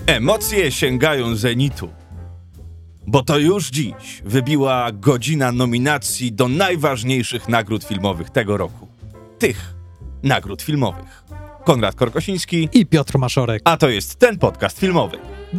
Emocje sięgają zenitu, bo to już dziś wybiła godzina nominacji do najważniejszych nagród filmowych tego roku. Tych nagród filmowych. Konrad Korkosiński i Piotr Maszorek. A to jest ten podcast filmowy.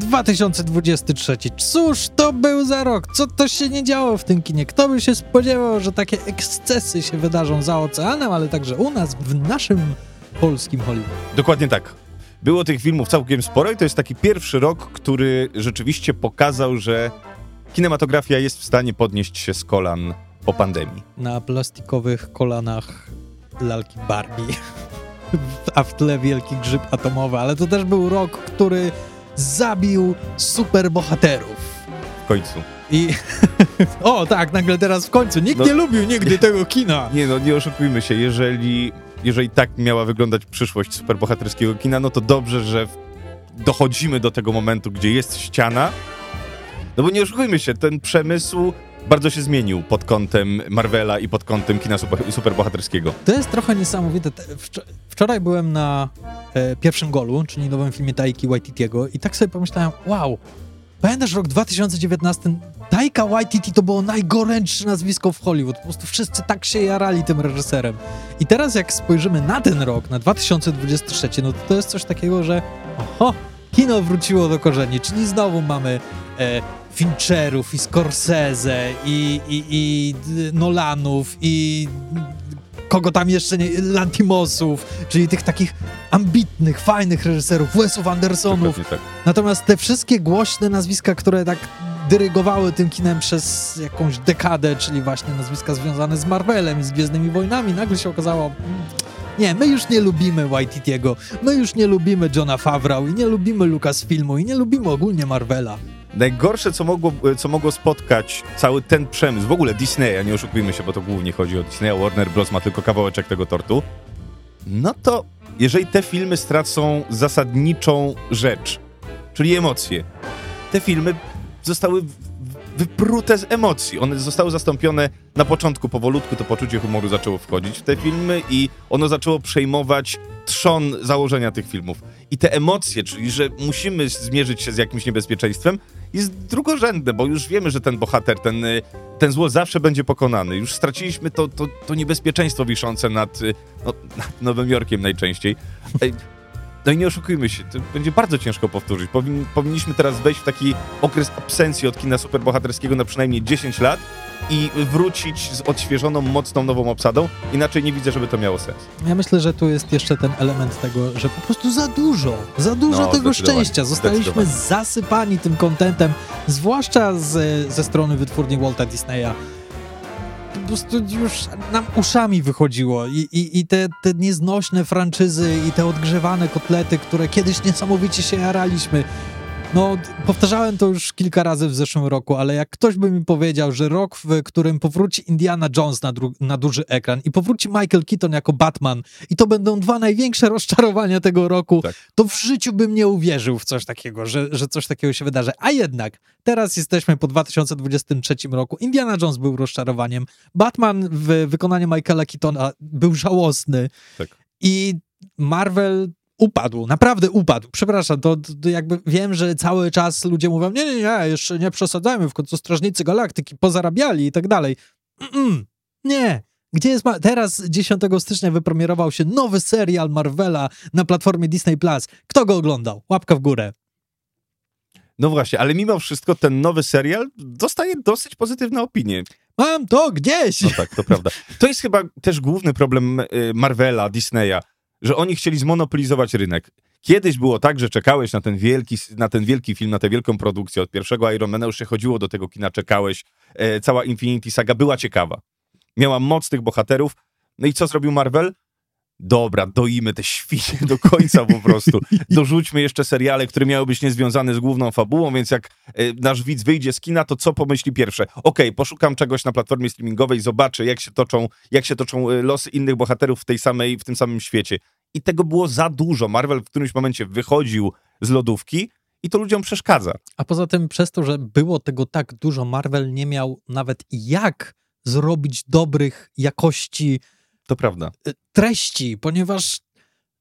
2023. Cóż to był za rok? Co to się nie działo w tym kinie? Kto by się spodziewał, że takie ekscesy się wydarzą za oceanem, ale także u nas, w naszym polskim Hollywood. Dokładnie tak. Było tych filmów całkiem sporo i to jest taki pierwszy rok, który rzeczywiście pokazał, że kinematografia jest w stanie podnieść się z kolan po pandemii. Na plastikowych kolanach lalki Barbie, a w tle wielki grzyb atomowy, ale to też był rok, który zabił superbohaterów. W końcu. I o tak, nagle teraz w końcu. Nikt nie lubił nigdy tego kina. Nie oszukujmy się, jeżeli tak miała wyglądać przyszłość superbohaterskiego kina, no to dobrze, że dochodzimy do tego momentu, gdzie jest ściana. No bo nie oszukujmy się, ten przemysł bardzo się zmienił pod kątem Marvela i pod kątem kina superbohaterskiego. To jest trochę niesamowite. Wczoraj byłem na Pierwszym Golu, czyli nowym filmie Taiki Waititiego i tak sobie pomyślałem, wow, pamiętasz rok 2019? Taika Waititi to było najgorętsze nazwisko w Hollywood. Po prostu wszyscy tak się jarali tym reżyserem. I teraz jak spojrzymy na ten rok, na 2023, no to jest coś takiego, że kino wróciło do korzeni, czyli znowu mamy Fincherów i Scorsese i Nolanów i kogo tam jeszcze nie, Lantimosów, czyli tych takich ambitnych, fajnych reżyserów, Wesów Andersonów. Tak. Natomiast te wszystkie głośne nazwiska, które tak dyrygowały tym kinem przez jakąś dekadę, czyli właśnie nazwiska związane z Marvelem i z Gwiezdnymi Wojnami, nagle się okazało, nie, my już nie lubimy Waititiego, my już nie lubimy Johna Favreau i nie lubimy Lucasfilmu i nie lubimy ogólnie Marvela. Najgorsze, co mogło spotkać cały ten przemysł, w ogóle Disneya, nie oszukujmy się, bo to głównie chodzi o Disneya, Warner Bros. Ma tylko kawałeczek tego tortu, no to jeżeli te filmy stracą zasadniczą rzecz, czyli emocje, te filmy zostały wyprute z emocji. One zostały zastąpione na początku, powolutku to poczucie humoru zaczęło wchodzić w te filmy i ono zaczęło przejmować trzon założenia tych filmów. I te emocje, czyli że musimy zmierzyć się z jakimś niebezpieczeństwem, jest drugorzędne, bo już wiemy, że ten bohater, ten zło zawsze będzie pokonany. Już straciliśmy to niebezpieczeństwo wiszące nad Nowym Jorkiem najczęściej. No i nie oszukujmy się, to będzie bardzo ciężko powtórzyć. Powinniśmy teraz wejść w taki okres absencji od kina superbohaterskiego na przynajmniej 10 lat i wrócić z odświeżoną, mocną, nową obsadą. Inaczej nie widzę, żeby to miało sens. Ja myślę, że tu jest jeszcze ten element tego, że po prostu za dużo tego szczęścia. Zostaliśmy zasypani tym kontentem, zwłaszcza ze strony wytwórni Walta Disneya. Po prostu już nam uszami wychodziło i te nieznośne franczyzy i te odgrzewane kotlety, które kiedyś niesamowicie się jaraliśmy. No, powtarzałem to już kilka razy w zeszłym roku, ale jak ktoś by mi powiedział, że rok, w którym powróci Indiana Jones na duży ekran i powróci Michael Keaton jako Batman i to będą dwa największe rozczarowania tego roku, tak, to w życiu bym nie uwierzył w coś takiego, że coś takiego się wydarzy. A jednak teraz jesteśmy po 2023 roku. Indiana Jones był rozczarowaniem. Batman w wykonaniu Michaela Keatona był żałosny. Tak. I Marvel naprawdę upadł. Przepraszam, to jakby wiem, że cały czas ludzie mówią, nie, jeszcze nie przesadzajmy, w końcu Strażnicy Galaktyki pozarabiali i tak dalej. Nie. Gdzie jest teraz 10 stycznia wypremierował się nowy serial Marvela na platformie Disney+. Kto go oglądał? Łapka w górę. No właśnie, ale mimo wszystko ten nowy serial dostaje dosyć pozytywne opinie. Mam to gdzieś! No tak, to prawda. To jest chyba też główny problem Marvela, Disneya, że oni chcieli zmonopolizować rynek. Kiedyś było tak, że czekałeś na ten wielki film, na tę wielką produkcję. Od pierwszego Ironmana już się chodziło do tego kina, czekałeś. Cała Infinity Saga była ciekawa. Miała mocnych bohaterów. No i co zrobił Marvel? Dobra, doimy te świnie do końca po prostu. Dorzućmy jeszcze seriale, które miały być niezwiązane z główną fabułą, więc jak nasz widz wyjdzie z kina, to co pomyśli pierwsze? Okej, poszukam czegoś na platformie streamingowej, zobaczę, jak się toczą losy innych bohaterów w tym samym świecie. I tego było za dużo. Marvel w którymś momencie wychodził z lodówki i to ludziom przeszkadza. A poza tym przez to, że było tego tak dużo, Marvel nie miał nawet jak zrobić dobrych jakości to prawda. Treści, ponieważ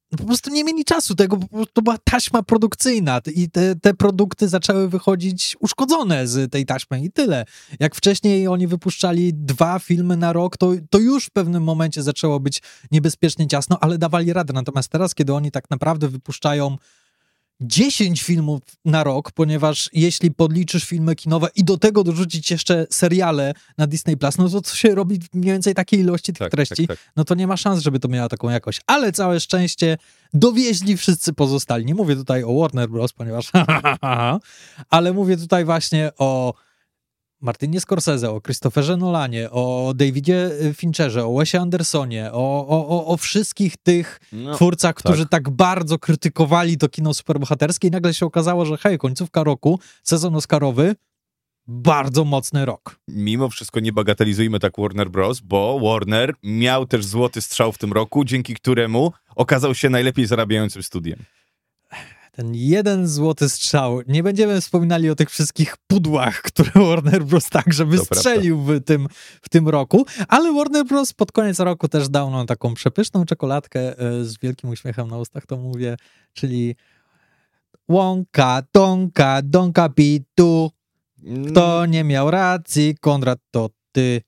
po prostu nie mieli czasu tego, to była taśma produkcyjna i te produkty zaczęły wychodzić uszkodzone z tej taśmy i tyle. Jak wcześniej oni wypuszczali 2 filmy na rok, to już w pewnym momencie zaczęło być niebezpiecznie ciasno, ale dawali radę. Natomiast teraz, kiedy oni tak naprawdę wypuszczają 10 filmów na rok, ponieważ jeśli podliczysz filmy kinowe i do tego dorzucić jeszcze seriale na Disney+, no to co się robi mniej więcej takiej ilości tych treści, no to nie ma szans, żeby to miało taką jakość. Ale całe szczęście dowieźli wszyscy pozostali. Nie mówię tutaj o Warner Bros., ponieważ ale mówię tutaj właśnie o Martinie Scorsese, o Christopherze Nolanie, o Davidzie Fincherze, o Wesie Andersonie, o wszystkich tych twórcach, którzy tak bardzo krytykowali to kino superbohaterskie i nagle się okazało, że hej, końcówka roku, sezon oscarowy, bardzo mocny rok. Mimo wszystko nie bagatelizujmy tak Warner Bros., bo Warner miał też złoty strzał w tym roku, dzięki któremu okazał się najlepiej zarabiającym studiem. Ten jeden złoty strzał. Nie będziemy wspominali o tych wszystkich pudłach, które Warner Bros. Także wystrzelił w tym roku, ale Warner Bros. Pod koniec roku też dał nam taką przepyszną czekoladkę z wielkim uśmiechem na ustach, to mówię, czyli Wonka, Tonka, Donka Pitu. Kto nie miał racji, Konrad, to ty.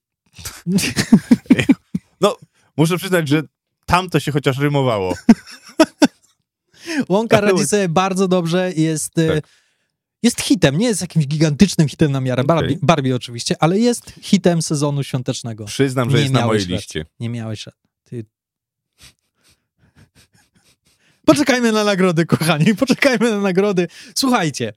No, muszę przyznać, że tam to się chociaż rymowało. Wonka radzi sobie bardzo dobrze, jest hitem, nie jest jakimś gigantycznym hitem na miarę Barbie oczywiście, ale jest hitem sezonu świątecznego. Przyznam, że jest na mojej liście. Nie miałeś ty. Poczekajmy na nagrody, kochani, poczekajmy na nagrody. Słuchajcie,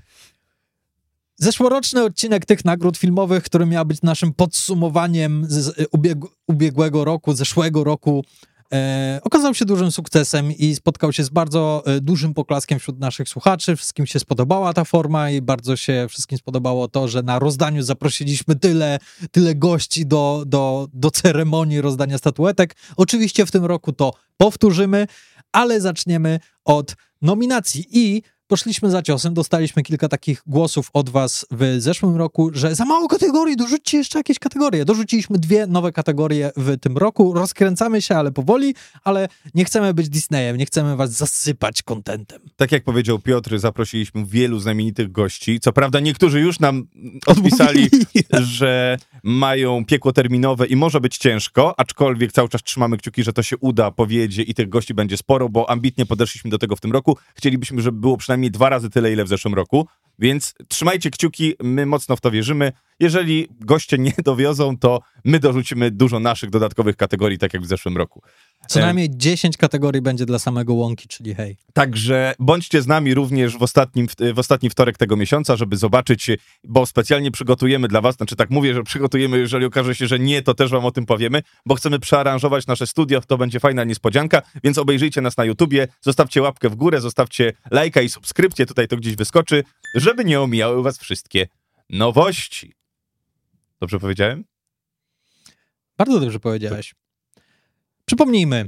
zeszłoroczny odcinek tych nagród filmowych, który miał być naszym podsumowaniem z ubiegłego roku, zeszłego roku, okazał się dużym sukcesem i spotkał się z bardzo dużym poklaskiem wśród naszych słuchaczy. Wszystkim się spodobała ta forma i bardzo się wszystkim spodobało to, że na rozdaniu zaprosiliśmy tyle gości do ceremonii rozdania statuetek. Oczywiście w tym roku to powtórzymy, ale zaczniemy od nominacji i poszliśmy za ciosem, dostaliśmy kilka takich głosów od was w zeszłym roku, że za mało kategorii, dorzućcie jeszcze jakieś kategorie. Dorzuciliśmy 2 nowe kategorie w tym roku, rozkręcamy się, ale powoli, ale nie chcemy być Disneyem, nie chcemy was zasypać kontentem. Tak jak powiedział Piotr, zaprosiliśmy wielu znamienitych gości. Co prawda niektórzy już nam odpisali, że mają piekło terminowe i może być ciężko, aczkolwiek cały czas trzymamy kciuki, że to się uda, powiedzie i tych gości będzie sporo, bo ambitnie podeszliśmy do tego w tym roku. Chcielibyśmy, żeby było przynajmniej 2 razy tyle, ile w zeszłym roku, więc trzymajcie kciuki, my mocno w to wierzymy. Jeżeli goście nie dowiozą, to my dorzucimy dużo naszych dodatkowych kategorii, tak jak w zeszłym roku. Co najmniej 10 kategorii będzie dla samego Wonki, czyli hej. Także bądźcie z nami również w ostatni wtorek tego miesiąca, żeby zobaczyć, bo specjalnie przygotujemy dla was, znaczy tak mówię, że przygotujemy, jeżeli okaże się, że nie, to też wam o tym powiemy, bo chcemy przearanżować nasze studio, to będzie fajna niespodzianka, więc obejrzyjcie nas na YouTubie, zostawcie łapkę w górę, zostawcie lajka i subskrypcję, tutaj to gdzieś wyskoczy, żeby nie omijały was wszystkie nowości. Dobrze powiedziałem? Bardzo dobrze powiedziałeś. Przypomnijmy,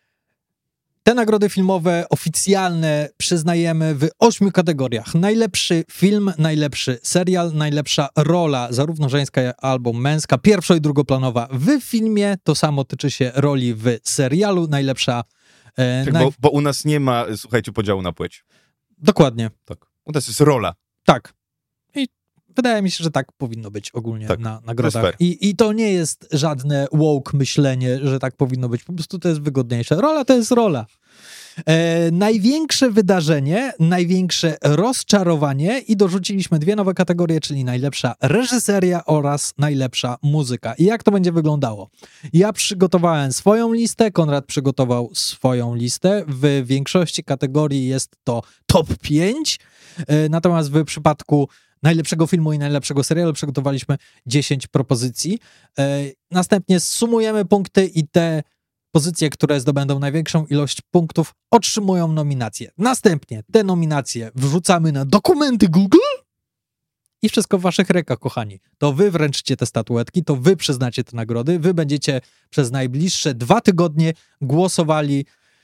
te nagrody filmowe oficjalne przyznajemy w 8 kategoriach. Najlepszy film, najlepszy serial, najlepsza rola, zarówno żeńska, albo męska, pierwszo- i drugoplanowa w filmie. To samo tyczy się roli w serialu. Najlepsza... Tak, bo u nas nie ma, słuchajcie, podziału na płeć. Dokładnie. Tak. U nas jest rola. Tak. I wydaje mi się, że tak powinno być ogólnie na nagrodach. I to nie jest żadne woke myślenie, że tak powinno być. Po prostu to jest wygodniejsze. Rola to jest rola. Największe wydarzenie, największe rozczarowanie i dorzuciliśmy 2 nowe kategorie, czyli najlepsza reżyseria oraz najlepsza muzyka. I jak to będzie wyglądało? Ja przygotowałem swoją listę, Konrad przygotował swoją listę. W większości kategorii jest to top 5, natomiast w przypadku najlepszego filmu i najlepszego serialu przygotowaliśmy 10 propozycji. Następnie sumujemy punkty i te pozycje, które zdobędą największą ilość punktów, otrzymują nominacje. Następnie te nominacje wrzucamy na dokumenty Google i wszystko w waszych rękach, kochani. To wy wręczycie te statuetki, to wy przyznacie te nagrody, wy będziecie przez najbliższe 2 tygodnie głosowali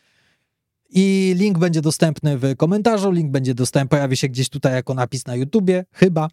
i link będzie dostępny w komentarzu, link będzie dostępny, pojawi się gdzieś tutaj jako napis na YouTubie, chyba.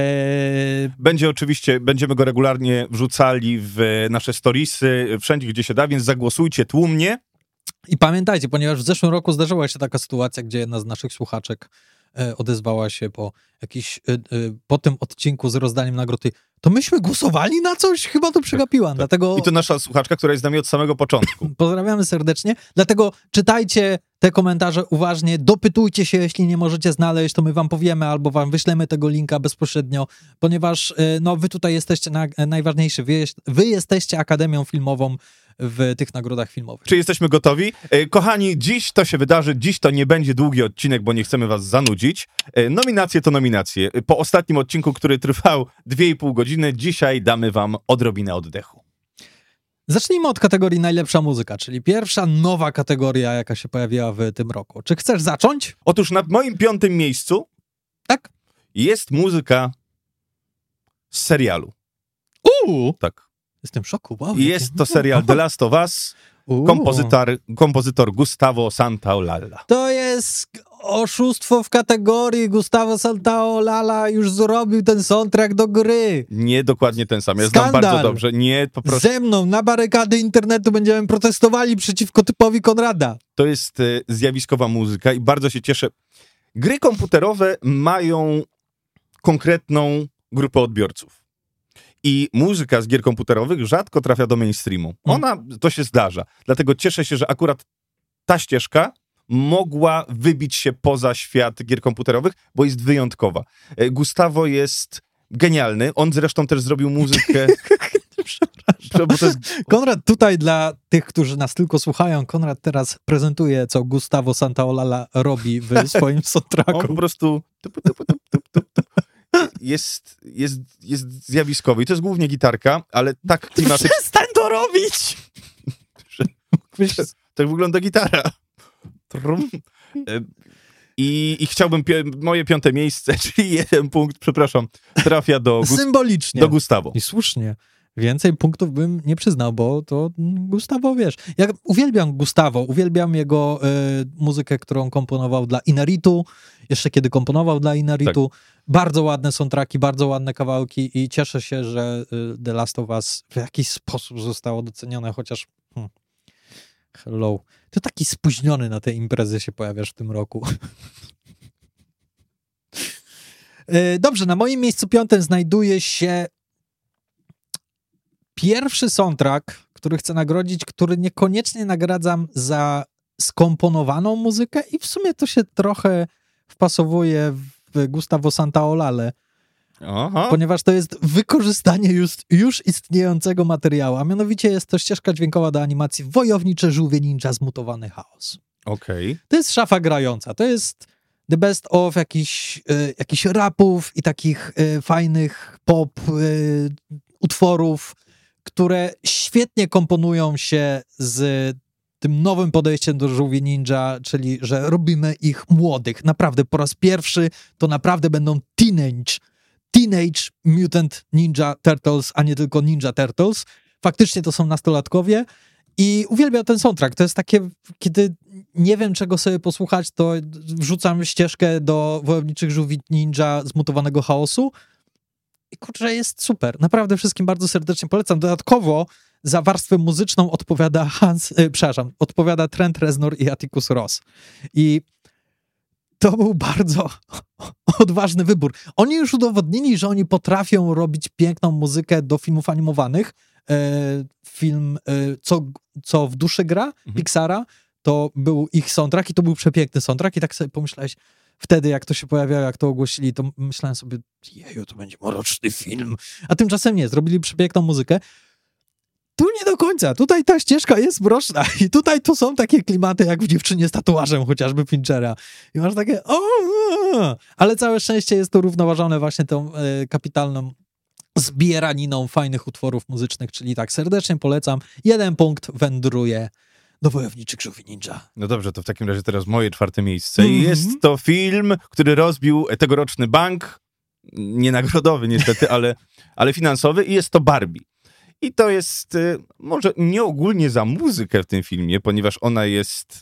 Będzie oczywiście, będziemy go regularnie wrzucali w nasze storiesy, wszędzie, gdzie się da, więc zagłosujcie tłumnie I pamiętajcie, ponieważ w zeszłym roku zdarzyła się taka sytuacja, gdzie jedna z naszych słuchaczek odezwała się po tym odcinku z rozdaniem nagrody. To myśmy głosowali na coś? Chyba to przegapiłam. Tak. Dlatego... I to nasza słuchaczka, która jest z nami od samego początku. Pozdrawiamy serdecznie. Dlatego czytajcie te komentarze uważnie, dopytujcie się, jeśli nie możecie znaleźć, to my wam powiemy albo wam wyślemy tego linka bezpośrednio, ponieważ wy tutaj jesteście najważniejsi. Wy jesteście Akademią Filmową w tych nagrodach filmowych. Czy jesteśmy gotowi? Kochani, dziś to się wydarzy, dziś to nie będzie długi odcinek, bo nie chcemy was zanudzić. Nominacje to nominacje. Po ostatnim odcinku, który trwał 2,5 godziny, dzisiaj damy wam odrobinę oddechu. Zacznijmy od kategorii najlepsza muzyka, czyli pierwsza nowa kategoria, jaka się pojawiła w tym roku. Czy chcesz zacząć? Otóż na moim 5. miejscu Tak. jest muzyka z serialu. Tak. Jestem w szoku, wow. Jest to serial The Last of Us, kompozytor Gustavo Santaolalla. To jest oszustwo w kategorii. Gustavo Santaolalla już zrobił ten soundtrack do gry. Nie dokładnie ten sam, ja znam bardzo dobrze. Nie, po prostu. Ze mną na barykady internetu będziemy protestowali przeciwko typowi Konrada. To jest zjawiskowa muzyka i bardzo się cieszę. Gry komputerowe mają konkretną grupę odbiorców. I muzyka z gier komputerowych rzadko trafia do mainstreamu. To się zdarza. Dlatego cieszę się, że akurat ta ścieżka mogła wybić się poza świat gier komputerowych, bo jest wyjątkowa. Gustavo jest genialny. On zresztą też zrobił muzykę... Przepraszam. Bo to jest... Konrad tutaj dla tych, którzy nas tylko słuchają, Konrad teraz prezentuje, co Gustavo Santaolalla robi w swoim soundtracku. On po prostu... Jest zjawiskowy. I to jest głównie gitarka, ale tak klimatycznie... Przestań to robić! Tak wygląda gitara. I chciałbym moje 5. miejsce, czyli 1 punkt, przepraszam, trafia do symbolicznie. Do Gustavo. I słusznie. Więcej punktów bym nie przyznał, bo to Gustavo, wiesz. Ja uwielbiam Gustavo, uwielbiam jego muzykę, którą komponował dla Inaritu, jeszcze kiedy komponował dla Inaritu. Tak. Bardzo ładne soundtracki, bardzo ładne kawałki i cieszę się, że The Last of Us w jakiś sposób zostało docenione, chociaż hello. To taki spóźniony na tej imprezy się pojawiasz w tym roku. Dobrze, na moim miejscu 5 znajduje się pierwszy soundtrack, który chcę nagrodzić, który niekoniecznie nagradzam za skomponowaną muzykę i w sumie to się trochę wpasowuje w Gustavo Santaolallę, ponieważ to jest wykorzystanie już istniejącego materiału, a mianowicie jest to ścieżka dźwiękowa do animacji Wojownicze Żółwie Ninja Zmutowany Chaos. Okej. To jest szafa grająca, to jest the best of jakichś rapów i takich fajnych pop utworów, które świetnie komponują się z tym nowym podejściem do Żółwi Ninja, czyli że robimy ich młodych. Naprawdę, po raz pierwszy to naprawdę będą Teenage Mutant Ninja Turtles, a nie tylko Ninja Turtles. Faktycznie to są nastolatkowie i uwielbiam ten soundtrack. To jest takie, kiedy nie wiem czego sobie posłuchać, to wrzucam ścieżkę do Wojowniczych Żółwi Ninja Zmutowanego Chaosu i kurczę, jest super. Naprawdę wszystkim bardzo serdecznie polecam. Dodatkowo za warstwę muzyczną odpowiada Trent Reznor i Atticus Ross. I to był bardzo odważny wybór. Oni już udowodnili, że oni potrafią robić piękną muzykę do filmów animowanych. Film Co w duszy gra, Pixara, to był ich soundtrack i to był przepiękny soundtrack i tak sobie pomyślałeś, wtedy jak to się pojawiało, jak to ogłosili, to myślałem sobie, jeju, to będzie mroczny film. A tymczasem nie, zrobili przepiękną muzykę. Tu nie do końca, tutaj ta ścieżka jest mroczna i tutaj to są takie klimaty jak w Dziewczynie z tatuażem, chociażby Finchera. I masz takie ale całe szczęście jest to równoważone właśnie tą kapitalną zbieraniną fajnych utworów muzycznych, czyli tak serdecznie polecam. 1 punkt wędruje do Wojowniczych Żółwi Ninja. No dobrze, to w takim razie teraz moje 4. miejsce. I jest to film, który rozbił tegoroczny bank, nie nagrodowy niestety, ale finansowy i jest to Barbie. I to jest może nie ogólnie za muzykę w tym filmie, ponieważ ona jest...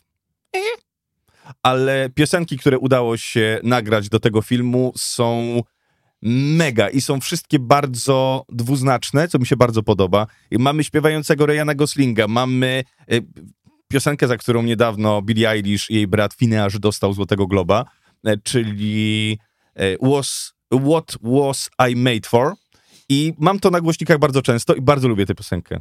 ale piosenki, które udało się nagrać do tego filmu są mega i są wszystkie bardzo dwuznaczne, co mi się bardzo podoba. I mamy śpiewającego Ryana Goslinga, mamy piosenkę, za którą niedawno Billie Eilish i jej brat Finneas dostał Złotego Globa, czyli What Was I Made For? I mam to na głośnikach bardzo często i bardzo lubię tę piosenkę.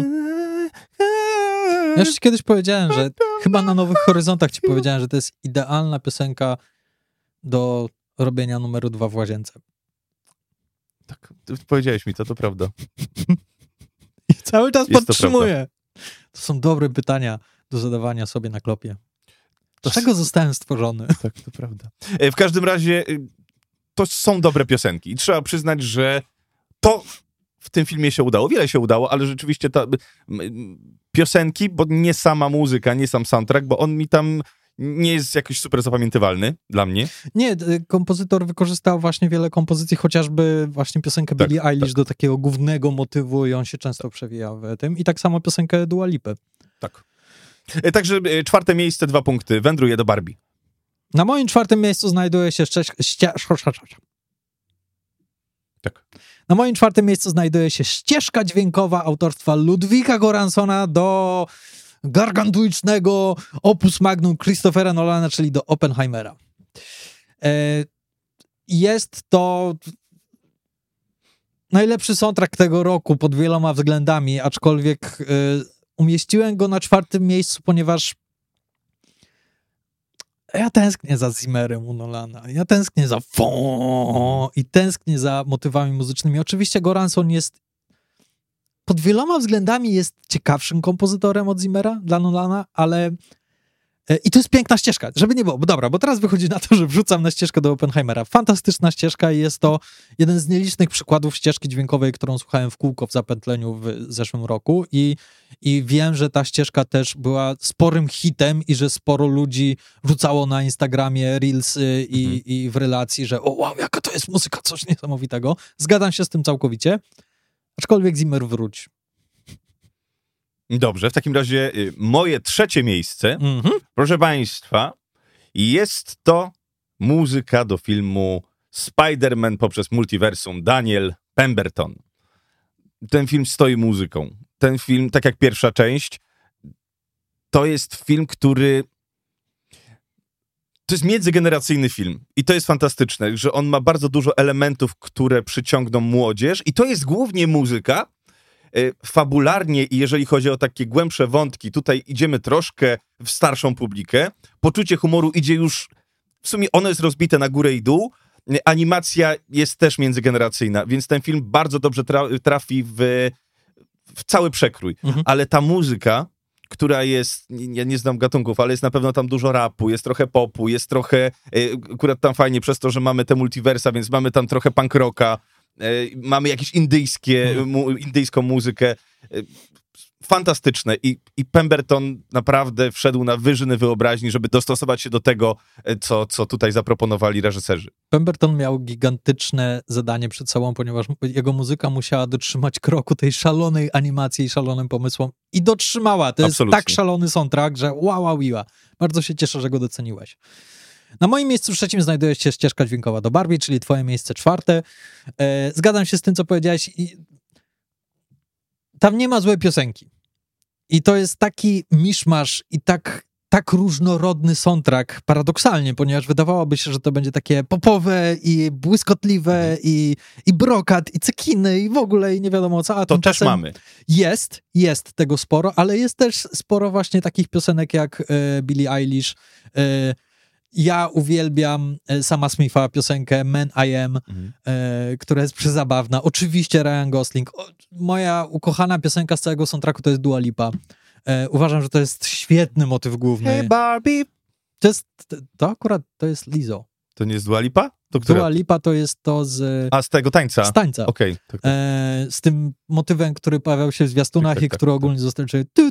Ja już ci kiedyś powiedziałem, że chyba na Nowych Horyzontach ci powiedziałem, że to jest idealna piosenka do robienia numeru 2 w łazience. Tak, ty powiedziałeś mi to prawda. I cały czas Jest podtrzymuję. To są dobre pytania do zadawania sobie na klopie. Do czego zostałem stworzony? Tak, to prawda. W każdym razie to są dobre piosenki i trzeba przyznać, że to w tym filmie się udało. Wiele się udało, ale rzeczywiście piosenki, bo nie sama muzyka, nie sam soundtrack, bo on mi tam nie jest jakoś super zapamiętywalny dla mnie. Nie, kompozytor wykorzystał właśnie wiele kompozycji, chociażby właśnie piosenkę Billie Eilish do takiego głównego motywu i on się często przewija w tym. I tak samo piosenkę Dua Lipy. Tak. Także 4. miejsce, 2 punkty. Wędruje do Barbie. Na moim 4. miejscu znajduje się Tak. Na moim 4. miejscu znajduje się ścieżka dźwiękowa autorstwa Ludwika Göranssona do gargantuicznego opus magnum Christophera Nolana, czyli do Oppenheimera. Jest to najlepszy soundtrack tego roku pod wieloma względami, aczkolwiek umieściłem go na 4. miejscu, ponieważ ja tęsknię za Zimmerem u Nolana, ja tęsknię za i tęsknię za motywami muzycznymi. Oczywiście Göransson jest pod wieloma względami jest ciekawszym kompozytorem od Zimmera dla Nolana, ale i to jest piękna ścieżka, żeby nie było, bo teraz wychodzi na to, że wrzucam na ścieżkę do Oppenheimera. Fantastyczna ścieżka i jest to jeden z nielicznych przykładów ścieżki dźwiękowej, którą słuchałem w kółko w zapętleniu w zeszłym roku i wiem, że ta ścieżka też była sporym hitem i że sporo ludzi wrzucało na Instagramie reelsy i w relacji, że wow, jaka to jest muzyka, coś niesamowitego. Zgadzam się z tym całkowicie, aczkolwiek Zimmer wróć. Dobrze, w takim razie moje 3. miejsce, proszę państwa, jest to muzyka do filmu Spider-Man poprzez multiversum, Daniel Pemberton. Ten film stoi muzyką. Ten film, tak jak pierwsza część, to jest film, który... To jest międzygeneracyjny film i to jest fantastyczne, że on ma bardzo dużo elementów, które przyciągną młodzież i to jest głównie muzyka. Fabularnie i jeżeli chodzi o takie głębsze wątki, tutaj idziemy troszkę w starszą publikę. Poczucie humoru idzie już, w sumie ono jest rozbite na górę i dół. Animacja jest też międzygeneracyjna, więc ten film bardzo dobrze trafi w cały przekrój. Ale ta muzyka, która jest, ja nie znam gatunków, ale jest na pewno tam dużo rapu, jest trochę popu, jest trochę, akurat tam fajnie przez to, że mamy te multiversa, więc mamy tam trochę punk rocka, mamy jakieś indyjską muzykę. Fantastyczne. I Pemberton naprawdę wszedł na wyżyny wyobraźni, żeby dostosować się do tego, co tutaj zaproponowali reżyserzy. Pemberton miał gigantyczne zadanie przed sobą, ponieważ jego muzyka musiała dotrzymać kroku tej szalonej animacji i szalonym pomysłom. I dotrzymała. To Absolutnie. jest tak szalony soundtrack, że wow. Bardzo się cieszę, że go doceniłeś. Na moim miejscu 3. znajduje się ścieżka dźwiękowa do Barbie, czyli twoje miejsce 4. Zgadzam się z tym, co powiedziałeś. Tam nie ma złej piosenki. I to jest taki miszmasz i tak różnorodny soundtrack, paradoksalnie, ponieważ wydawałoby się, że to będzie takie popowe i błyskotliwe i brokat i cekiny i w ogóle i nie wiadomo co. A to też mamy. Jest tego sporo, ale jest też sporo właśnie takich piosenek jak Billie Eilish. Ja uwielbiam Sama Smitha piosenkę Man I Am, która jest przezabawna. Oczywiście Ryan Gosling. Moja ukochana piosenka z całego soundtracku to jest Dua Lipa. Uważam, że to jest świetny motyw główny. Hey Barbie! To jest Lizzo. To nie jest Dua Lipa? To która? Dua Lipa to jest to z... A, z tego tańca? Z tańca. Okej. Tak. Z tym motywem, który pojawiał się w zwiastunach i który ogólnie został...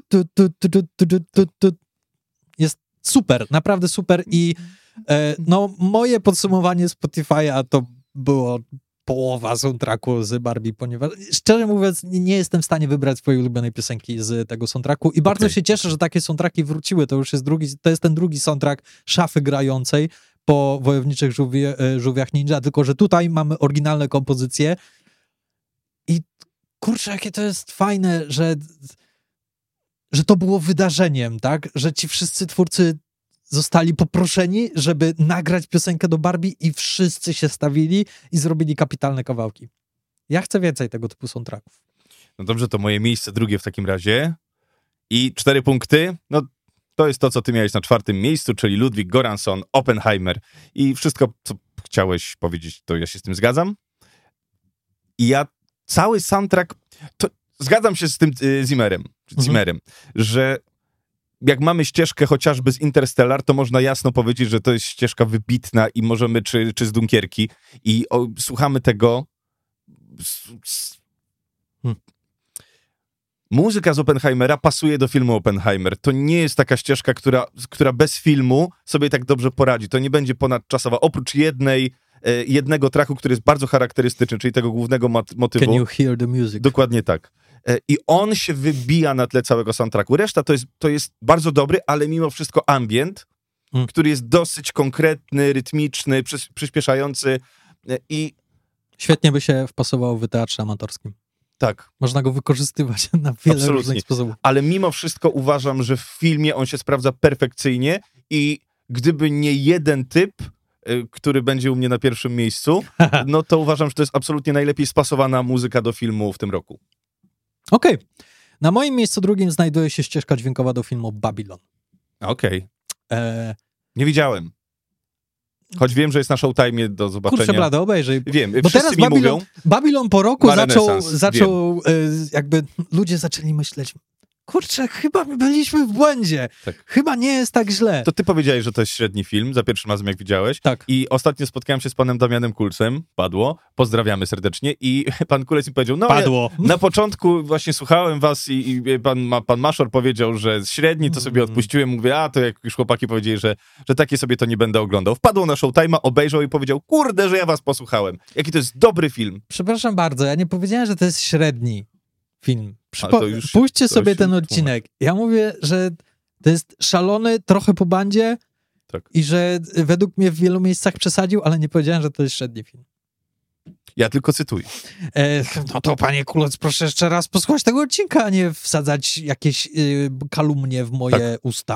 Jest super, naprawdę super i moje podsumowanie Spotify'a to było połowa soundtracku z Barbie, ponieważ szczerze mówiąc nie jestem w stanie wybrać swojej ulubionej piosenki z tego soundtracku i bardzo się cieszę, że takie soundtracki wróciły. To jest ten drugi soundtrack szafy grającej po Wojowniczych Żółwiach Ninja, tylko że tutaj mamy oryginalne kompozycje i kurczę, jakie to jest fajne, że że to było wydarzeniem, tak? Że ci wszyscy twórcy zostali poproszeni, żeby nagrać piosenkę do Barbie i wszyscy się stawili i zrobili kapitalne kawałki. Ja chcę więcej tego typu soundtracków. No dobrze, to moje miejsce drugie w takim razie. I 4 punkty. No to jest to, co ty miałeś na 4. miejscu, czyli Ludwig Göransson, Oppenheimer. I wszystko, co chciałeś powiedzieć, to ja się z tym zgadzam. I ja cały soundtrack... To zgadzam się z tym Zimmerem, że jak mamy ścieżkę chociażby z Interstellar, to można jasno powiedzieć, że to jest ścieżka wybitna i możemy, czy z Dunkierki, i słuchamy tego... Muzyka z Oppenheimera pasuje do filmu Oppenheimer. To nie jest taka ścieżka, która bez filmu sobie tak dobrze poradzi. To nie będzie ponadczasowa. Oprócz jednego tracku, który jest bardzo charakterystyczny, czyli tego głównego motywu. Can you hear the music? Dokładnie tak. I on się wybija na tle całego soundtracku. Reszta to jest bardzo dobry, ale mimo wszystko ambient, który jest dosyć konkretny, rytmiczny, przyspieszający i... Świetnie by się wpasował w teatrze amatorskim. Tak. Można go wykorzystywać na wiele różnych sposobów. Ale mimo wszystko uważam, że w filmie on się sprawdza perfekcyjnie i gdyby nie jeden typ, który będzie u mnie na pierwszym miejscu, no to uważam, że to jest absolutnie najlepiej spasowana muzyka do filmu w tym roku. Okej. Na moim miejscu drugim znajduje się ścieżka dźwiękowa do filmu Babylon. Okej. Nie widziałem. Choć wiem, że jest na Showtime do zobaczenia. Kurczę blade, obejrzyj. Wiem, bo wszyscy teraz mi mówią. Babylon po roku zaczął wiem. jakby ludzie zaczęli myśleć, kurczę, chyba byliśmy w błędzie. Tak. Chyba nie jest tak źle. To ty powiedziałeś, że to jest średni film, za pierwszym razem jak widziałeś. Tak. I ostatnio spotkałem się z panem Damianem Kulcem, padło, pozdrawiamy serdecznie, i pan Kulec mi powiedział, no padło. Ja na początku właśnie słuchałem was i pan Maszor powiedział, że średni, to sobie odpuściłem, mówię, to jak już chłopaki powiedzieli, że takie sobie to nie będę oglądał. Wpadło na Showtime'a, obejrzał i powiedział, kurde, że ja was posłuchałem. Jaki to jest dobry film. Przepraszam bardzo, ja nie powiedziałem, że to jest średni film. Już Puśćcie sobie ten odcinek. Ja mówię, że to jest szalony, trochę po bandzie, tak. I że według mnie w wielu miejscach przesadził, ale nie powiedziałem, że to jest średni film. Ja tylko cytuję. No to panie Kulec, proszę jeszcze raz posłuchać tego odcinka, a nie wsadzać jakieś kalumnie w moje usta.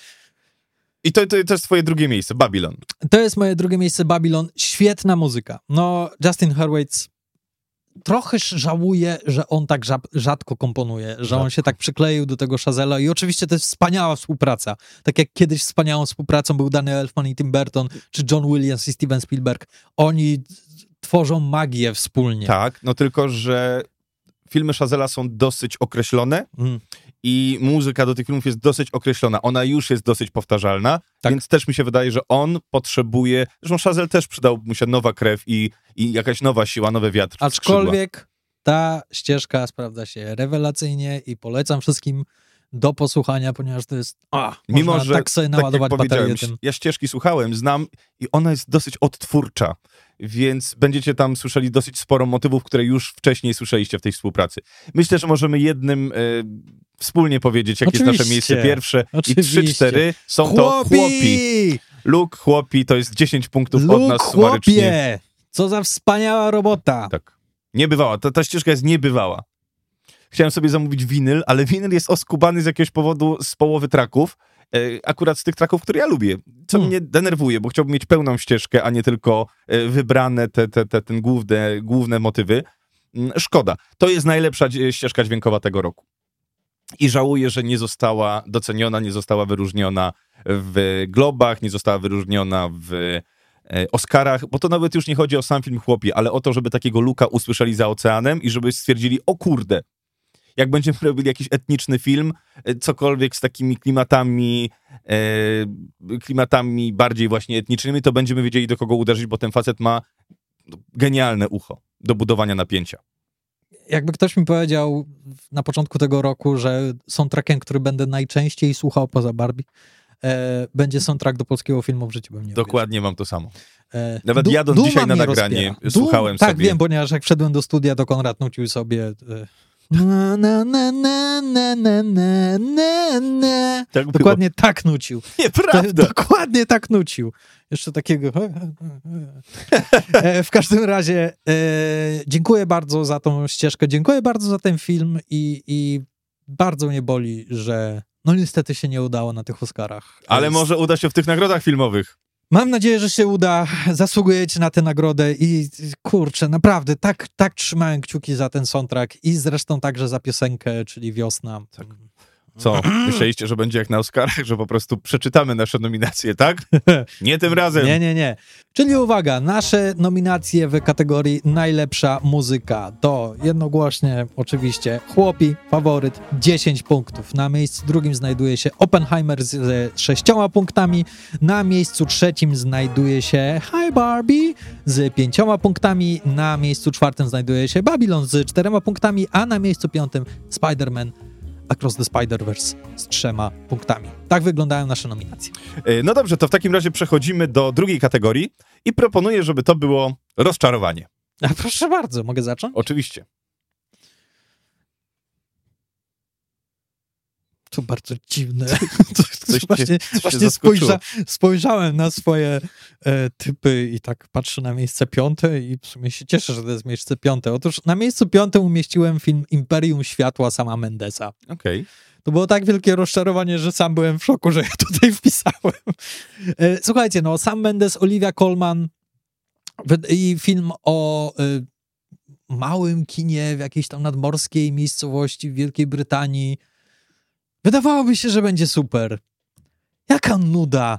I to jest twoje drugie miejsce, Babylon. To jest moje drugie miejsce, Babylon. Świetna muzyka. No, Justin Hurwitz, trochę żałuję, że on tak rzadko komponuje, że on się tak przykleił do tego Chazella i oczywiście to jest wspaniała współpraca. Tak jak kiedyś wspaniałą współpracą był Danny Elfman i Tim Burton, czy John Williams i Steven Spielberg. Oni tworzą magię wspólnie. Tak, no tylko, że filmy Chazella są dosyć określone i muzyka do tych filmów jest dosyć określona. Ona już jest dosyć powtarzalna, więc też mi się wydaje, że on potrzebuje... Zresztą Chazelle też przydał mu się nowa krew i jakaś nowa siła, nowy wiatr. Aczkolwiek ta ścieżka sprawdza się rewelacyjnie i polecam wszystkim do posłuchania, ponieważ to jest... Mimo, że tak sobie naładować baterię tym. Ja ścieżki słuchałem, znam i ona jest dosyć odtwórcza, więc będziecie tam słyszeli dosyć sporo motywów, które już wcześniej słyszeliście w tej współpracy. Myślę, że możemy jednym wspólnie powiedzieć, jakie jest nasze miejsce pierwsze. Oczywiście. I 3-4 są to Chłopi. Luke, Chłopi, to jest 10 punktów od nas sumarycznie. Co za wspaniała robota. Tak. Niebywała. Ta ścieżka jest niebywała. Chciałem sobie zamówić winyl, ale winyl jest oskubany z jakiegoś powodu z połowy tracków. Akurat z tych tracków, które ja lubię. Co mnie denerwuje, bo chciałbym mieć pełną ścieżkę, a nie tylko wybrane te główne motywy. Szkoda. To jest najlepsza ścieżka dźwiękowa tego roku. I żałuję, że nie została doceniona, nie została wyróżniona w Globach, nie została wyróżniona w Oscarach, bo to nawet już nie chodzi o sam film Chłopi, ale o to, żeby takiego Luka usłyszeli za oceanem i żeby stwierdzili, o kurde, jak będziemy robili jakiś etniczny film, cokolwiek z takimi klimatami bardziej właśnie etnicznymi, to będziemy wiedzieli, do kogo uderzyć, bo ten facet ma genialne ucho do budowania napięcia. Jakby ktoś mi powiedział na początku tego roku, że soundtrackiem, który będę najczęściej słuchał poza Barbie, będzie soundtrack do polskiego filmu, w życiu bym nie Dokładnie mam to samo. Nawet jadąc dzisiaj na nagranie słuchałem sobie. Tak, wiem, ponieważ jak wszedłem do studia, to Konrad nucił sobie... Tak dokładnie tak nucił. Nieprawda. Dokładnie tak nucił. Jeszcze takiego... W każdym razie dziękuję bardzo za tą ścieżkę, dziękuję bardzo za ten film i bardzo mnie boli, że no niestety się nie udało na tych Oscarach. Ale może uda się w tych nagrodach filmowych. Mam nadzieję, że się uda. Zasługujecie na tę nagrodę i kurczę, naprawdę, tak trzymałem kciuki za ten soundtrack i zresztą także za piosenkę, czyli Wiosna. Tak. Co? Myśleliście, że będzie jak na Oscarach, że po prostu przeczytamy nasze nominacje, tak? Nie tym razem. Nie. Czyli uwaga, nasze nominacje w kategorii najlepsza muzyka to jednogłośnie oczywiście Chłopi, faworyt, 10 punktów. Na miejscu drugim znajduje się Oppenheimer z 6 punktami. Na miejscu trzecim znajduje się Hi Barbie z 5 punktami. Na miejscu czwartym znajduje się Babylon z 4 punktami, a na miejscu piątym Spider-Man Across the Spider-Verse z 3 punktami. Tak wyglądają nasze nominacje. No dobrze, to w takim razie przechodzimy do drugiej kategorii i proponuję, żeby to było rozczarowanie. A proszę bardzo, mogę zacząć? Oczywiście. To bardzo dziwne. Właśnie spojrzałem na swoje typy i tak patrzę na miejsce 5 i w sumie się cieszę, że to jest miejsce 5. Otóż na miejscu 5 umieściłem film Imperium Światła Sama Mendesa. Okej. To było tak wielkie rozczarowanie, że sam byłem w szoku, że ja tutaj wpisałem. Słuchajcie, no Sam Mendes, Olivia Colman i film o małym kinie w jakiejś tam nadmorskiej miejscowości w Wielkiej Brytanii. Wydawałoby się, że będzie super. Jaka nuda.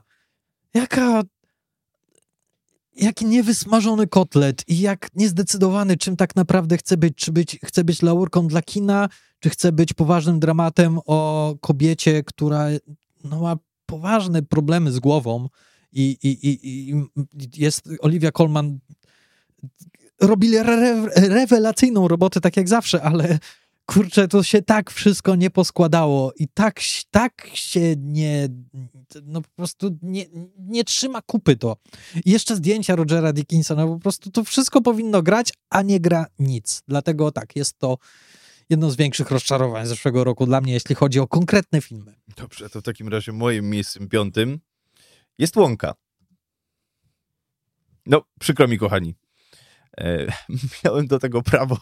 Jaki niewysmażony kotlet i jak niezdecydowany, czym tak naprawdę chce być laurką dla kina, czy chce być poważnym dramatem o kobiecie, która no, ma poważne problemy z głową i jest Olivia Colman. Robili rewelacyjną robotę, tak jak zawsze, ale kurczę, to się tak wszystko nie poskładało i tak się no po prostu nie trzyma kupy to. I jeszcze zdjęcia Rogera Dickinsona, po prostu to wszystko powinno grać, a nie gra nic. Dlatego tak, jest to jedno z większych rozczarowań zeszłego roku dla mnie, jeśli chodzi o konkretne filmy. Dobrze, to w takim razie moim miejscem 5 jest Łąka. No, przykro mi, kochani. Miałem do tego prawo.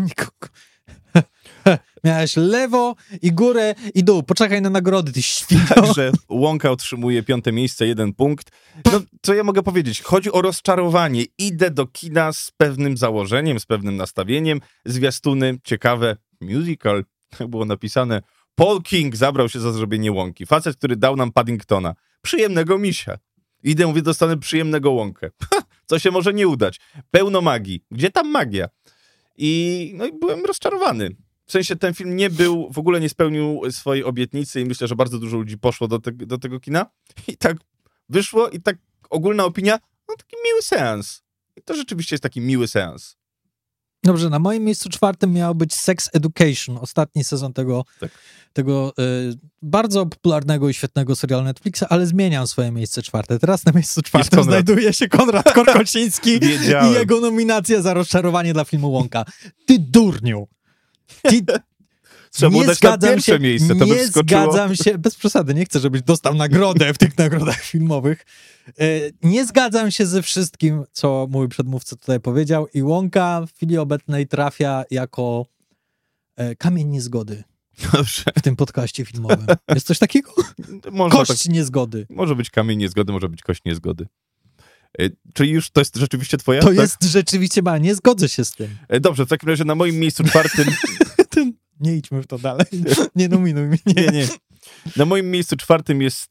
Miałeś lewo i górę i dół. Poczekaj na nagrody, ty świnio. Także Łąka otrzymuje 5 miejsce, 1 punkt. No, co ja mogę powiedzieć? Chodzi o rozczarowanie. Idę do kina z pewnym założeniem, z pewnym nastawieniem. Zwiastuny, ciekawe. Musical, jak było napisane. Paul King zabrał się za zrobienie Łąki. Facet, który dał nam Paddingtona. Przyjemnego misia. Idę, mówię, dostanę przyjemnego Łąkę. Co się może nie udać? Pełno magii. Gdzie tam magia? I byłem rozczarowany. W sensie ten film w ogóle nie spełnił swojej obietnicy i myślę, że bardzo dużo ludzi poszło do tego kina. I tak wyszło i tak ogólna opinia, no taki miły seans. I to rzeczywiście jest taki miły seans. Dobrze, na moim miejscu 4 miał być Sex Education, ostatni sezon tego bardzo popularnego i świetnego serialu Netflixa, ale zmieniam swoje miejsce 4. Teraz na miejscu 4 znajduje się Konrad Korkociński i jego nominacja za rozczarowanie dla filmu Łąka. Ty durniu! Trzeba było dać na pierwsze miejsce, to by wskoczyło. Nie zgadzam się, bez przesady, nie chcę, żebyś dostał nagrodę w tych nagrodach filmowych. Nie zgadzam się ze wszystkim, co mój przedmówca tutaj powiedział i Łąka w chwili obecnej trafia jako kamień niezgody. Dobrze. W tym podcaście filmowym. Jest coś takiego? Kość niezgody. Może być kamień niezgody, może być kość niezgody. Czyli już to jest rzeczywiście twoja? To jest rzeczywiście, nie zgodzę się z tym. Dobrze, w takim razie na moim miejscu 4... Nie idźmy w to dalej. Nie nominuj mnie. Nie. Na moim miejscu 4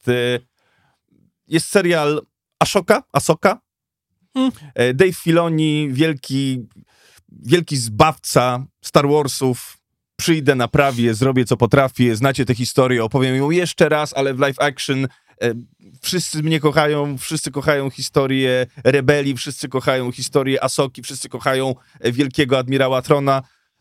jest serial Ahsoka. Dave Filoni, wielki zbawca Star Warsów. Przyjdę, naprawię, zrobię co potrafię. Znacie tę historię, opowiem ją jeszcze raz, ale w live action. Wszyscy mnie kochają, wszyscy kochają historię rebelii, wszyscy kochają historię Ahsoki, wszyscy kochają wielkiego admirała Trona.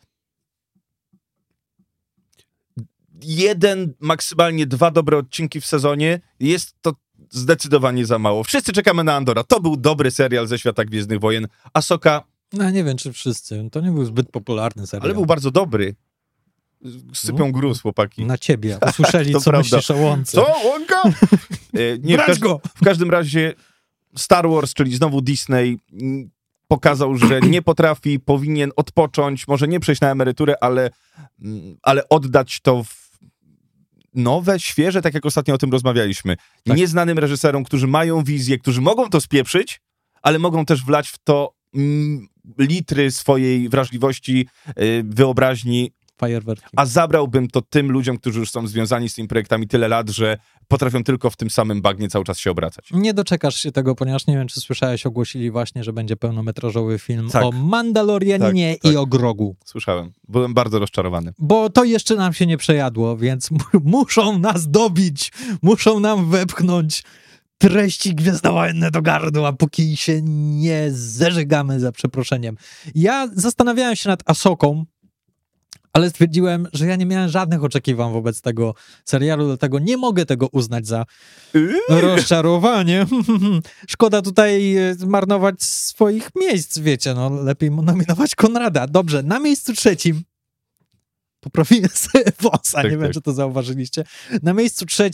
1, maksymalnie 2 dobre odcinki w sezonie. Jest to zdecydowanie za mało. Wszyscy czekamy na Andora. To był dobry serial ze świata Gwiezdnych Wojen. Ahsoka... No nie wiem, czy wszyscy. To nie był zbyt popularny serial. Ale był bardzo dobry. Sypią gruz, chłopaki. Na ciebie. Usłyszeli, co myślisz o Łące. Co? Łąka? Nie, w każdym razie Star Wars, czyli znowu Disney, pokazał, że nie potrafi, powinien odpocząć, może nie przejść na emeryturę, ale oddać to w nowe, świeże, tak jak ostatnio o tym rozmawialiśmy. Tak. Nieznanym reżyserom, którzy mają wizję, którzy mogą to spieprzyć, ale mogą też wlać w to litry swojej wrażliwości, wyobraźni. Fajerwerki. A zabrałbym to tym ludziom, którzy już są związani z tymi projektami tyle lat, że potrafią tylko w tym samym bagnie cały czas się obracać. Nie doczekasz się tego, ponieważ nie wiem, czy słyszałeś, ogłosili właśnie, że będzie pełnometrażowy film o Mandalorianinie i o Grogu. Słyszałem. Byłem bardzo rozczarowany. Bo to jeszcze nam się nie przejadło, więc muszą nas dobić, muszą nam wepchnąć treści gwiezdnowojenne do gardła, póki się nie zeżygamy, za przeproszeniem. Ja zastanawiałem się nad Asoką, ale stwierdziłem, że ja nie miałem żadnych oczekiwań wobec tego serialu, dlatego nie mogę tego uznać za rozczarowanie. Szkoda tutaj marnować swoich miejsc, wiecie, no lepiej nominować Konrada. Dobrze, na miejscu 3 poprawiłem sobie włosa, nie wiem, czy to zauważyliście. Na miejscu 3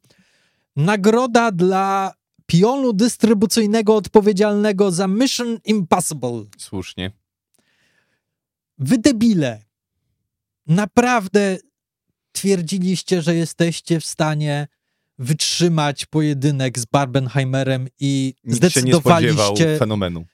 nagroda dla pionu dystrybucyjnego odpowiedzialnego za Mission Impossible. Słusznie. Wy debile. Naprawdę twierdziliście, że jesteście w stanie wytrzymać pojedynek z Barbenheimerem i Nikt się nie spodziewał fenomenu.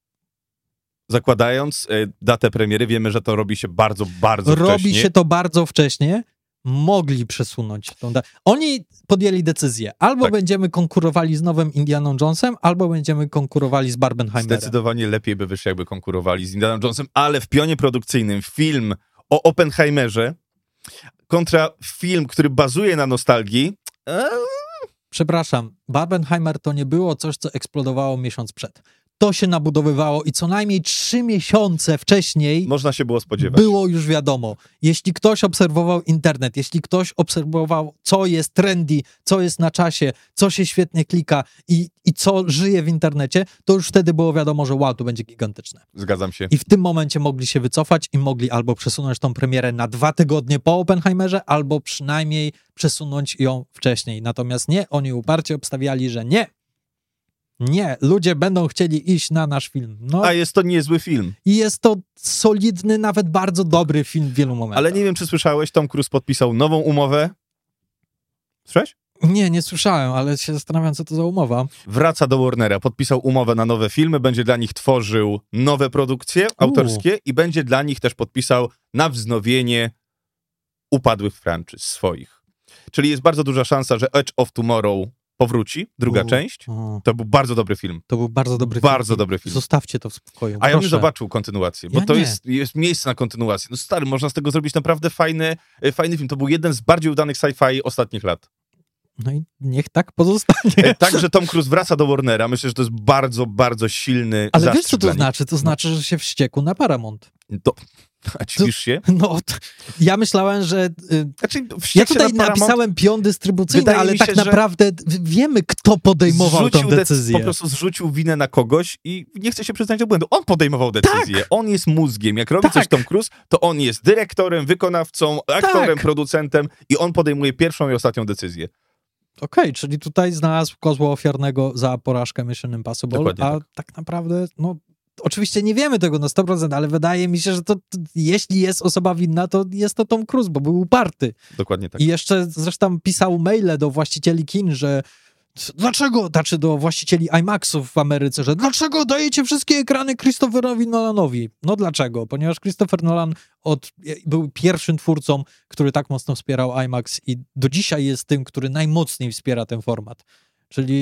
Zakładając datę premiery, wiemy, że to robi się bardzo, bardzo wcześnie. Robi się to bardzo wcześnie. Mogli przesunąć tą datę. Oni podjęli decyzję. Albo będziemy konkurowali z nowym Indianą Jonesem, albo będziemy konkurowali z Barbenheimerem. Zdecydowanie lepiej by wyszło, jakby konkurowali z Indianą Jonesem, ale w pionie produkcyjnym film o Oppenheimerze kontra film, który bazuje na nostalgii. Przepraszam, Barbenheimer to nie było coś, co eksplodowało miesiąc przed. To się nabudowywało i co najmniej 3 miesiące wcześniej można się było spodziewać. Było już wiadomo. Jeśli ktoś obserwował internet, jeśli ktoś obserwował, co jest trendy, co jest na czasie, co się świetnie klika i co żyje w internecie, to już wtedy było wiadomo, że wow, to będzie gigantyczne. Zgadzam się. I w tym momencie mogli się wycofać i mogli albo przesunąć tą premierę na 2 tygodnie po Oppenheimerze, albo przynajmniej przesunąć ją wcześniej. Natomiast nie, oni uparcie obstawiali, że nie. Nie, ludzie będą chcieli iść na nasz film. No, a jest to niezły film. I jest to solidny, nawet bardzo dobry film w wielu momentach. Ale nie wiem, czy słyszałeś, Tom Cruise podpisał nową umowę. Słyszałeś? Nie słyszałem, ale się zastanawiam, co to za umowa. Wraca do Warnera, podpisał umowę na nowe filmy, będzie dla nich tworzył nowe produkcje autorskie i będzie dla nich też podpisał na wznowienie upadłych franczyz swoich. Czyli jest bardzo duża szansa, że Edge of Tomorrow powróci, druga część. To był bardzo dobry film. To był bardzo dobry film. Bardzo dobry film. Zostawcie to w spokoju. A ja bym zobaczył kontynuację, bo to jest miejsce na kontynuację. No stary, można z tego zrobić naprawdę fajny film. To był jeden z bardziej udanych sci-fi ostatnich lat. No i niech tak pozostanie. Także Tom Cruise wraca do Warnera. Myślę, że to jest bardzo, bardzo silny ale wiesz, co to znaczy? To znaczy, że się wściekł na Paramount. A dziwisz się? No, ja myślałem, że... Znaczy, ja tutaj napisałem pion dystrybucyjny, ale tak naprawdę wiemy, kto podejmował tę decyzję. Po prostu zrzucił winę na kogoś i nie chce się przyznać do błędu. On podejmował decyzję. Tak. On jest mózgiem. Jak robi coś Tom Cruise, to on jest dyrektorem, wykonawcą, aktorem, producentem i on podejmuje pierwszą i ostatnią decyzję. Okej, czyli tutaj znalazł kozła ofiarnego za porażkę Mission Impossible, dokładnie tak naprawdę, no oczywiście nie wiemy tego na 100%, ale wydaje mi się, że to jeśli jest osoba winna, to jest to Tom Cruise, bo był uparty. Dokładnie tak. I jeszcze zresztą pisał maile do właścicieli kin, że do właścicieli IMAX-ów w Ameryce, że dlaczego dajecie wszystkie ekrany Christopherowi Nolanowi? No dlaczego? Ponieważ Christopher Nolan był pierwszym twórcą, który tak mocno wspierał IMAX i do dzisiaj jest tym, który najmocniej wspiera ten format. Czyli,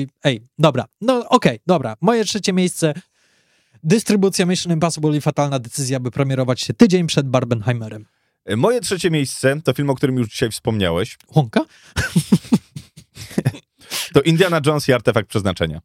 dobra. Moje 3 miejsce. Dystrybucja Mission Impossible i fatalna decyzja, by premierować się tydzień przed Barbenheimerem. Moje 3 miejsce to film, o którym już dzisiaj wspomniałeś. Łąka? To Indiana Jones i Artefakt Przeznaczenia.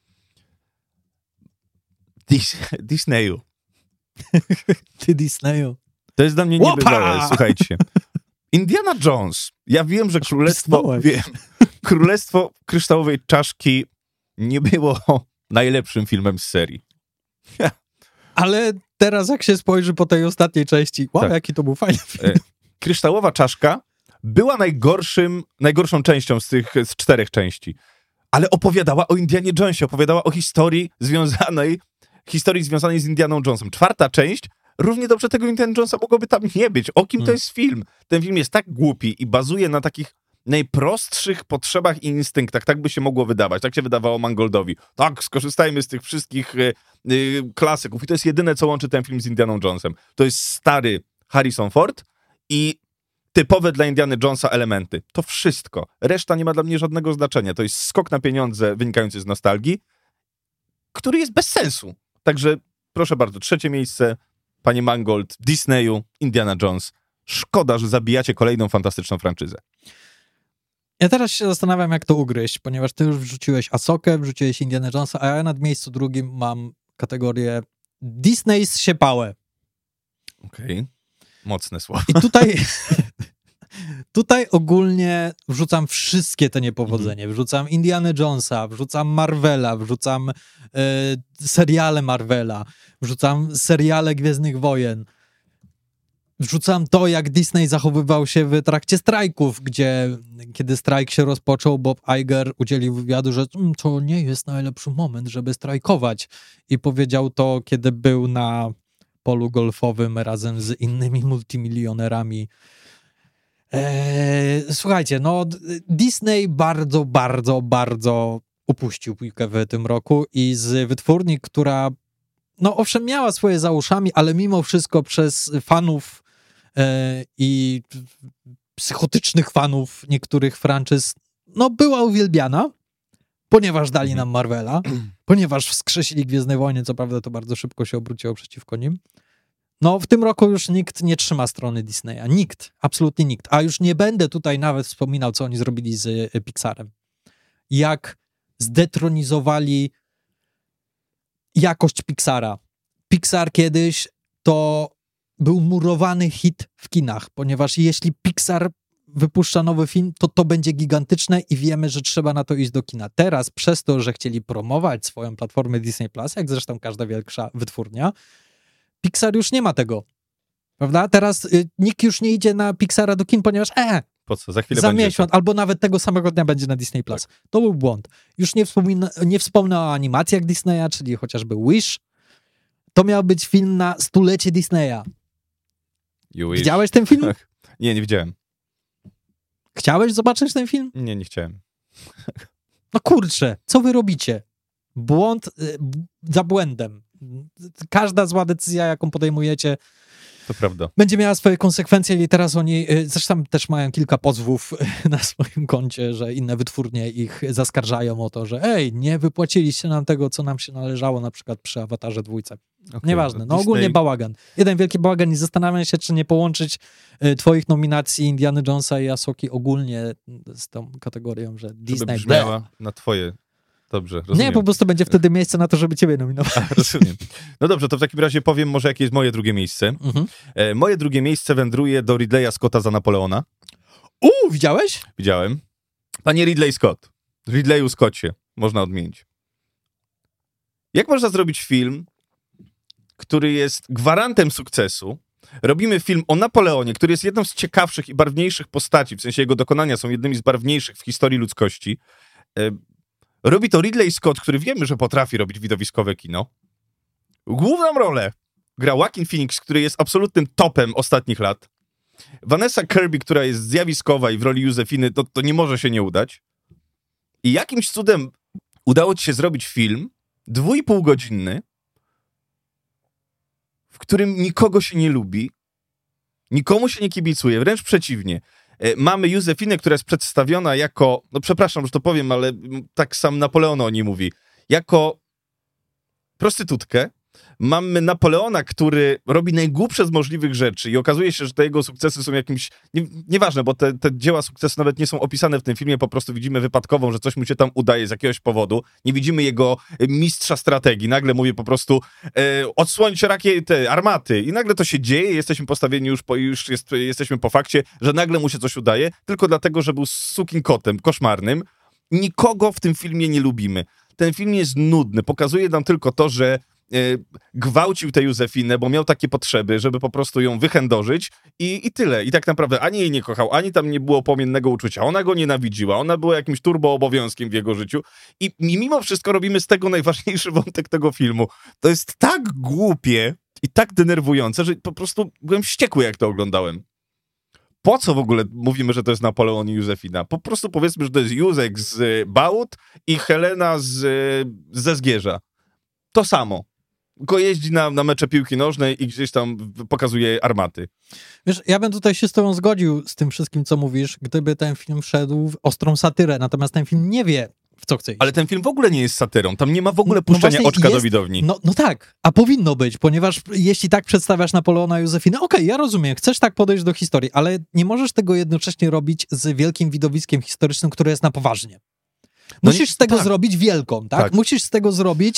Disneyu. Ty Disneyu. To jest dla mnie niebywałe, słuchajcie. Indiana Jones. Ja wiem, że Królestwo Kryształowej Czaszki nie było najlepszym filmem z serii. Ale teraz jak się spojrzy po tej ostatniej części, jaki to był fajny film. Kryształowa Czaszka była najgorszą częścią z 4 części, ale opowiadała o Indianie Jonesie, opowiadała o historii związanej z Indianą Jonesem. 4. część, równie dobrze tego Indiana Jonesa mogłoby tam nie być. O kim to jest film? Ten film jest tak głupi i bazuje na takich najprostszych potrzebach i instynktach. Tak by się mogło wydawać. Tak się wydawało Mangoldowi. Tak, skorzystajmy z tych wszystkich klasyków. I to jest jedyne, co łączy ten film z Indianą Jonesem. To jest stary Harrison Ford i typowe dla Indiana Jonesa elementy. To wszystko. Reszta nie ma dla mnie żadnego znaczenia. To jest skok na pieniądze wynikający z nostalgii, który jest bez sensu. Także proszę bardzo, 3. miejsce, panie Mangold, Disneyu, Indiana Jones. Szkoda, że zabijacie kolejną fantastyczną franczyzę. Ja teraz się zastanawiam, jak to ugryźć, ponieważ ty już wrzuciłeś Asokę, wrzuciłeś Indiana Jonesa, a ja na miejscu drugim mam kategorię Disney zsiepałe. Okej. Mocne słowa. I tutaj ogólnie wrzucam wszystkie te niepowodzenie. Wrzucam Indiana Jonesa, wrzucam Marvela, wrzucam seriale Marvela, wrzucam seriale Gwiezdnych Wojen. Wrzucam to, jak Disney zachowywał się w trakcie strajków, kiedy strajk się rozpoczął, Bob Iger udzielił wywiadu, że to nie jest najlepszy moment, żeby strajkować. I powiedział to, kiedy był na polu golfowym razem z innymi multimilionerami. Słuchajcie, no Disney bardzo, bardzo, bardzo upuścił piłkę w tym roku i z wytwórni, która no owszem miała swoje za uszami, ale mimo wszystko przez fanów i psychotycznych fanów niektórych franczyz, no była uwielbiana, ponieważ dali nam Marvela, ponieważ wskrzesili Gwiezdne Wojny, co prawda to bardzo szybko się obróciło przeciwko nim. No w tym roku już nikt nie trzyma strony Disneya. Nikt, absolutnie nikt. A już nie będę tutaj nawet wspominał, co oni zrobili z Pixarem. Jak zdetronizowali jakość Pixara. Pixar kiedyś to był murowany hit w kinach, ponieważ jeśli Pixar wypuszcza nowy film, to będzie gigantyczne i wiemy, że trzeba na to iść do kina. Teraz przez to, że chcieli promować swoją platformę Disney+, jak zresztą każda większa wytwórnia, Pixar już nie ma tego. Prawda? Teraz nikt już nie idzie na Pixara do kin, ponieważ po co? Za chwilę za będzie miesiąc, albo nawet tego samego dnia będzie na Disney+. Tak. To był błąd. Już nie wspomnę o animacjach Disneya, czyli chociażby Wish. To miał być film na 100-lecie Disneya. Widziałeś ten film? Nie widziałem. Chciałeś zobaczyć ten film? Nie chciałem. No kurczę, co wy robicie? Błąd za błędem. Każda zła decyzja, jaką podejmujecie, to prawda, będzie miała swoje konsekwencje i teraz oni zresztą też mają kilka pozwów na swoim koncie, że inne wytwórnie ich zaskarżają o to, że nie wypłaciliście nam tego, co nam się należało, na przykład przy Awatarze 2. Okay, nieważne, no ogólnie bałagan. Jeden wielki bałagan i zastanawiam się, czy nie połączyć twoich nominacji Indiana Jonesa i Asoki ogólnie z tą kategorią, że Disney... Żeby brzmiała na twoje... Dobrze, rozumiem. Nie, po prostu będzie wtedy miejsce na to, żeby ciebie nominować. Rozumiem. No dobrze, to w takim razie powiem może, jakie jest moje drugie miejsce. Moje drugie miejsce wędruje do Ridleya Scotta za Napoleona. Widziałeś? Widziałem. Panie Ridley Scott. Ridleyu Scotcie. Można odmienić. Jak można zrobić film, który jest gwarantem sukcesu? Robimy film o Napoleonie, który jest jedną z ciekawszych i barwniejszych postaci, w sensie jego dokonania są jednymi z barwniejszych w historii ludzkości. Robi to Ridley Scott, który wiemy, że potrafi robić widowiskowe kino. Główną rolę gra Joaquin Phoenix, który jest absolutnym topem ostatnich lat. Vanessa Kirby, która jest zjawiskowa i w roli Józefiny, to nie może się nie udać. I jakimś cudem udało ci się zrobić film 2,5-godzinny, w którym nikogo się nie lubi, nikomu się nie kibicuje, wręcz przeciwnie. Mamy Józefinę, która jest przedstawiona jako, no przepraszam, że to powiem, ale tak sam Napoleon o niej mówi, jako prostytutkę. Mamy Napoleona, który robi najgłupsze z możliwych rzeczy i okazuje się, że te jego sukcesy są jakimś... Nieważne, bo te dzieła sukcesu nawet nie są opisane w tym filmie, po prostu widzimy wypadkową, że coś mu się tam udaje z jakiegoś powodu. Nie widzimy jego mistrza strategii. Nagle mówi po prostu odsłońcie rakiety, armaty i nagle to się dzieje, jesteśmy postawieni jesteśmy po fakcie, że nagle mu się coś udaje, tylko dlatego, że był sukim kotem, koszmarnym. Nikogo w tym filmie nie lubimy. Ten film jest nudny, pokazuje nam tylko to, że gwałcił tę Józefinę, bo miał takie potrzeby, żeby po prostu ją wychędożyć i tyle. I tak naprawdę ani jej nie kochał, ani tam nie było płomiennego uczucia. Ona go nienawidziła, ona była jakimś turbo-obowiązkiem w jego życiu i mimo wszystko robimy z tego najważniejszy wątek tego filmu. To jest tak głupie i tak denerwujące, że po prostu byłem wściekły, jak to oglądałem. po co w ogóle mówimy, że to jest Napoleon i Józefina? Po prostu powiedzmy, że to jest Józek z Bałut i Helena ze Zgierza. To samo. Tylko jeździ na mecze piłki nożnej i gdzieś tam pokazuje armaty. Wiesz, ja bym tutaj się z tobą zgodził z tym wszystkim, co mówisz, gdyby ten film wszedł w ostrą satyrę, natomiast ten film nie wie, w co chce iść. Ale ten film w ogóle nie jest satyrą, tam nie ma w ogóle puszczenia oczka do widowni. No tak, a powinno być, ponieważ jeśli tak przedstawiasz Napoleona i Józefinę, okej, ja rozumiem, chcesz tak podejść do historii, ale nie możesz tego jednocześnie robić z wielkim widowiskiem historycznym, które jest na poważnie. Musisz z tego zrobić wielką, tak? Musisz z tego zrobić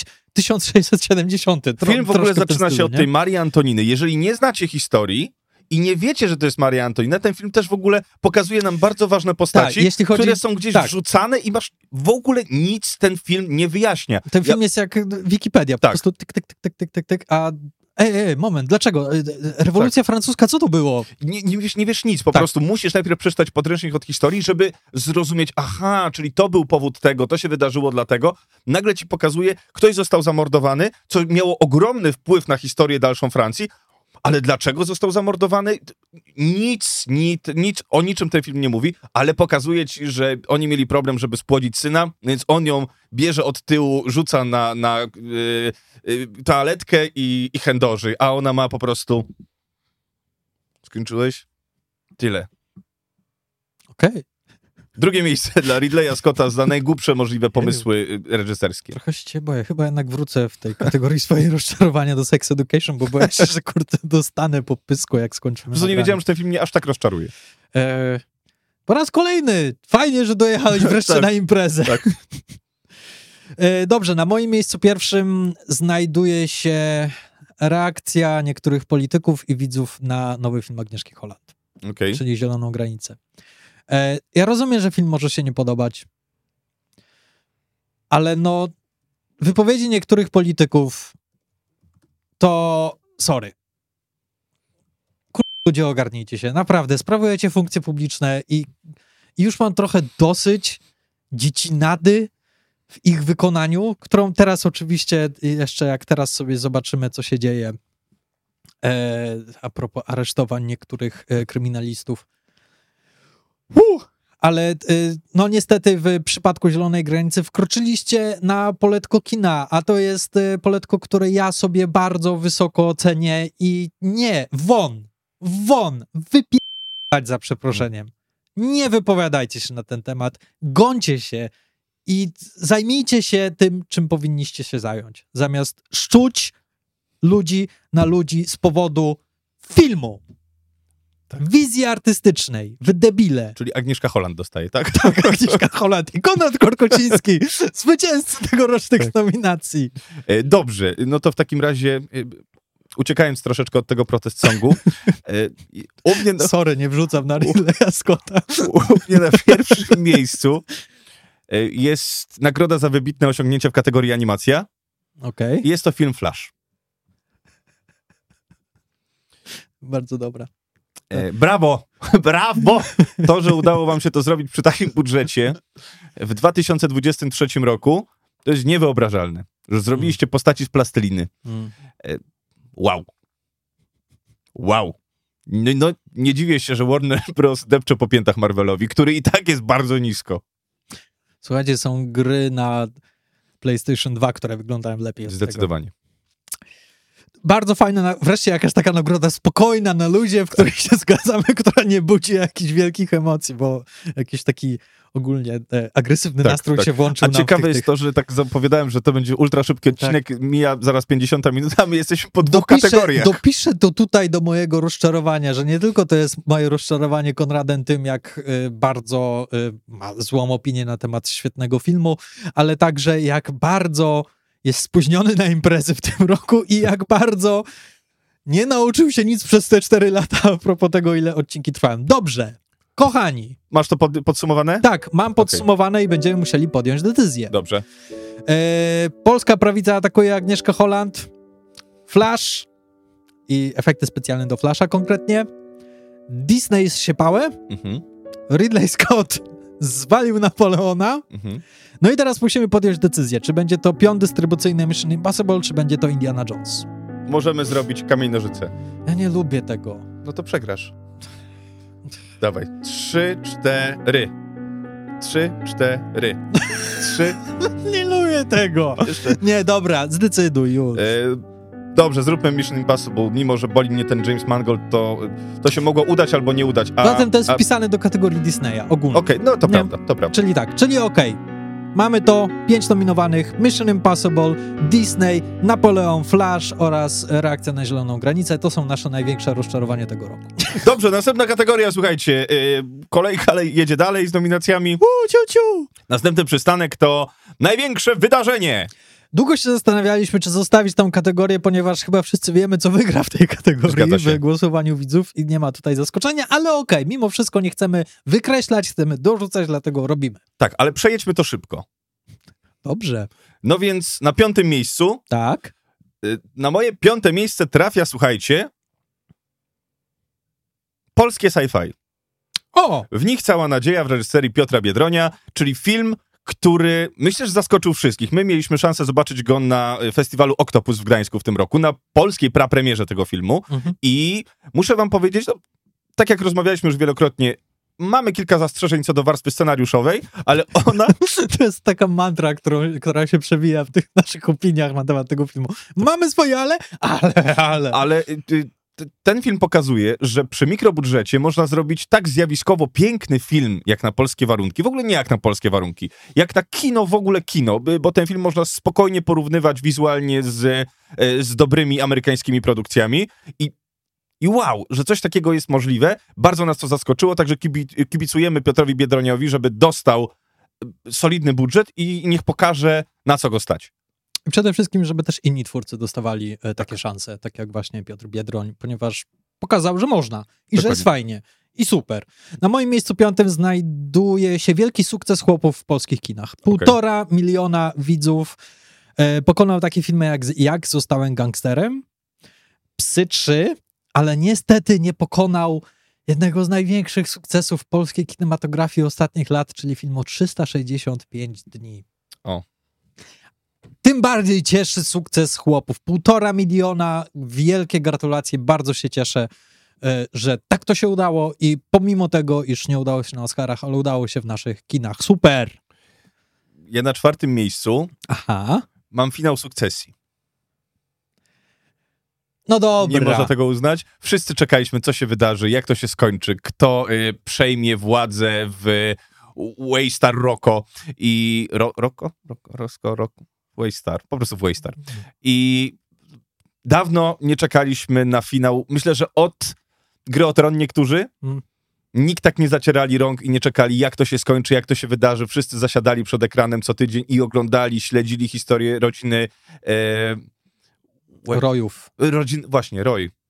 1670. Film w ogóle zaczyna się od tej Marii Antoniny. Jeżeli nie znacie historii i nie wiecie, że to jest Maria Antonina, ten film też w ogóle pokazuje nam bardzo ważne postaci, które są gdzieś wrzucane i w ogóle nic ten film nie wyjaśnia. Ten film jest jak Wikipedia, po prostu tyk, a moment, dlaczego? Rewolucja francuska, co to było? Nie wiesz nic, po prostu musisz najpierw przeczytać podręcznik od historii, żeby zrozumieć, aha, czyli to był powód tego, to się wydarzyło dlatego. Nagle ci pokazuje, ktoś został zamordowany, co miało ogromny wpływ na historię dalszą Francji, ale dlaczego został zamordowany? Nic o niczym ten film nie mówi, ale pokazuje ci, że oni mieli problem, żeby spłodzić syna, więc on ją bierze od tyłu, rzuca na toaletkę i chędoży, a ona ma po prostu... Skończyłeś? Tyle. Okej. Drugie miejsce dla Ridleya Scotta za najgłupsze możliwe pomysły reżyserskie. Trochę się boję. Chyba jednak wrócę w tej kategorii swoje rozczarowania do Sex Education, bo boję się, że kurde dostanę po pysku, jak skończymy. Nie wiedziałem, że ten film mnie aż tak rozczaruje. Po raz kolejny. Fajnie, że dojechałeś wreszcie na imprezę. Tak. Dobrze, na moim miejscu pierwszym znajduje się reakcja niektórych polityków i widzów na nowy film Agnieszki Holland. Czyli Zieloną granicę. Ja rozumiem, że film może się nie podobać, ale no wypowiedzi niektórych polityków to sorry. Ludzie, ogarnijcie się. Naprawdę, sprawujecie funkcje publiczne i już mam trochę dosyć dziecinady w ich wykonaniu, którą teraz oczywiście, jeszcze jak teraz sobie zobaczymy, co się dzieje a propos aresztowań niektórych kryminalistów. Ale no niestety w przypadku Zielonej Granicy wkroczyliście na poletko kina, a to jest poletko, które ja sobie bardzo wysoko ocenię i nie, wypierać za przeproszeniem. Nie wypowiadajcie się na ten temat, gońcie się i zajmijcie się tym, czym powinniście się zająć, zamiast szczuć ludzi na ludzi z powodu filmu. Wizji artystycznej, wy debile. Czyli Agnieszka Holland dostaje, tak? Tak, Agnieszka Holland i Konrad Korkociński, zwycięzcy tegorocznych nominacji. Dobrze, no to w takim razie, uciekając troszeczkę od tego protest songu, Sorry, nie wrzucam na Ridleya Scotta. U mnie na pierwszym miejscu jest nagroda za wybitne osiągnięcie w kategorii animacja. Jest to film Flash. Bardzo dobra. Brawo! To, że udało wam się to zrobić przy takim budżecie w 2023 roku, to jest niewyobrażalne. Że zrobiliście postaci z plasteliny. Wow. No, nie dziwię się, że Warner Bros. Depcze po piętach Marvelowi, który i tak jest bardzo nisko. Słuchajcie, są gry na PlayStation 2, które wyglądają lepiej. Zdecydowanie. Bardzo fajna, wreszcie jakaś taka nagroda spokojna na ludzie, w której się zgadzamy, która nie budzi jakichś wielkich emocji, bo jakiś taki ogólnie agresywny nastrój się włączył. A ciekawe jest to, że tak zapowiadałem, że to będzie ultra szybki odcinek, mija zaraz 50 minut, a my jesteśmy po dwóch kategoriach. Dopiszę to tutaj do mojego rozczarowania, że nie tylko to jest moje rozczarowanie Konradem tym, jak bardzo ma złą opinię na temat świetnego filmu, ale także jak bardzo jest spóźniony na imprezy w tym roku i jak bardzo nie nauczył się nic przez te 4 lata a propos tego, ile odcinki trwają. Dobrze, kochani. Masz to podsumowane? Tak, mam podsumowane i będziemy musieli podjąć decyzję. Dobrze. Polska prawica atakuje Agnieszkę Holland, Flash i efekty specjalne do Flasha konkretnie. Disney zsiepałe. Ridley Scott zwalił Napoleona. No i teraz musimy podjąć decyzję, czy będzie to pion dystrybucyjny Mission Impossible, czy będzie to Indiana Jones. Możemy zrobić kamień nożyce. Ja nie lubię tego. No to przegrasz. Dawaj. 3, 4. 3, 4. 3. Nie lubię tego. Jeszcze. Nie, dobra, zdecyduj już. Dobrze, zróbmy Mission Impossible. Mimo że boli mnie ten James Mangold, to się mogło udać albo nie udać. Zatem to jest wpisane do kategorii Disneya ogólnie. Okej, no to prawda, to prawda. Czyli okej. Mamy to, 5 nominowanych, Mission Impossible, Disney, Napoleon, Flash oraz Reakcja na zieloną granicę. To są nasze największe rozczarowania tego roku. Dobrze, następna kategoria, słuchajcie, kolejka jedzie dalej z nominacjami. Ciu. Następny przystanek to największe wydarzenie. Długo się zastanawialiśmy, czy zostawić tą kategorię, ponieważ chyba wszyscy wiemy, co wygra w tej kategorii w głosowaniu widzów i nie ma tutaj zaskoczenia, ale okej, mimo wszystko nie chcemy wykreślać, chcemy dorzucać, dlatego robimy. Tak, ale przejedźmy to szybko. Dobrze. No więc na 5. miejscu, Tak. na moje 5. miejsce trafia, słuchajcie, polskie sci-fi. O! W nich cała nadzieja w reżyserii Piotra Biedronia, czyli film, który myślę, że zaskoczył wszystkich. My mieliśmy szansę zobaczyć go na festiwalu Oktopus w Gdańsku w tym roku, na polskiej prapremierze tego filmu i muszę wam powiedzieć, no, tak jak rozmawialiśmy już wielokrotnie, mamy kilka zastrzeżeń co do warstwy scenariuszowej, ale ona... To jest taka mantra, która się przewija w tych naszych opiniach na temat tego filmu. Mamy swoje ale. Ale ten film pokazuje, że przy mikrobudżecie można zrobić tak zjawiskowo piękny film, jak na polskie warunki. W ogóle nie jak na polskie warunki. Jak na kino, w ogóle kino, bo ten film można spokojnie porównywać wizualnie z dobrymi amerykańskimi produkcjami. I wow, że coś takiego jest możliwe. Bardzo nas to zaskoczyło, także kibicujemy Piotrowi Biedroniowi, żeby dostał solidny budżet i niech pokaże, na co go stać. I przede wszystkim, żeby też inni twórcy dostawali takie szanse, tak jak właśnie Piotr Biedroń, ponieważ pokazał, że można i Dokładnie. że jest fajnie i super. Na moim miejscu 5 znajduje się wielki sukces chłopów w polskich kinach. 1,5 miliona widzów pokonał takie filmy jak Zostałem gangsterem, Psy 3, ale niestety nie pokonał jednego z największych sukcesów polskiej kinematografii ostatnich lat, czyli filmu 365 dni. O. Tym bardziej cieszy sukces chłopów. 1,5 miliona, wielkie gratulacje, bardzo się cieszę, że tak to się udało i pomimo tego, iż nie udało się na Oscarach, ale udało się w naszych kinach. Super! Ja na 4. miejscu Aha. mam finał Sukcesji. No dobra. Nie można tego uznać. Wszyscy czekaliśmy, co się wydarzy, jak to się skończy, kto przejmie władzę w Waystar Rocco i... Rocco? Waystar. Po prostu w Waystar. I dawno nie czekaliśmy na finał. Myślę, że od Gry o Tron niektórzy nikt tak nie zacierali rąk i nie czekali, jak to się skończy, jak to się wydarzy. Wszyscy zasiadali przed ekranem co tydzień i oglądali, śledzili historię rodziny... Rojów. Właśnie,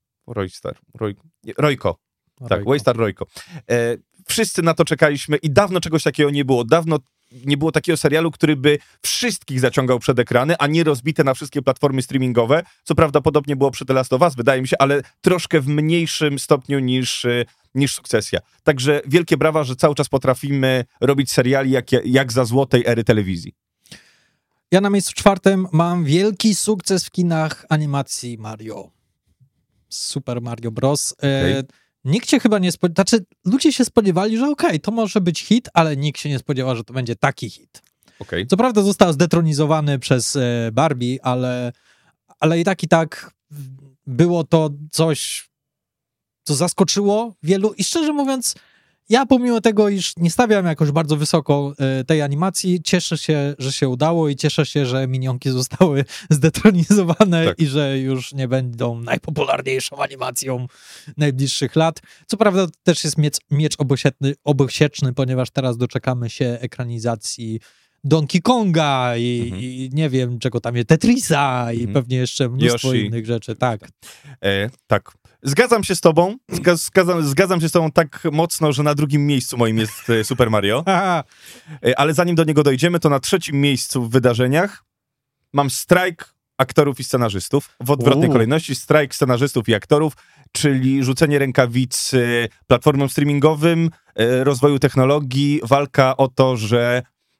Rojko. Tak, Waystar Rojko. Wszyscy na to czekaliśmy i dawno czegoś takiego nie było. Dawno nie było takiego serialu, który by wszystkich zaciągał przed ekrany, a nie rozbite na wszystkie platformy streamingowe, co prawdopodobnie było przy The Last of Us, wydaje mi się, ale troszkę w mniejszym stopniu niż Sukcesja. Także wielkie brawa, że cały czas potrafimy robić seriali jak za złotej ery telewizji. Ja na miejscu 4 mam wielki sukces w kinach animacji Mario. Super Mario Bros. Okay. Nikt się chyba nie spodziewał, znaczy ludzie się spodziewali, że okej, to może być hit, ale nikt się nie spodziewał, że to będzie taki hit. Okay. Co prawda został zdetronizowany przez Barbie, ale i tak było to coś, co zaskoczyło wielu i szczerze mówiąc, ja pomimo tego, iż nie stawiam jakoś bardzo wysoko tej animacji, cieszę się, że się udało i cieszę się, że minionki zostały zdetronizowane i że już nie będą najpopularniejszą animacją najbliższych lat. Co prawda to też jest miecz obosieczny, ponieważ teraz doczekamy się ekranizacji Donkey Konga i nie wiem, czego tam jest, Tetrisa i pewnie jeszcze mnóstwo innych rzeczy. Tak. Tak. Zgadzam się z tobą. Zgadzam się z tobą tak mocno, że na 2. miejscu moim jest Super Mario. Ale zanim do niego dojdziemy, to na 3. miejscu w wydarzeniach mam strajk aktorów i scenarzystów. W odwrotnej kolejności strajk scenarzystów i aktorów, czyli rzucenie rękawic platformom streamingowym, rozwoju technologii, walka o to, że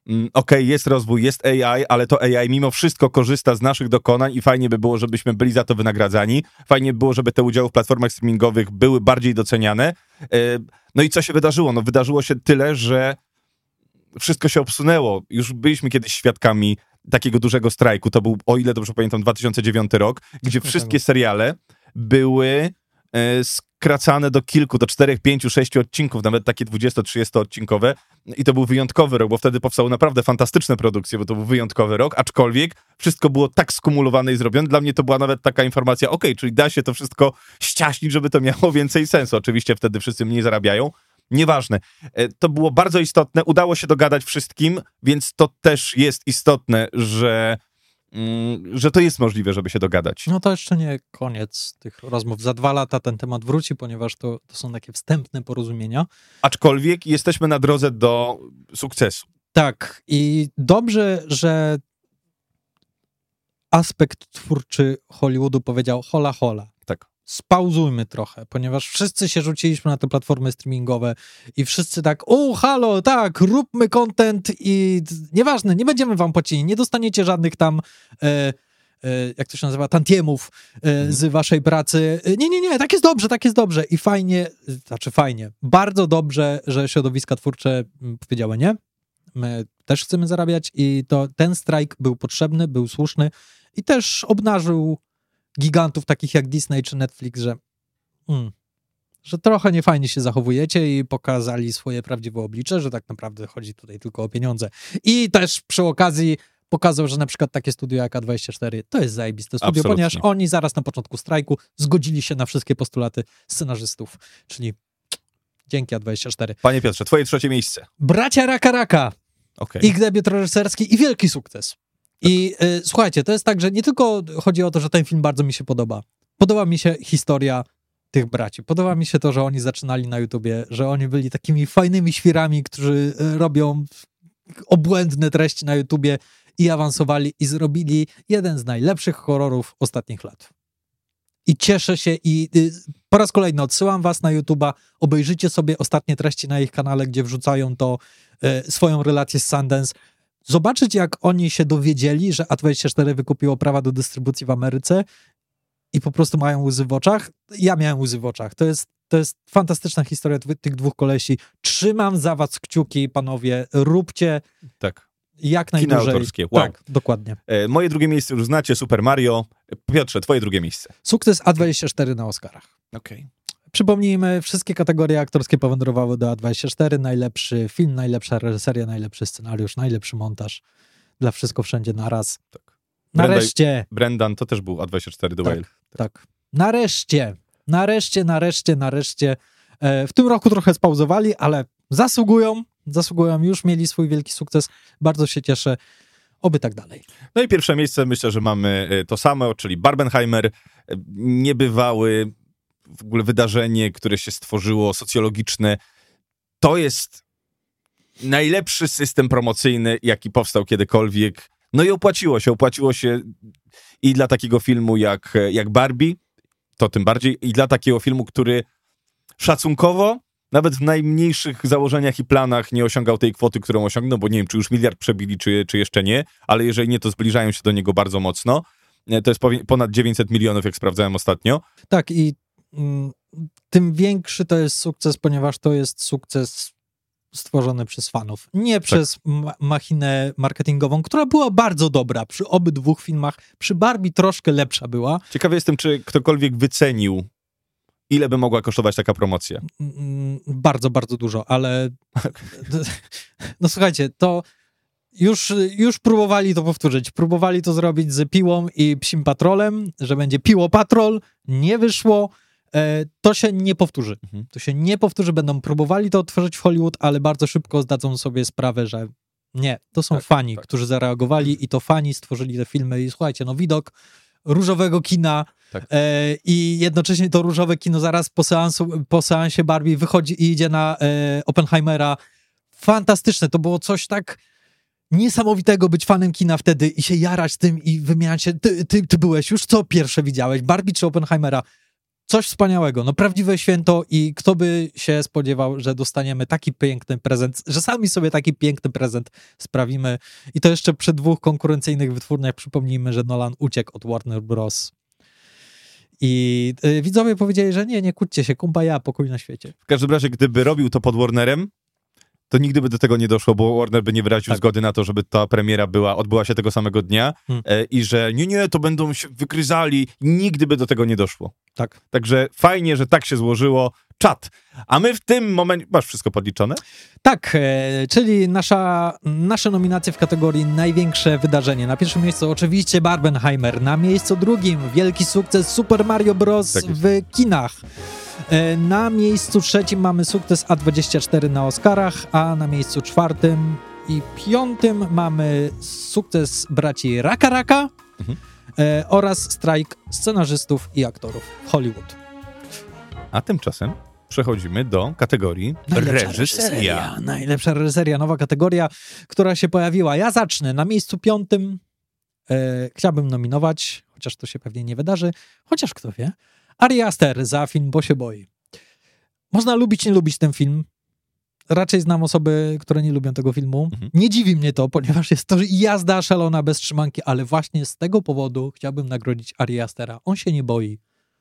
okej, jest rozwój, jest AI, ale to AI mimo wszystko korzysta z naszych dokonań i fajnie by było, żebyśmy byli za to wynagradzani. Fajnie by było, żeby te udziały w platformach streamingowych były bardziej doceniane. No i co się wydarzyło? No wydarzyło się tyle, że wszystko się obsunęło. Już byliśmy kiedyś świadkami takiego dużego strajku. To był, o ile dobrze pamiętam, 2009 rok, gdzie wszystkie seriale były skracane do kilku, do 4, 5, 6 odcinków, nawet takie 20-30 odcinkowe. I to był wyjątkowy rok, bo wtedy powstały naprawdę fantastyczne produkcje, bo to był wyjątkowy rok, aczkolwiek wszystko było tak skumulowane i zrobione. Dla mnie to była nawet taka informacja, czyli da się to wszystko ściaśnić, żeby to miało więcej sensu. Oczywiście wtedy wszyscy mniej zarabiają. Nieważne. To było bardzo istotne. Udało się dogadać wszystkim, więc to też jest istotne, że to jest możliwe, żeby się dogadać. No to jeszcze nie koniec tych rozmów. Za 2 lata ten temat wróci, ponieważ to są takie wstępne porozumienia. Aczkolwiek jesteśmy na drodze do sukcesu. Tak. I dobrze, że aspekt twórczy Hollywoodu powiedział hola. Tak. Spauzujmy trochę, ponieważ wszyscy się rzuciliśmy na te platformy streamingowe i wszyscy tak, halo, tak, róbmy content i nieważne, nie będziemy wam płacili, nie dostaniecie żadnych tam, jak to się nazywa, tantiemów z waszej pracy. Nie, tak jest dobrze. I fajnie, bardzo dobrze, że środowiska twórcze powiedziały nie. My też chcemy zarabiać i ten strajk był potrzebny, był słuszny i też obnażył gigantów takich jak Disney czy Netflix, że trochę niefajnie się zachowujecie i pokazali swoje prawdziwe oblicze, że tak naprawdę chodzi tutaj tylko o pieniądze. I też przy okazji pokazał, że na przykład takie studio jak A24 to jest zajebiste studio, absolutnie, ponieważ oni zaraz na początku strajku zgodzili się na wszystkie postulaty scenarzystów, czyli dzięki A24. Panie Piotrze, twoje 3. miejsce. Bracia Raka. Ich debiut reżyserski i wielki sukces. I słuchajcie, to jest tak, że nie tylko chodzi o to, że ten film bardzo mi się podoba. Podoba mi się historia tych braci. Podoba mi się to, że oni zaczynali na YouTubie, że oni byli takimi fajnymi świrami, którzy robią obłędne treści na YouTubie i awansowali i zrobili jeden z najlepszych horrorów ostatnich lat. I cieszę się i po raz kolejny odsyłam was na YouTuba, obejrzyjcie sobie ostatnie treści na ich kanale, gdzie wrzucają swoją relację z Sundance. Zobaczyć, jak oni się dowiedzieli, że A24 wykupiło prawa do dystrybucji w Ameryce i po prostu mają łzy w oczach. Ja miałem łzy w oczach. To jest fantastyczna historia tych 2 kolesi. Trzymam za was kciuki, panowie. Róbcie jak najdłużej. Kino autorskie. Wow. Tak, dokładnie. Moje 2. miejsce już znacie, Super Mario. Piotrze, twoje 2. miejsce. Sukces A24 na Oscarach. Okej. Przypomnijmy, wszystkie kategorie aktorskie powędrowały do A24. Najlepszy film, najlepsza reżyseria, najlepszy scenariusz, najlepszy montaż. Dla Wszystko Wszędzie Naraz. Tak. Nareszcie. Brendan to też był A24 The Whale. Tak. Nareszcie. W tym roku trochę spauzowali, ale zasługują, już mieli swój wielki sukces. Bardzo się cieszę. Oby tak dalej. No i 1. miejsce myślę, że mamy to samo, czyli Barbenheimer. Niebywały w ogóle wydarzenie, które się stworzyło, socjologiczne. To jest najlepszy system promocyjny, jaki powstał kiedykolwiek. No i opłaciło się i dla takiego filmu jak Barbie, to tym bardziej, i dla takiego filmu, który szacunkowo, nawet w najmniejszych założeniach i planach nie osiągał tej kwoty, którą osiągnął, bo nie wiem, czy już 1 miliard przebili, czy jeszcze nie, ale jeżeli nie, to zbliżają się do niego bardzo mocno. To jest ponad 900 milionów, jak sprawdzałem ostatnio. Tak, i tym większy to jest sukces, ponieważ to jest sukces stworzony przez fanów. Nie przez machinę marketingową, która była bardzo dobra przy obydwu filmach. Przy Barbie troszkę lepsza była. Ciekawy jestem, czy ktokolwiek wycenił, ile by mogła kosztować taka promocja. Bardzo, bardzo dużo, ale no słuchajcie, to już próbowali to powtórzyć. Próbowali to zrobić z Piłą i Psim Patrolem, że będzie Piło Patrol. Nie wyszło. To się nie powtórzy. To się nie powtórzy. Będą próbowali to odtworzyć w Hollywood, ale bardzo szybko zdadzą sobie sprawę, że nie. To są fani, którzy zareagowali i to fani stworzyli te filmy. I słuchajcie, no widok różowego kina i jednocześnie to różowe kino zaraz po seansie Barbie wychodzi i idzie na Oppenheimera. Fantastyczne. To było coś tak niesamowitego być fanem kina wtedy i się jarać tym i wymieniać się. Ty byłeś już? Co pierwsze widziałeś? Barbie czy Oppenheimera? coś wspaniałego, no prawdziwe święto i kto by się spodziewał, że dostaniemy taki piękny prezent, że sami sobie taki piękny prezent sprawimy i to jeszcze przy 2 konkurencyjnych wytwórniach. Przypomnijmy, że Nolan uciekł od Warner Bros. I widzowie powiedzieli, że nie kłóćcie się, kumbaya, pokój na świecie. W każdym razie, gdyby robił to pod Warnerem, to nigdy by do tego nie doszło, bo Warner by nie wyraził zgody na to, żeby ta premiera odbyła się tego samego dnia i że nie, to będą się wygryzali. Nigdy by do tego nie doszło. Tak. Także fajnie, że tak się złożyło. Czad. A my w tym momencie... Masz wszystko podliczone? Tak, czyli nasze nominacje w kategorii największe wydarzenie. Na pierwszym miejscu oczywiście Barbenheimer, na miejscu drugim wielki sukces Super Mario Bros. Tak w kinach. Na miejscu trzecim mamy sukces A24 na Oscarach, a na miejscu czwartym i piątym mamy sukces braci Raka Raka oraz strajk scenarzystów i aktorów w Hollywood. A tymczasem przechodzimy do kategorii reżyseria. Najlepsza reżyseria, nowa kategoria, która się pojawiła. Ja zacznę. Na miejscu piątym chciałbym nominować, chociaż to się pewnie nie wydarzy, chociaż kto wie, Ari Aster za film Bo się boi. Można lubić, nie lubić ten film. Raczej znam osoby, które nie lubią tego filmu. Nie dziwi mnie to, ponieważ jest to jazda szalona bez trzymanki, ale właśnie z tego powodu chciałbym nagrodzić Ari Astera. On się nie boi.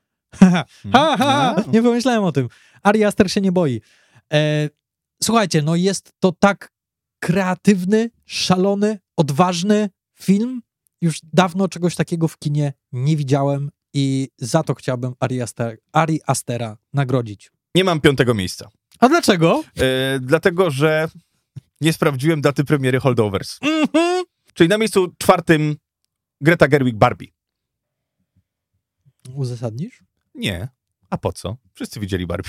Nie pomyślałem o tym. Ari Aster się nie boi. Słuchajcie, no jest to tak kreatywny, szalony, odważny film. Już dawno czegoś takiego w kinie nie widziałem i za to chciałbym Ari Astera nagrodzić. Nie mam 5. miejsca. A dlaczego? Dlatego, że nie sprawdziłem daty premiery Holdovers. Czyli na miejscu 4 Greta Gerwig Barbie. Uzasadnisz? Nie. A po co? Wszyscy widzieli Barbie.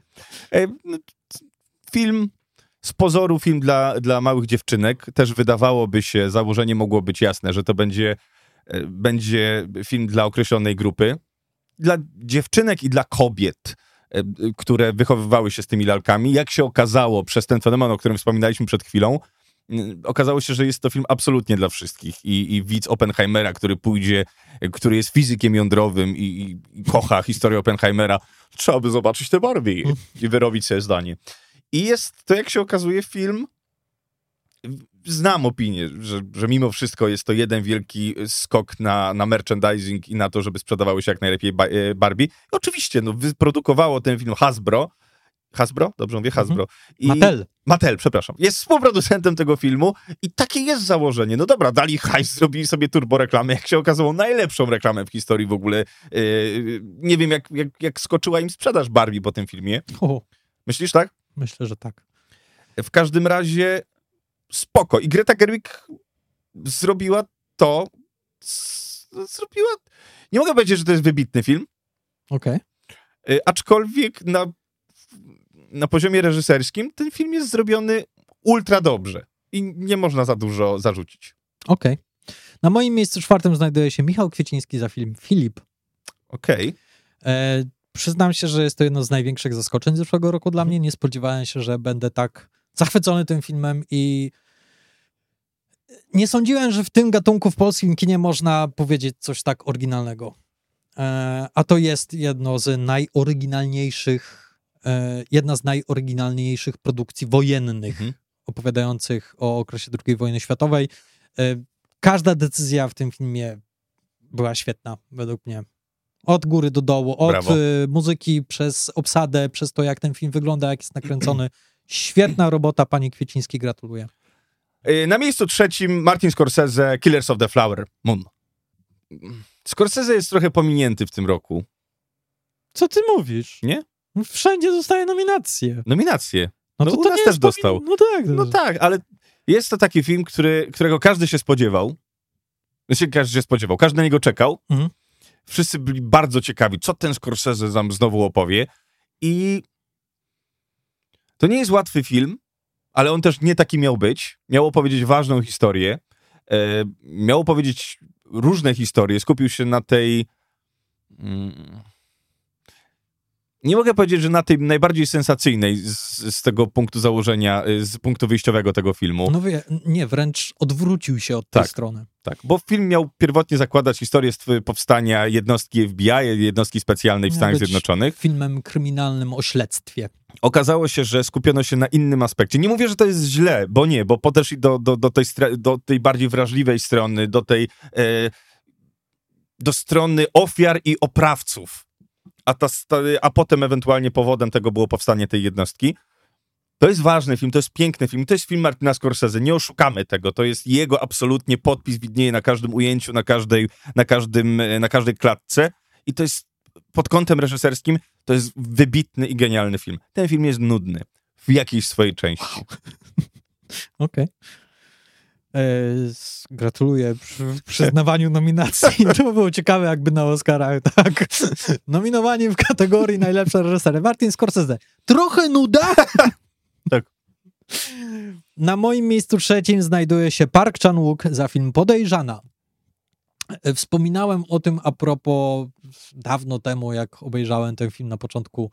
Film, z pozoru film dla małych dziewczynek. Też wydawałoby się, założenie mogło być jasne, że to będzie film dla określonej grupy. Dla dziewczynek i dla kobiet, które wychowywały się z tymi lalkami. Jak się okazało przez ten fenomen, o którym wspominaliśmy przed chwilą, okazało się, że jest to film absolutnie dla wszystkich. I widz Oppenheimera, który jest fizykiem jądrowym i kocha historię Oppenheimera, trzeba by zobaczyć te Barbie i wyrobić sobie zdanie. I jest to, jak się okazuje, film... Znam opinię, że mimo wszystko jest to jeden wielki skok na merchandising i na to, żeby sprzedawały się jak najlepiej Barbie. I oczywiście, wyprodukowało ten film Hasbro? Dobrze mówię? Hasbro. Mattel, przepraszam. Jest współproducentem tego filmu i takie jest założenie. No dobra, dali hajs, zrobili sobie turbo reklamę, jak się okazało, najlepszą reklamę w historii w ogóle. Nie wiem, jak skoczyła im sprzedaż Barbie po tym filmie. Myślisz, tak? Myślę, że tak. W każdym razie spoko. I Greta Gerwig zrobiła to... Nie mogę powiedzieć, że to jest wybitny film. Okej. Aczkolwiek na poziomie reżyserskim ten film jest zrobiony ultra dobrze. I nie można za dużo zarzucić. Okej. Na moim miejscu 4 znajduje się Michał Kwieciński za film Filip. Okej. Przyznam się, że jest to jedno z największych zaskoczeń zeszłego roku dla mnie. Nie spodziewałem się, że będę tak zachwycony tym filmem i nie sądziłem, że w tym gatunku w polskim kinie można powiedzieć coś tak oryginalnego. A to jest jedna z najoryginalniejszych produkcji wojennych opowiadających o okresie II wojny światowej. Każda decyzja w tym filmie była świetna, według mnie. Od góry do dołu, od muzyki, przez obsadę, przez to, jak ten film wygląda, jak jest nakręcony. Świetna robota, panie Kwieciński, gratuluję. Na miejscu 3 Martin Scorsese, Killers of the Flower Moon. Scorsese jest trochę pominięty w tym roku. Co ty mówisz? Nie? Wszędzie dostaje nominacje. Nominacje? No to u nas też dostał. No tak, ale jest to taki film, którego każdy się spodziewał. Każdy na niego czekał. Wszyscy byli bardzo ciekawi, co ten Scorsese nam znowu opowie. I to nie jest łatwy film, ale on też nie taki miał być. Miał opowiedzieć ważną historię. Miał opowiedzieć różne historie. Skupił się na tej Nie mogę powiedzieć, że na tej najbardziej sensacyjnej z tego punktu założenia, z punktu wyjściowego tego filmu. No nie, wręcz odwrócił się od tej strony. Tak, bo film miał pierwotnie zakładać historię powstania jednostki FBI, jednostki specjalnej w Stanach Zjednoczonych. Filmem kryminalnym o śledztwie. Okazało się, że skupiono się na innym aspekcie. Nie mówię, że to jest źle, bo nie, bo podeszli do tej bardziej wrażliwej strony, do strony ofiar i oprawców. A potem ewentualnie powodem tego było powstanie tej jednostki. To jest ważny film, to jest piękny film, to jest film Martina Scorsese, nie oszukamy tego, to jest jego absolutnie podpis, widnieje na każdym ujęciu, na każdej klatce i to jest pod kątem reżyserskim, to jest wybitny i genialny film. Ten film jest nudny w jakiejś swojej części. Wow. Okej. Gratuluję przy przyznawaniu nominacji. To by było ciekawe, jakby na Oscarach, tak. Nominowanie w kategorii najlepsza reżyseria. Martin Scorsese. Trochę nuda? Tak. Na moim miejscu 3 znajduje się Park Chan-wook za film Podejrzana. Wspominałem o tym a propos dawno temu, jak obejrzałem ten film na początku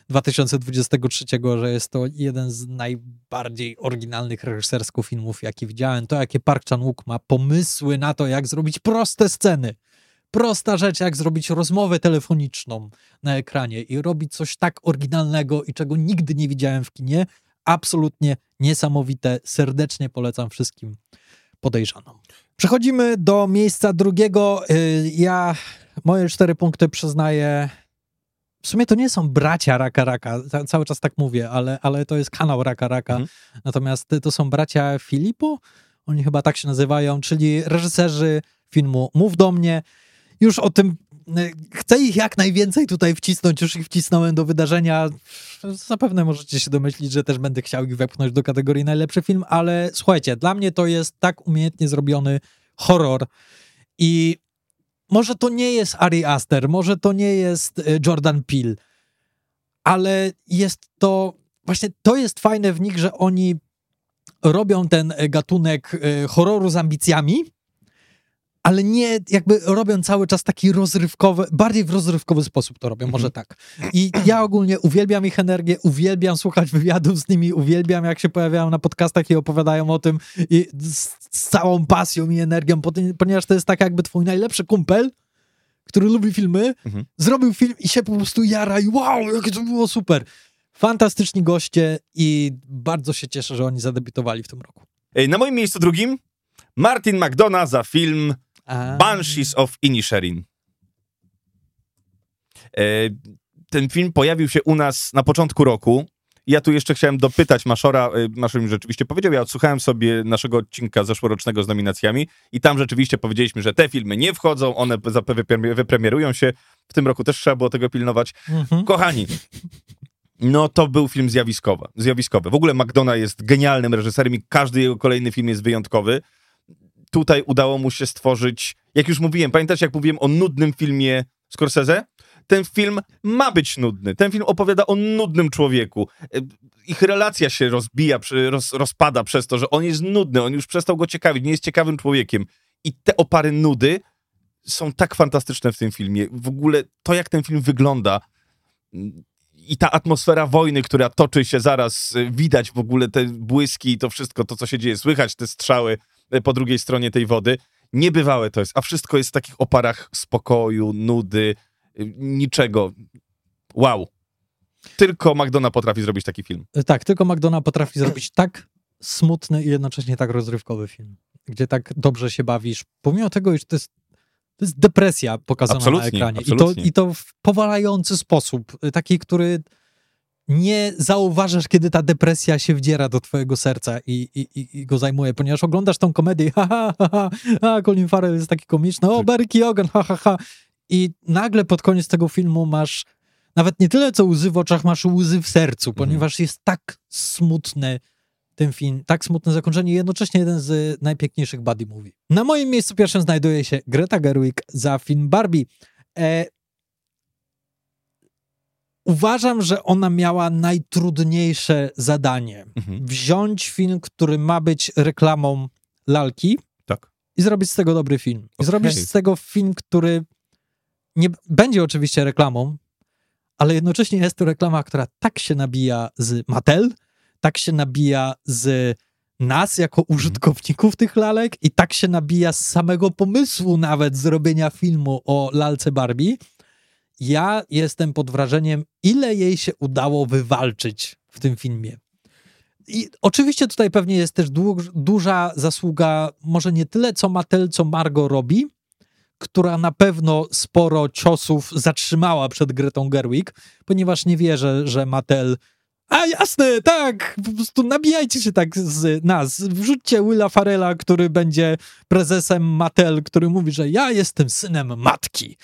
2023, że jest to jeden z najbardziej oryginalnych reżysersko filmów, jakie widziałem. To, jakie Park Chan-wook ma pomysły na to, jak zrobić proste sceny. Prosta rzecz, jak zrobić rozmowę telefoniczną na ekranie i robić coś tak oryginalnego i czego nigdy nie widziałem w kinie. Absolutnie niesamowite. Serdecznie polecam wszystkim Podejrzaną. Przechodzimy do miejsca drugiego. Ja moje 4 punkty przyznaję. W sumie to nie są bracia Raka. Cały czas tak mówię, ale to jest kanał Raka. Natomiast to są bracia Filippo. Oni chyba tak się nazywają, czyli reżyserzy filmu Mów do mnie. Już o tym chcę ich jak najwięcej tutaj wcisnąć, już ich wcisnąłem do wydarzenia. Zapewne możecie się domyślić, że też będę chciał ich wepchnąć do kategorii najlepszy film, ale słuchajcie, dla mnie to jest tak umiejętnie zrobiony horror i może to nie jest Ari Aster, może to nie jest Jordan Peele, ale jest to, właśnie to jest fajne w nich, że oni robią ten gatunek horroru z ambicjami, ale nie, jakby robią cały czas taki rozrywkowy, bardziej w rozrywkowy sposób to robią, może tak. I ja ogólnie uwielbiam ich energię, uwielbiam słuchać wywiadów z nimi, uwielbiam jak się pojawiają na podcastach i opowiadają o tym i z całą pasją i energią, ponieważ to jest tak jakby twój najlepszy kumpel, który lubi filmy, zrobił film i się po prostu jara i wow, jakie to było super. Fantastyczni goście i bardzo się cieszę, że oni zadebiutowali w tym roku. Na moim miejscu drugim Martin McDonagh za film Banshees of Inisherin. Ten film pojawił się u nas na początku roku. Ja tu jeszcze chciałem dopytać Maszora. Maszor mi rzeczywiście powiedział, ja odsłuchałem sobie naszego odcinka zeszłorocznego z nominacjami i tam rzeczywiście powiedzieliśmy, że te filmy nie wchodzą, one wypremierują się. W tym roku też trzeba było tego pilnować. Kochani, no to był film zjawiskowy. W ogóle McDonagh jest genialnym reżyserem i każdy jego kolejny film jest wyjątkowy. Tutaj udało mu się stworzyć, jak już mówiłem, pamiętacie jak mówiłem o nudnym filmie Scorsese? Ten film ma być nudny. Ten film opowiada o nudnym człowieku. Ich relacja się rozpada przez to, że on jest nudny, on już przestał go ciekawić, nie jest ciekawym człowiekiem. I te opary nudy są tak fantastyczne w tym filmie. W ogóle to, jak ten film wygląda i ta atmosfera wojny, która toczy się zaraz, widać w ogóle te błyski i to wszystko, to co się dzieje, słychać te strzały po drugiej stronie tej wody. Niebywałe to jest, a wszystko jest w takich oparach spokoju, nudy, niczego. Wow. Tylko McDonagh potrafi zrobić taki film. Tak, tylko McDonagh potrafi zrobić tak smutny i jednocześnie tak rozrywkowy film, gdzie tak dobrze się bawisz, pomimo tego, że to jest depresja pokazana na ekranie. I to w powalający sposób, taki, który nie zauważasz, kiedy ta depresja się wdziera do twojego serca i go zajmuje, ponieważ oglądasz tą komedię, Colin Farrell jest taki komiczny, Barry Keoghan, i nagle pod koniec tego filmu masz nawet nie tyle co łzy w oczach, masz łzy w sercu, ponieważ jest tak smutny ten film, tak smutne zakończenie, jednocześnie jeden z najpiękniejszych buddy movie. Na moim miejscu pierwszym znajduje się Greta Gerwig za film Barbie. Uważam, że ona miała najtrudniejsze zadanie. Wziąć film, który ma być reklamą lalki i zrobić z tego dobry film. I zrobić z tego film, który nie będzie oczywiście reklamą, ale jednocześnie jest to reklama, która tak się nabija z Mattel, tak się nabija z nas jako użytkowników tych lalek i tak się nabija z samego pomysłu nawet zrobienia filmu o lalce Barbie. Ja jestem pod wrażeniem, ile jej się udało wywalczyć w tym filmie. I oczywiście tutaj pewnie jest też duża zasługa, może nie tyle co Mattel, co Margot robi, która na pewno sporo ciosów zatrzymała przed Gretą Gerwig, ponieważ nie wierzę, że Mattel jasne, tak, po prostu nabijajcie się tak z nas, wrzućcie Willa Farrella, który będzie prezesem Mattel, który mówi, że ja jestem synem matki.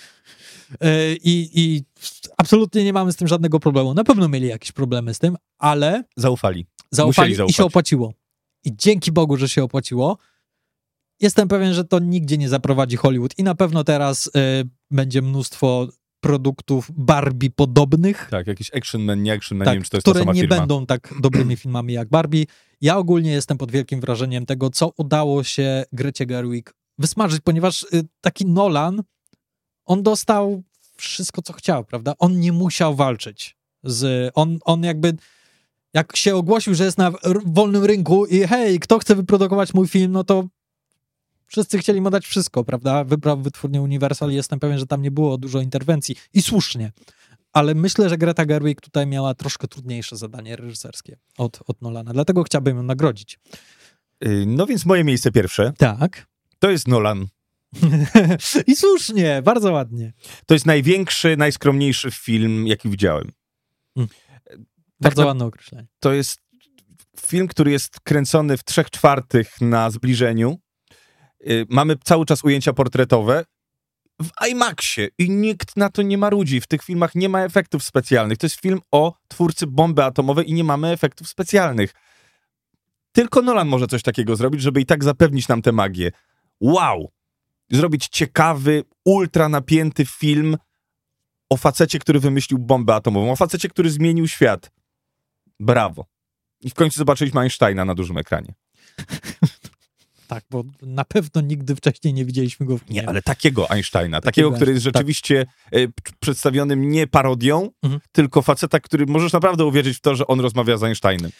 I absolutnie nie mamy z tym żadnego problemu. Na pewno mieli jakieś problemy z tym, ale Zaufali i się opłaciło. I dzięki Bogu, że się opłaciło. Jestem pewien, że to nigdzie nie zaprowadzi Hollywood i na pewno teraz będzie mnóstwo produktów Barbie podobnych. Tak, jakiś Action Man, nie Action Man, tak, nie wiem, czy to jest ta sama które nie firma. będą tak dobrymi filmami jak Barbie. Ja ogólnie jestem pod wielkim wrażeniem tego, co udało się Grecie Gerwig wysmażyć, ponieważ taki Nolan, on dostał wszystko, co chciał, prawda? On nie musiał walczyć. On jakby, jak się ogłosił, że jest na wolnym rynku i hej, kto chce wyprodukować mój film, no to wszyscy chcieli mu dać wszystko, prawda? Wybrał wytwórnię Universal i jestem pewien, że tam nie było dużo interwencji. I słusznie. Ale myślę, że Greta Gerwig tutaj miała troszkę trudniejsze zadanie reżyserskie od Nolana. Dlatego chciałbym ją nagrodzić. No więc moje miejsce pierwsze. Tak. To jest Nolan. I słusznie, bardzo ładnie. To jest największy, najskromniejszy film, jaki widziałem. Bardzo ładne określenie. To jest film, który jest kręcony w 3/4 na zbliżeniu. Mamy cały czas ujęcia portretowe w IMAXie i nikt na to nie marudzi. W tych filmach nie ma efektów specjalnych. To jest film o twórcy bomby atomowej i nie mamy efektów specjalnych. Tylko Nolan może coś takiego zrobić, żeby i tak zapewnić nam tę magię. Wow! Zrobić ciekawy, ultra napięty film o facecie, który wymyślił bombę atomową, o facecie, który zmienił świat. Brawo. I w końcu zobaczyliśmy Einsteina na dużym ekranie. Tak, bo na pewno nigdy wcześniej nie widzieliśmy go w kinie. Nie, ale takiego Einsteina. Takiego, który jest rzeczywiście przedstawionym nie parodią, tylko faceta, który możesz naprawdę uwierzyć w to, że on rozmawia z Einsteinem.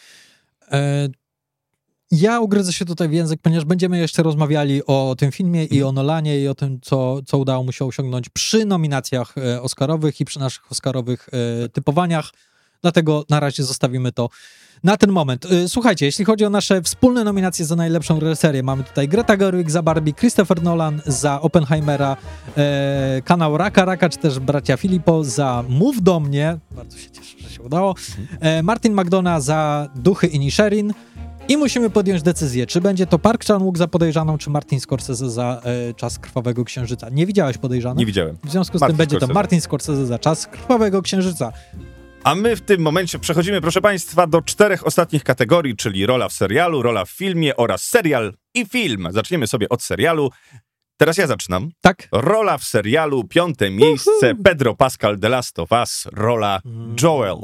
Ja ugryzę się tutaj w język, ponieważ będziemy jeszcze rozmawiali o tym filmie i o Nolanie i o tym, co udało mu się osiągnąć przy nominacjach oscarowych i przy naszych oscarowych typowaniach. Dlatego na razie zostawimy to na ten moment. Słuchajcie, jeśli chodzi o nasze wspólne nominacje za najlepszą reżyserię, mamy tutaj Greta Gerwig za Barbie, Christopher Nolan za Oppenheimera, kanał Raka, czy też bracia Filippo za Mów do mnie, bardzo się cieszę, że się udało, Martin McDonagh za Duchy Inisherin i musimy podjąć decyzję, czy będzie to Park Chan-wook za Podejrzaną, czy Martin Scorsese za Czas Krwawego Księżyca. Nie widziałeś Podejrzanych? Nie widziałem. W związku z tym będzie to Martin Scorsese za Czas Krwawego Księżyca. A my w tym momencie przechodzimy, proszę Państwa, do 4 ostatnich kategorii, czyli rola w serialu, rola w filmie oraz serial i film. Zaczniemy sobie od serialu. Teraz ja zaczynam. Tak. Rola w serialu, 5. miejsce, Pedro Pascal, The Last of Us, rola Joel.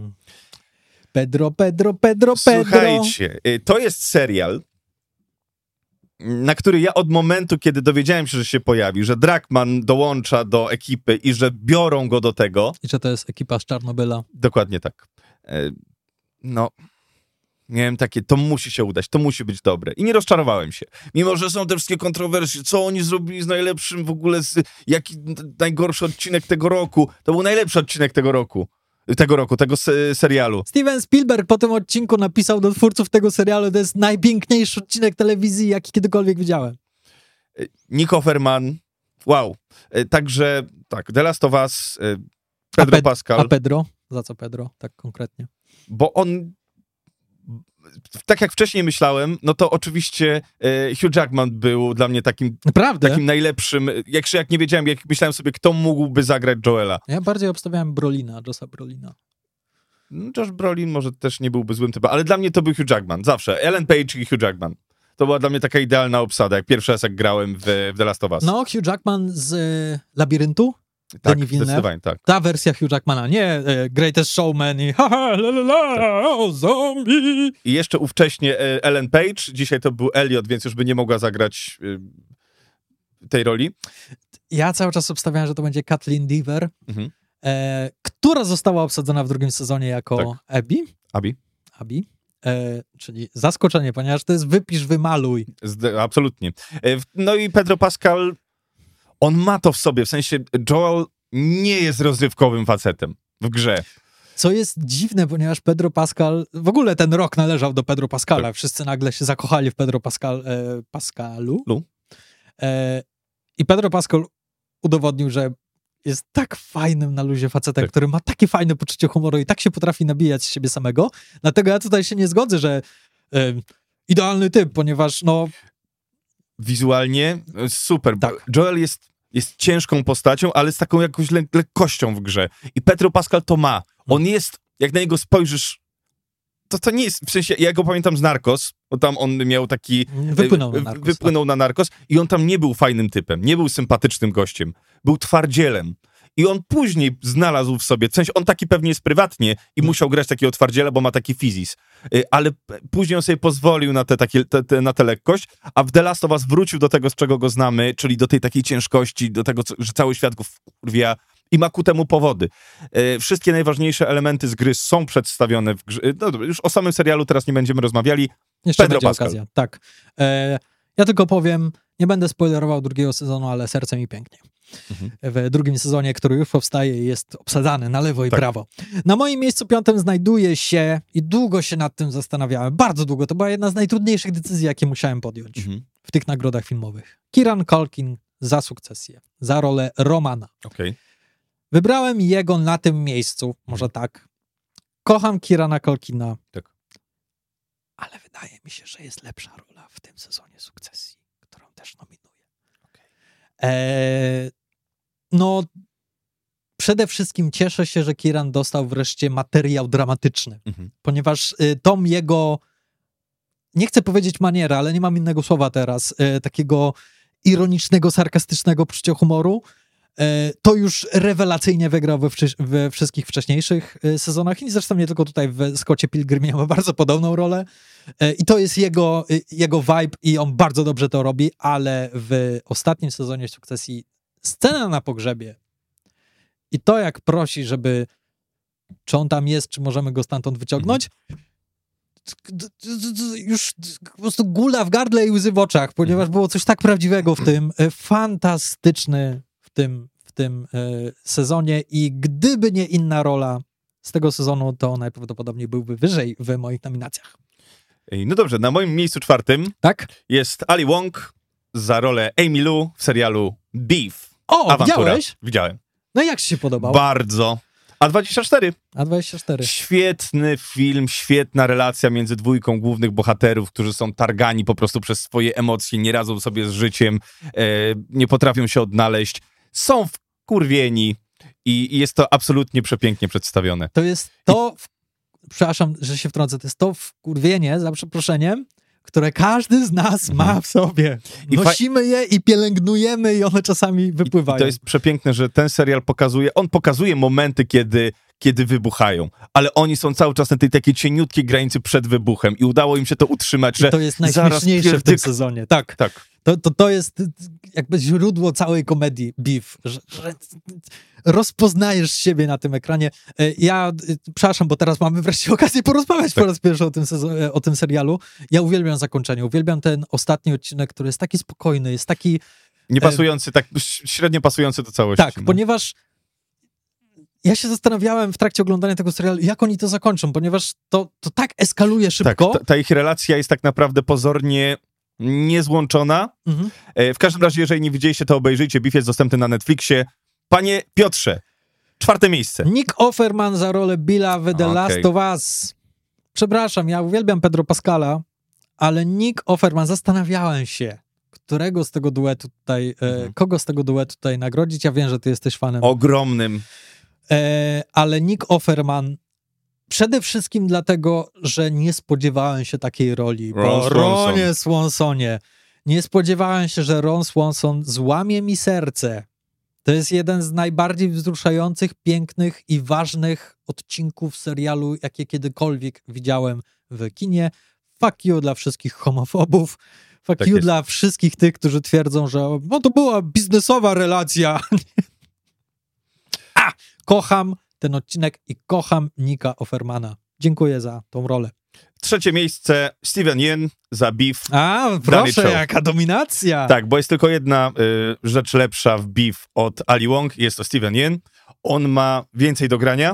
Pedro. Słuchajcie, to jest serial, na który ja od momentu, kiedy dowiedziałem się, że się pojawi, że Druckmann dołącza do ekipy i że biorą go do tego... I że to jest ekipa z Czarnobyla. Dokładnie tak. No, miałem takie, to musi się udać, to musi być dobre. I nie rozczarowałem się. Mimo, że są te wszystkie kontrowersje, co oni zrobili z najlepszym w ogóle, jaki najgorszy odcinek tego roku. To był najlepszy odcinek tego serialu. Steven Spielberg po tym odcinku napisał do twórców tego serialu, to jest najpiękniejszy odcinek telewizji, jaki kiedykolwiek widziałem. Nick Offerman, wow. Także tak, The Last of Us, Pedro Pascal. A Pedro? Za co Pedro, tak konkretnie? Bo on, tak jak wcześniej myślałem, no to oczywiście Hugh Jackman był dla mnie takim najlepszym, jak nie wiedziałem, jak myślałem sobie, kto mógłby zagrać Joela. Ja bardziej obstawiałem Josha Brolina. Josh Brolin może też nie byłby złym typem, ale dla mnie to był Hugh Jackman, zawsze. Ellen Page i Hugh Jackman. To była dla mnie taka idealna obsada, jak pierwszy raz jak grałem w The Last of Us. No, Hugh Jackman z Labiryntu? Tak, zdecydowanie tak. Ta wersja Hugh Jackmana, nie Greatest Showman i haha, zombie. I jeszcze ówcześnie Ellen Page, dzisiaj to był Elliot, więc już by nie mogła zagrać tej roli. Ja cały czas obstawiałem, że to będzie Kathleen Dever, która została obsadzona w drugim sezonie jako Abby. Czyli zaskoczenie, ponieważ to jest wypisz, wymaluj. Absolutnie. No i Pedro Pascal, on ma to w sobie, w sensie Joel nie jest rozrywkowym facetem w grze. Co jest dziwne, ponieważ Pedro Pascal, w ogóle ten rok należał do Pedro Pascala, tak. Wszyscy nagle się zakochali w Pedro Pascalu. I Pedro Pascal udowodnił, że jest tak fajnym na luzie facetem, który ma takie fajne poczucie humoru i tak się potrafi nabijać z siebie samego. Dlatego ja tutaj się nie zgodzę, że idealny typ, ponieważ wizualnie super. Tak. Joel jest ciężką postacią, ale z taką jakąś lekkością w grze. I Pedro Pascal to ma. On jest, jak na niego spojrzysz, to nie jest, w sensie, ja go pamiętam z Narcos, bo tam on miał taki... Wypłynął na Narcos i on tam nie był fajnym typem, nie był sympatycznym gościem, był twardzielem. I on później znalazł w sobie, w sensie on taki pewnie jest prywatnie i musiał grać takiego twardziela, bo ma taki fizis. Ale później on sobie pozwolił na tę lekkość, a w The Last of Us wrócił do tego, z czego go znamy, czyli do tej takiej ciężkości, do tego, że cały świat go wkurwia i ma ku temu powody. Wszystkie najważniejsze elementy z gry są przedstawione w grze. No, już o samym serialu teraz nie będziemy rozmawiali. Jeszcze Pedro Pascal. Okazja. Tak. Ja tylko powiem, nie będę spoilerował drugiego sezonu, ale serce mi pięknie. W drugim sezonie, który już powstaje, jest obsadzany na lewo i prawo. Na moim miejscu 5 znajduje się, i długo się nad tym zastanawiałem, bardzo długo, to była jedna z najtrudniejszych decyzji, jakie musiałem podjąć w tych nagrodach filmowych. Kieran Culkin za Sukcesję, za rolę Romana. Wybrałem jego na tym miejscu, może tak. Kocham Kierana Culkina, ale wydaje mi się, że jest lepsza rola w tym sezonie Sukcesji, którą też nominuję. No, przede wszystkim cieszę się, że Kieran dostał wreszcie materiał dramatyczny, ponieważ tą jego, nie chcę powiedzieć maniera, ale nie mam innego słowa teraz, takiego ironicznego, sarkastycznego poczucia humoru, to już rewelacyjnie wygrał we wszystkich wcześniejszych sezonach i zresztą nie tylko tutaj w Scottie Pilgrimie ma bardzo podobną rolę i to jest jego vibe i on bardzo dobrze to robi, ale w ostatnim sezonie Sukcesji scena na pogrzebie i to jak prosi, żeby czy on tam jest, czy możemy go stamtąd wyciągnąć, już po prostu gula w gardle i łzy w oczach, ponieważ było coś tak prawdziwego w tym, fantastyczny w tym sezonie i gdyby nie inna rola z tego sezonu, to najprawdopodobniej byłby wyżej w moich nominacjach. No dobrze, na moim miejscu 4 jest Ali Wong za rolę Amy Lou w serialu Beef. O, Awantura. widziałeś? Widziałem. No i jak ci się podobał? Bardzo. A24. A24. Świetny film, świetna relacja między dwójką głównych bohaterów, którzy są targani po prostu przez swoje emocje, nie radzą sobie z życiem, nie potrafią się odnaleźć, są wkurwieni i jest to absolutnie przepięknie przedstawione. To jest to, przepraszam, że się wtrącę, to jest to wkurwienie, za przeproszeniem, które każdy z nas ma w sobie. Nosimy je i pielęgnujemy i one czasami wypływają. I to jest przepiękne, że ten serial pokazuje momenty, kiedy wybuchają, ale oni są cały czas na tej takiej cieniutkiej granicy przed wybuchem i udało im się to utrzymać, że to jest najśmieszniejsze w tym sezonie. Tak. To jest jakby źródło całej komedii Beef, że rozpoznajesz siebie na tym ekranie. Ja, przepraszam, bo teraz mamy wreszcie okazję porozmawiać po raz pierwszy o tym serialu. Ja uwielbiam zakończenie, uwielbiam ten ostatni odcinek, który jest taki spokojny, jest taki... Niepasujący, tak średnio pasujący do całości. Tak, ponieważ ja się zastanawiałem w trakcie oglądania tego serialu, jak oni to zakończą, ponieważ to tak eskaluje szybko. Tak, ta ich relacja jest tak naprawdę pozornie niezłączona. W każdym razie, jeżeli nie widzieliście, to obejrzyjcie. Beef jest dostępny na Netflixie. Panie Piotrze, 4 miejsce. Nick Offerman za rolę Billa w The Last of Us. Przepraszam, ja uwielbiam Pedro Pascala, ale Nick Offerman, zastanawiałem się, kogo z tego duetu tutaj nagrodzić. Ja wiem, że ty jesteś fanem. Ogromnym. Ale Nick Offerman przede wszystkim dlatego, że nie spodziewałem się takiej roli. Ronie Swansonie. Nie spodziewałem się, że Ron Swanson złamie mi serce. To jest jeden z najbardziej wzruszających, pięknych i ważnych odcinków serialu, jakie kiedykolwiek widziałem w kinie. Fuck you dla wszystkich homofobów. Fuck you dla wszystkich tych, którzy twierdzą, że to była biznesowa relacja. Kocham ten odcinek i kocham Nicka Offermana. Dziękuję za tą rolę. 3. miejsce Steven Yeun za Beef. Proszę, jaka dominacja! Tak, bo jest tylko jedna rzecz lepsza w Beef od Ali Wong, jest to Steven Yeun. On ma więcej do grania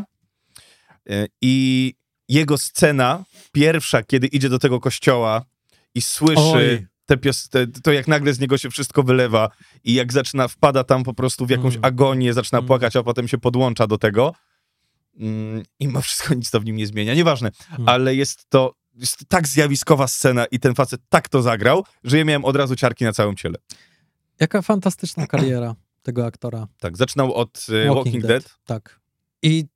i jego scena pierwsza, kiedy idzie do tego kościoła i słyszy to jak nagle z niego się wszystko wylewa i jak wpada tam po prostu w jakąś agonię, zaczyna płakać, a potem się podłącza do tego i ma wszystko, nic to w nim nie zmienia, nieważne, ale jest to tak zjawiskowa scena i ten facet tak to zagrał, że ja miałem od razu ciarki na całym ciele. Jaka fantastyczna kariera tego aktora. Tak, zaczynał od Walking Dead. Tak. I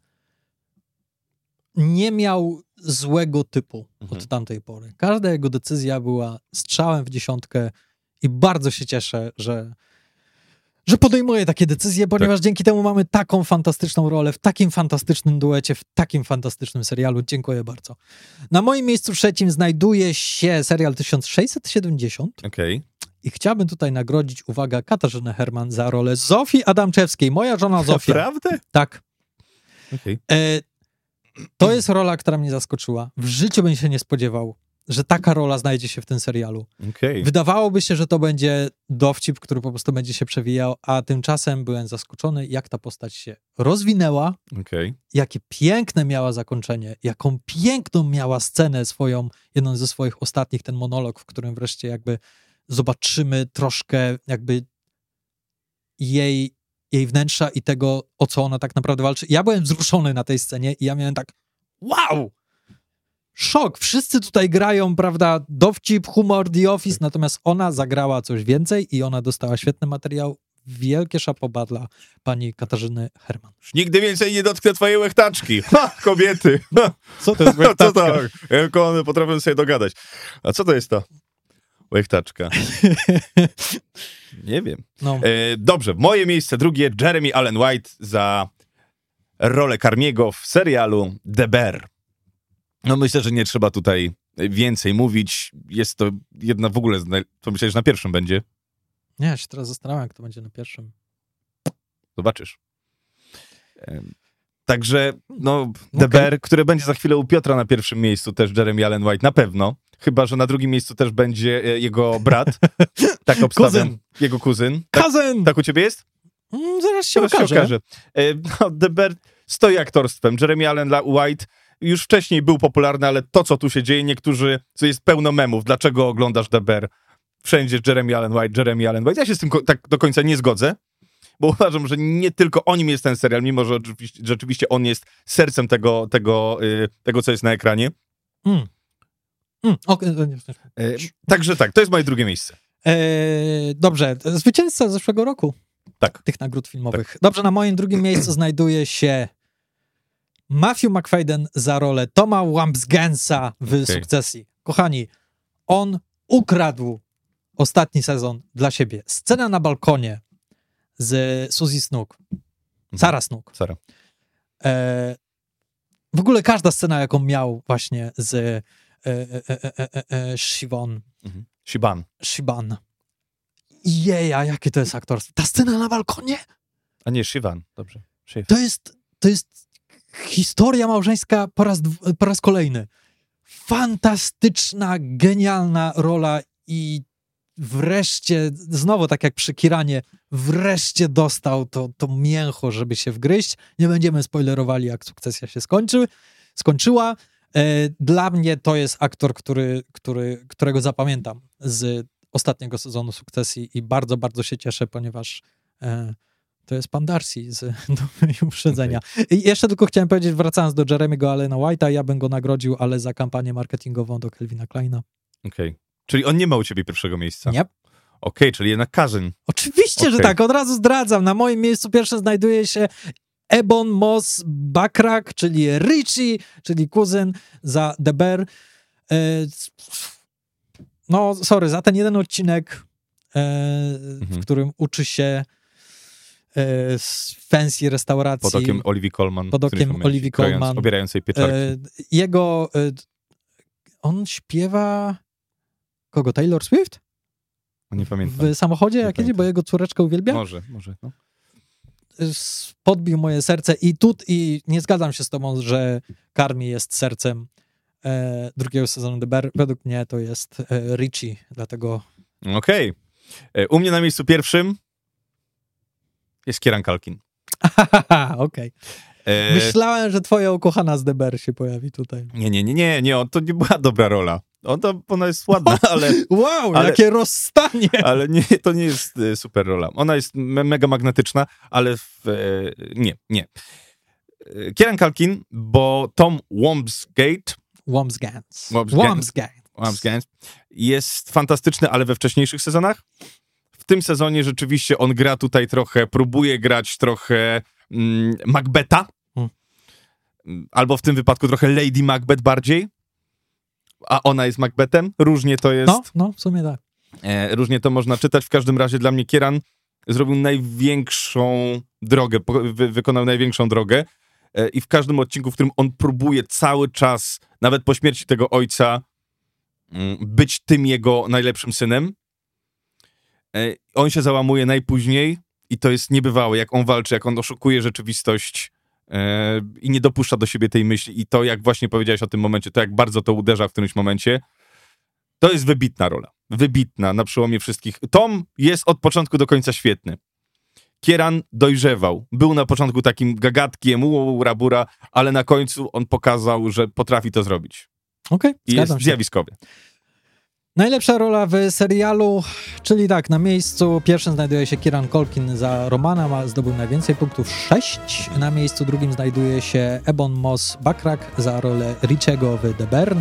nie miał złego typu od tamtej pory. Każda jego decyzja była strzałem w dziesiątkę i bardzo się cieszę, że podejmuje takie decyzje, ponieważ dzięki temu mamy taką fantastyczną rolę w takim fantastycznym duecie, w takim fantastycznym serialu. Dziękuję bardzo. Na moim miejscu 3 znajduje się serial 1670. I chciałbym tutaj nagrodzić, uwaga, Katarzynę Herman za rolę Zofii Adamczewskiej. Moja żona Zofia. Naprawdę? Tak. To jest rola, która mnie zaskoczyła. W życiu bym się nie spodziewał, że taka rola znajdzie się w tym serialu. Wydawałoby się, że to będzie dowcip, który po prostu będzie się przewijał, a tymczasem byłem zaskoczony, jak ta postać się rozwinęła, jakie piękne miała zakończenie, jaką piękną miała scenę swoją, jedną ze swoich ostatnich, ten monolog, w którym wreszcie jakby zobaczymy troszkę jakby jej wnętrza i tego, o co ona tak naprawdę walczy. Ja byłem wzruszony na tej scenie i ja miałem tak, wow! Szok! Wszyscy tutaj grają, prawda, dowcip, humor, The Office, natomiast ona zagrała coś więcej i ona dostała świetny materiał. Wielkie chapeau dla pani Katarzyny Herman. Już nigdy więcej nie dotknę twojej łechtaczki. Kobiety! Co to jest łechtaczka? Co to? Jak one potrafią sobie dogadać. A co to jest to? Łechtaczka. Nie wiem. Dobrze, moje miejsce drugie, Jeremy Allen White za rolę Carmiego w serialu The Bear. No myślę, że nie trzeba tutaj więcej mówić. Jest to jedna w ogóle, to myślę, że na pierwszym będzie. Nie, ja się teraz zastanawiam, kto będzie na pierwszym. Zobaczysz. Także, The Bear, który będzie za chwilę u Piotra na pierwszym miejscu, też Jeremy Allen White, na pewno. Chyba, że na drugim miejscu też będzie jego brat. Tak obstawiam. Jego kuzyn. Tak u ciebie jest? Zaraz się okaże. The Bear stoi aktorstwem. Jeremy Allen White już wcześniej był popularny, ale to, co tu się dzieje, co jest pełno memów. Dlaczego oglądasz The Bear? Wszędzie Jeremy Allen White. Ja się z tym tak do końca nie zgodzę, bo uważam, że nie tylko o nim jest ten serial, mimo że rzeczywiście on jest sercem tego, co jest na ekranie. Także tak, to jest moje drugie miejsce. Dobrze, zwycięzca zeszłego roku. Tak. Tych nagród filmowych. Tak. Dobrze, na moim drugim miejscu znajduje się Matthew Macfadyen za rolę Toma Wambsgansa w Sukcesji. Kochani, on ukradł ostatni sezon dla siebie. Scena na balkonie z Suzy Snook. Sarah Snook. W ogóle każda scena, jaką miał właśnie z Siobhan. Jeja, jakie to jest aktorstwo. Ta scena na balkonie? A nie, Siobhan, dobrze. To jest historia małżeńska po raz kolejny. Fantastyczna, genialna rola i wreszcie, znowu tak jak przy Kiranie, wreszcie dostał to mięcho, żeby się wgryźć. Nie będziemy spoilerowali, jak Sukcesja się skończyła. Dla mnie to jest aktor, którego zapamiętam z ostatniego sezonu Sukcesji i bardzo, bardzo się cieszę, ponieważ to jest pan Darcy z Uprzedzenia. I jeszcze tylko chciałem powiedzieć, wracając do Jeremy'ego Allena White'a, ja bym go nagrodził, ale za kampanię marketingową do Kelvina Kleina. Czyli on nie ma u ciebie pierwszego miejsca? Nie. Czyli jednak Cousin. Oczywiście, że tak, od razu zdradzam. Na moim miejscu pierwszym znajduje się Ebon Moss-Backrack, czyli Richie, czyli kuzyn za The Bear. Za ten jeden odcinek, w którym uczy się z fancy restauracji. Pod okiem Olivia Colman. Obierającej pieczarki. On śpiewa... Kogo? Taylor Swift? Nie pamiętam. W samochodzie, jak jedzie, bo jego córeczka uwielbia? Może. No. podbił moje serce i nie zgadzam się z tobą, że Carmi jest sercem drugiego sezonu The Bear. Według mnie to jest Richie, dlatego... Okej. U mnie na miejscu pierwszym jest Kieran Culkin. Okej. Myślałem, że twoja ukochana z The Bear się pojawi tutaj. Nie, to nie była dobra rola. Ona jest ładna, ale... Wow, jakie rozstanie! Ale nie, to nie jest super rola. Ona jest mega magnetyczna, ale nie. Kieran Culkin, bo Tom Wambsgans jest fantastyczny, ale we wcześniejszych sezonach. W tym sezonie rzeczywiście on gra tutaj trochę, próbuje grać trochę Macbeta, albo w tym wypadku trochę Lady Macbeth bardziej, a ona jest Macbethem. Różnie to jest. No, w sumie tak. Różnie to można czytać. W każdym razie dla mnie Kieran zrobił największą drogę, wykonał największą drogę i w każdym odcinku, w którym on próbuje cały czas, nawet po śmierci tego ojca, być tym jego najlepszym synem. On się załamuje najpóźniej i to jest niebywałe, jak on walczy, jak on oszukuje rzeczywistość i nie dopuszcza do siebie tej myśli i to, jak właśnie powiedziałeś o tym momencie, to jak bardzo to uderza w którymś momencie, to jest wybitna rola. Wybitna, na przełomie wszystkich. Tom jest od początku do końca świetny. Kieran dojrzewał. Był na początku takim gagatkiem, rabura, ale na końcu on pokazał, że potrafi to zrobić. Okej, i jest zjawiskowy. Najlepsza rola w serialu, czyli tak, na miejscu pierwszym znajduje się Kieran Culkin za Romana, zdobył najwięcej punktów, 6. Na miejscu drugim znajduje się Ebon Moss-Backrack za rolę Richiego w The Bear.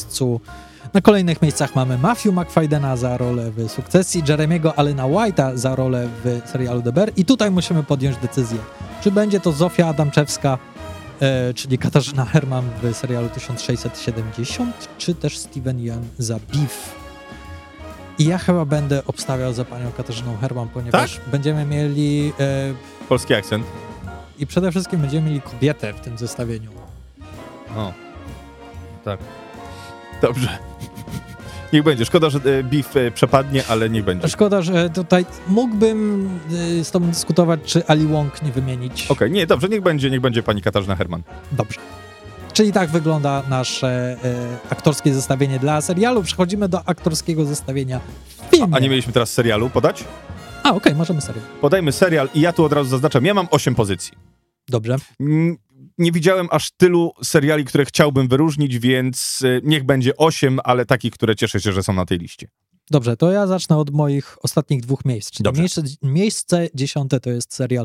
Na kolejnych miejscach mamy Matthew Macfadena za rolę w Sukcesji, Jeremiego Allena White'a za rolę w serialu The Bear. I tutaj musimy podjąć decyzję, czy będzie to Zofia Adamczewska, czyli Katarzyna Herman w serialu 1670, czy też Steven Yeun za Beef. I ja chyba będę obstawiał za panią Katarzyną Herman, ponieważ będziemy mieli... polski akcent. I przede wszystkim będziemy mieli kobietę w tym zestawieniu. O, tak. Dobrze. Niech będzie. Szkoda, że Beef przepadnie, ale niech będzie. Szkoda, że tutaj mógłbym z tobą dyskutować, czy Ali Wong nie wymienić. Okej, nie, dobrze, niech będzie pani Katarzyna Herman. Dobrze. Czyli tak wygląda nasze aktorskie zestawienie dla serialu. Przechodzimy do aktorskiego zestawienia w filmie. A nie mieliśmy teraz serialu podać? Okej, możemy serial. Podajmy serial i ja tu od razu zaznaczam, ja mam 8 pozycji. Dobrze. Nie widziałem aż tylu seriali, które chciałbym wyróżnić, więc niech będzie 8, ale takich, które cieszę się, że są na tej liście. Dobrze, to ja zacznę od moich ostatnich 2 miejsc. Czyli miejsce 10 to jest serial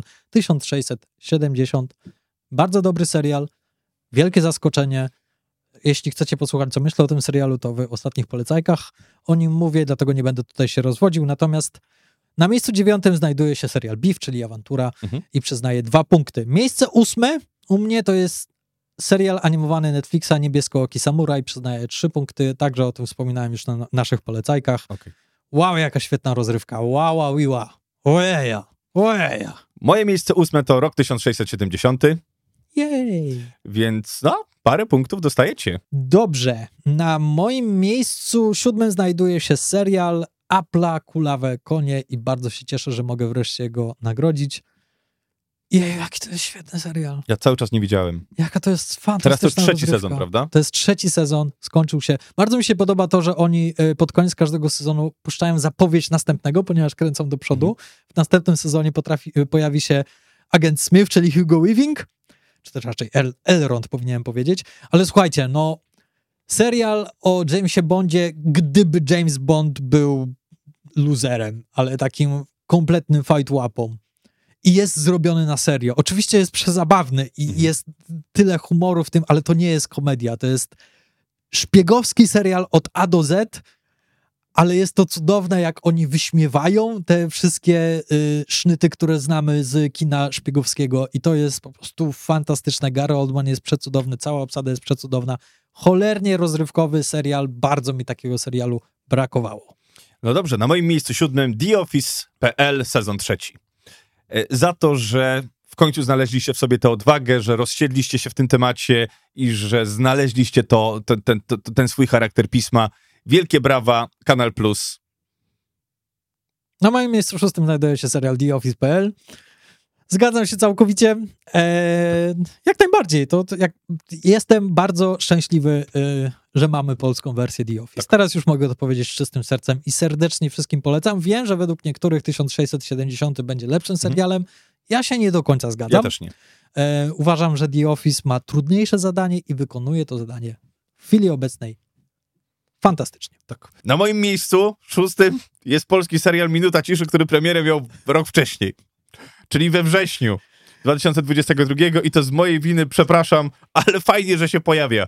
1670. Bardzo dobry serial, wielkie zaskoczenie. Jeśli chcecie posłuchać, co myślę o tym serialu, to w ostatnich polecajkach o nim mówię, dlatego nie będę tutaj się rozwodził. Natomiast na miejscu 9 znajduje się serial Beef, czyli awantura i przyznaję 2 punkty. Miejsce 8 u mnie to jest serial animowany Netflixa Niebieskooki Samuraj, przyznaję 3 punkty, także o tym wspominałem już na naszych polecajkach. Okay. Wow, jaka świetna rozrywka, wow. Ojeja. Moje miejsce 8 to rok 1670. Jej. Więc parę punktów dostajecie. Dobrze, na moim miejscu 7 znajduje się serial Apla, Kulawe Konie i bardzo się cieszę, że mogę wreszcie go nagrodzić. Jej, jaki to jest świetny serial. Ja cały czas nie widziałem. Jaka to jest fantastyczna Teraz to jest 3. rozrywka. sezon, prawda? To jest 3. sezon, skończył się. Bardzo mi się podoba to, że oni pod koniec każdego sezonu puszczają zapowiedź następnego, ponieważ kręcą do przodu. W następnym sezonie pojawi się agent Smith, czyli Hugo Weaving, czy też raczej Elrond powinienem powiedzieć. Ale słuchajcie, serial o Jamesie Bondzie, gdyby James Bond był loserem, ale takim kompletnym fight-łapą. I jest zrobiony na serio. Oczywiście jest przezabawny i jest tyle humoru w tym, ale to nie jest komedia. To jest szpiegowski serial od A do Z, ale jest to cudowne, jak oni wyśmiewają te wszystkie sznyty, które znamy z kina szpiegowskiego i to jest po prostu fantastyczne. Gary Oldman jest przecudowny, cała obsada jest przecudowna. Cholernie rozrywkowy serial. Bardzo mi takiego serialu brakowało. No dobrze, na moim miejscu 7 The Office.pl sezon 3. Za to, że w końcu znaleźliście w sobie tę odwagę, że rozsiedliście się w tym temacie i że znaleźliście ten swój charakter pisma. Wielkie brawa, Kanal Plus. Na moim miejscu 6 znajduje się serial The Office.pl. Zgadzam się całkowicie. Jak najbardziej. Jestem bardzo szczęśliwy, że mamy polską wersję The Office. Tak. Teraz już mogę to powiedzieć z czystym sercem i serdecznie wszystkim polecam. Wiem, że według niektórych 1670 będzie lepszym serialem. Ja się nie do końca zgadzam. Ja też nie. Uważam, że The Office ma trudniejsze zadanie i wykonuje to zadanie w chwili obecnej fantastycznie. Tak. Na moim miejscu 6 jest polski serial Minuta Ciszy, który premierę miał rok wcześniej. Czyli we wrześniu 2022 i to z mojej winy, przepraszam, ale fajnie, że się pojawia.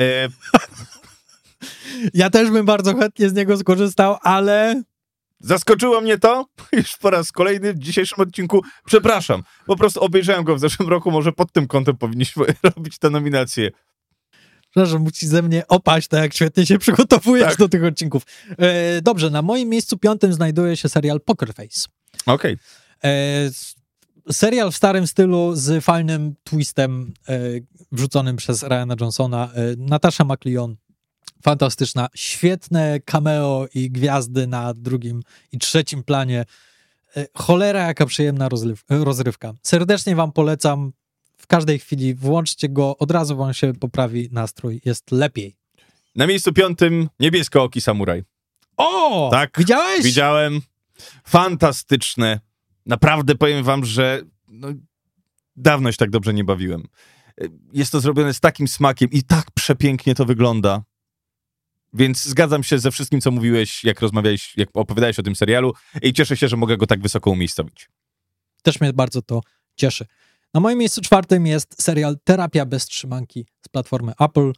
Ja też bym bardzo chętnie z niego skorzystał, ale... Zaskoczyło mnie to, już po raz kolejny w dzisiejszym odcinku, przepraszam, po prostu obejrzałem go w zeszłym roku, może pod tym kątem powinniśmy robić tę nominację. Że musi ze mnie opaść, tak jak świetnie się przygotowujesz do tych odcinków. Dobrze, na moim miejscu 5 znajduje się serial Poker Face. Okej. Serial w starym stylu z fajnym twistem wrzuconym przez Ryana Johnsona. Natasha McLeod, fantastyczna, świetne cameo i gwiazdy na drugim i trzecim planie. Cholera, jaka przyjemna rozrywka. Serdecznie wam polecam. W każdej chwili włączcie go, od razu wam się poprawi nastrój, jest lepiej. Na miejscu 5 Niebieskooki Samuraj. O! Tak, widziałeś? Widziałem. Fantastyczne. Naprawdę powiem wam, że dawno się tak dobrze nie bawiłem. Jest to zrobione z takim smakiem i tak przepięknie to wygląda. Więc zgadzam się ze wszystkim, co mówiłeś, jak rozmawiałeś, jak opowiadałeś o tym serialu i cieszę się, że mogę go tak wysoko umiejscowić. Też mnie bardzo to cieszy. Na moim miejscu 4 jest serial Terapia bez trzymanki z platformy Apple.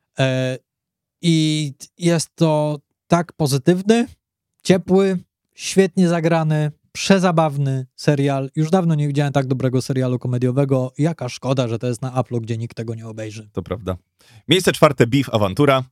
I jest to tak pozytywny, ciepły, świetnie zagrany, przezabawny serial. Już dawno nie widziałem tak dobrego serialu komediowego. Jaka szkoda, że to jest na Apple'u, gdzie nikt tego nie obejrzy. To prawda. Miejsce 4 Beef Awantura.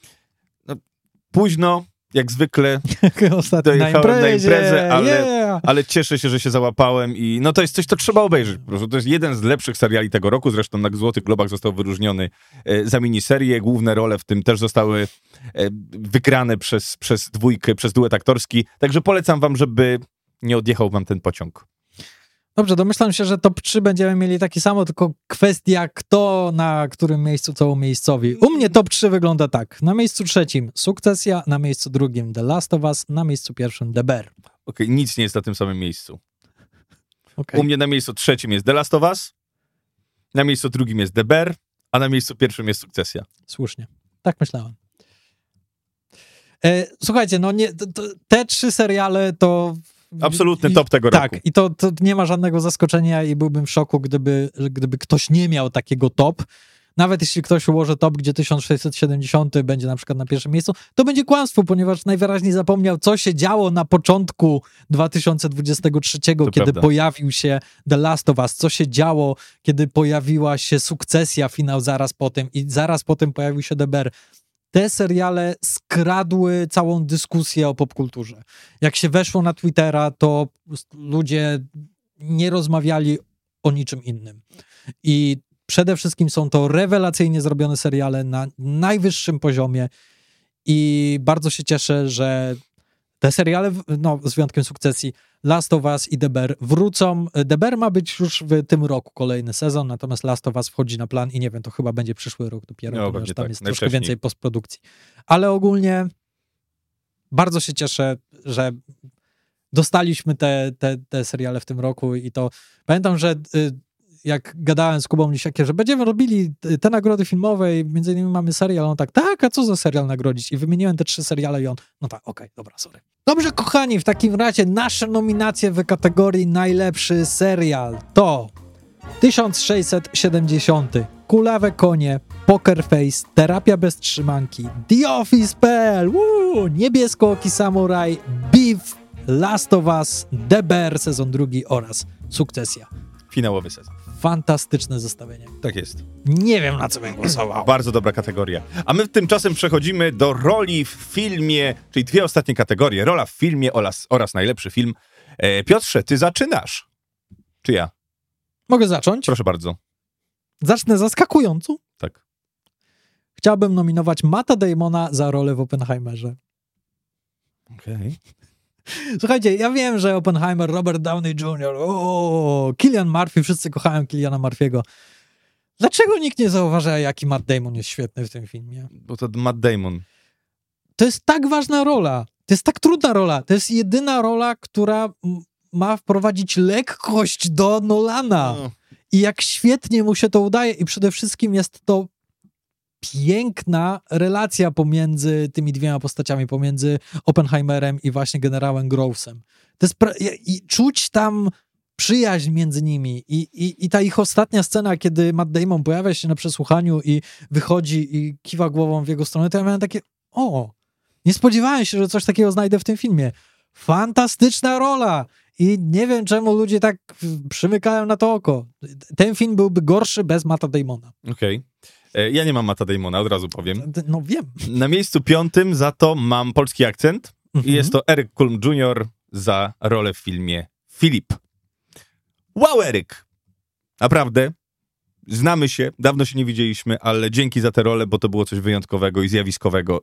Późno, jak zwykle, ostatnio na imprezę, ale cieszę się, że się załapałem i to jest coś, co trzeba obejrzeć. Po prostu. To jest jeden z lepszych seriali tego roku, zresztą na Złotych Globach został wyróżniony za miniserię. Główne role w tym też zostały wygrane przez dwójkę, przez duet aktorski, także polecam wam, żeby nie odjechał wam ten pociąg. Dobrze, domyślam się, że top 3 będziemy mieli takie samo, tylko kwestia kto na którym miejscu co umiejscowi. U mnie top 3 wygląda tak. Na miejscu 3 Sukcesja, na miejscu 2 The Last of Us, na miejscu 1 The Bear. Okej, nic nie jest na tym samym miejscu. Okay. U mnie na miejscu 3 jest The Last of Us, na miejscu 2 jest The Bear, a na miejscu 1 jest Sukcesja. Słusznie. Tak myślałem. Słuchajcie, te 3 seriale to... Absolutny top tego roku. Tak, i to nie ma żadnego zaskoczenia i byłbym w szoku, gdyby ktoś nie miał takiego top. Nawet jeśli ktoś ułoży top, gdzie 1670 będzie na przykład na pierwszym miejscu, to będzie kłamstwo, ponieważ najwyraźniej zapomniał, co się działo na początku 2023, kiedy prawda. Pojawił się The Last of Us, co się działo, kiedy pojawiła się Sukcesja, finał zaraz potem i zaraz potem pojawił się The Bear. Te seriale skradły całą dyskusję o popkulturze. Jak się weszło na Twittera, to ludzie nie rozmawiali o niczym innym. I przede wszystkim są to rewelacyjnie zrobione seriale na najwyższym poziomie i bardzo się cieszę, że te seriale, z wyjątkiem Sukcesji, Last of Us i The Bear wrócą. The Bear ma być już w tym roku kolejny sezon, natomiast Last of Us wchodzi na plan i nie wiem, to chyba będzie przyszły rok dopiero, ponieważ tam jest troszkę więcej postprodukcji. Ale ogólnie bardzo się cieszę, że dostaliśmy te seriale w tym roku i to pamiętam, że jak gadałem z Kubą Lisiakiem, że będziemy robili te nagrody filmowe i między innymi mamy serial, on tak, a co za serial nagrodzić? I wymieniłem te 3 seriale i on, okej, dobra, sorry. Dobrze, kochani, w takim razie nasze nominacje w kategorii najlepszy serial to 1670, Kulawe konie, Poker Face, Terapia bez trzymanki, The Office.pl, Niebieskooki Samuraj, Beef, Last of Us, The Bear, sezon 2 oraz Sukcesja. Finałowy sezon. Fantastyczne zestawienie. Tak jest. Nie wiem, na co bym głosował. Bardzo dobra kategoria. A my tymczasem przechodzimy do roli w filmie, czyli 2 ostatnie kategorie. Rola w filmie oraz najlepszy film. Piotrze, ty zaczynasz. Czy ja? Mogę zacząć? Proszę bardzo. Zacznę zaskakująco. Tak. Chciałbym nominować Matta Damona za rolę w Oppenheimerze. Okej. Słuchajcie, ja wiem, że Oppenheimer, Robert Downey Jr., Cillian Murphy, wszyscy kochają Cillana Murphy'ego. Dlaczego nikt nie zauważa, jaki Matt Damon jest świetny w tym filmie? Bo to Matt Damon. To jest tak ważna rola. To jest tak trudna rola. To jest jedyna rola, która ma wprowadzić lekkość do Nolana. No. I jak świetnie mu się to udaje. I przede wszystkim jest to piękna relacja pomiędzy tymi dwiema postaciami, pomiędzy Oppenheimerem i właśnie generałem Grovesem. To jest i czuć tam przyjaźń między nimi i ta ich ostatnia scena, kiedy Matt Damon pojawia się na przesłuchaniu i wychodzi i kiwa głową w jego stronę, to ja miałem takie, nie spodziewałem się, że coś takiego znajdę w tym filmie. Fantastyczna rola! I nie wiem, czemu ludzie tak przymykają na to oko. Ten film byłby gorszy bez Matta Damona. Okej. Ja nie mam Matta Damona, od razu powiem. No wiem. Na miejscu 5 za to mam polski akcent i jest to Eric Kulm Jr. za rolę w filmie Filip. Wow, Eryk! Naprawdę. Znamy się, dawno się nie widzieliśmy, ale dzięki za tę rolę, bo to było coś wyjątkowego i zjawiskowego.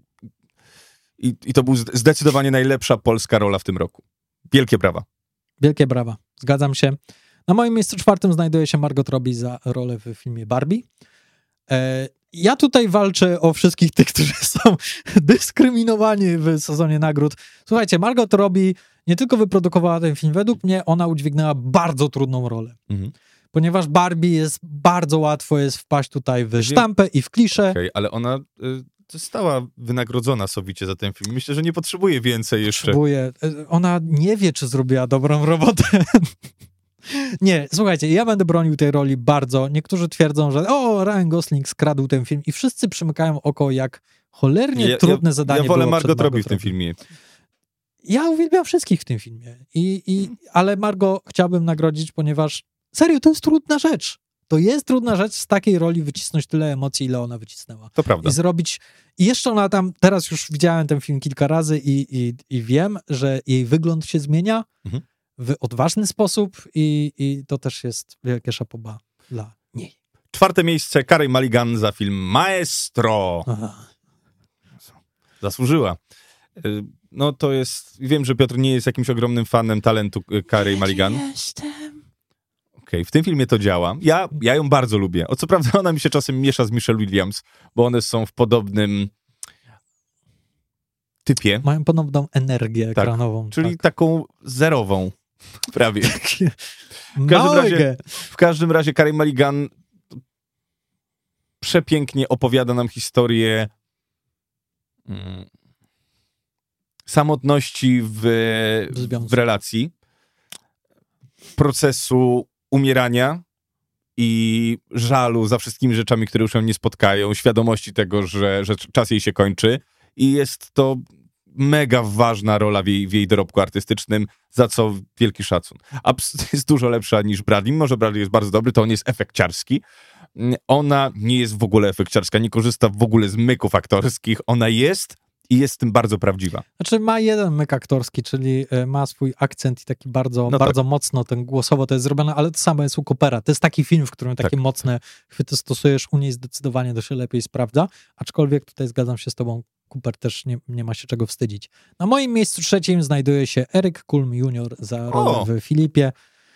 I to był zdecydowanie najlepsza polska rola w tym roku. Wielkie brawa. Wielkie brawa. Zgadzam się. Na moim miejscu 4 znajduje się Margot Robbie za rolę w filmie Barbie. Ja tutaj walczę o wszystkich tych, którzy są dyskryminowani w sezonie nagród. Słuchajcie, Margot Robbie nie tylko wyprodukowała ten film, według mnie ona udźwignęła bardzo trudną rolę. Ponieważ Barbie jest bardzo łatwo jest wpaść tutaj w sztampę i w kliszę. Okej, ale ona została wynagrodzona sowicie za ten film. Myślę, że nie potrzebuje więcej jeszcze. Potrzebuje. Ona nie wie, czy zrobiła dobrą robotę. Nie, słuchajcie, ja będę bronił tej roli bardzo. Niektórzy twierdzą, że Ryan Gosling skradł ten film i wszyscy przymykają oko, jak cholernie trudne zadanie ja wolę było Margot Robbie w tym filmie. Ja uwielbiam wszystkich w tym filmie. Ale Margot chciałbym nagrodzić, ponieważ serio, to jest trudna rzecz. To jest trudna rzecz z takiej roli wycisnąć tyle emocji, ile ona wycisnęła. To prawda. I zrobić... I jeszcze ona tam... Teraz już widziałem ten film kilka razy i wiem, że jej wygląd się zmienia w odważny sposób i to też jest wielkie szapoba dla niej. 4 miejsce Carey Mulligan za film Maestro. Aha. Zasłużyła. No to jest... Wiem, że Piotr nie jest jakimś ogromnym fanem talentu Carey Mulligan. Okej, w tym filmie to działa. Ja ją bardzo lubię. Co prawda ona mi się czasem miesza z Michelle Williams, bo one są w podobnym typie. Mają podobną energię ekranową. Czyli taką zerową. Prawie. W każdym razie Carey Mulligan przepięknie opowiada nam historię samotności w relacji, procesu umierania i żalu za wszystkimi rzeczami, które już ją nie spotkają, świadomości tego, że czas jej się kończy i jest to mega ważna rola w jej dorobku artystycznym, za co wielki szacun. Jest dużo lepsza niż Bradley, mimo że Bradley jest bardzo dobry, to on jest efekciarski. Ona nie jest w ogóle efekciarska, nie korzysta w ogóle z myków aktorskich, ona jest i jest w tym bardzo prawdziwa. Znaczy ma jeden myk aktorski, czyli ma swój akcent i taki bardzo mocno ten głosowo to jest zrobione, ale to samo jest u Coopera. To jest taki film, w którym takie mocne chwyty stosujesz, u niej zdecydowanie to się lepiej sprawdza, aczkolwiek tutaj zgadzam się z tobą, Cooper też nie ma się czego wstydzić. Na moim miejscu 3 znajduje się Eric Kulm Jr. za rolę w Filipie.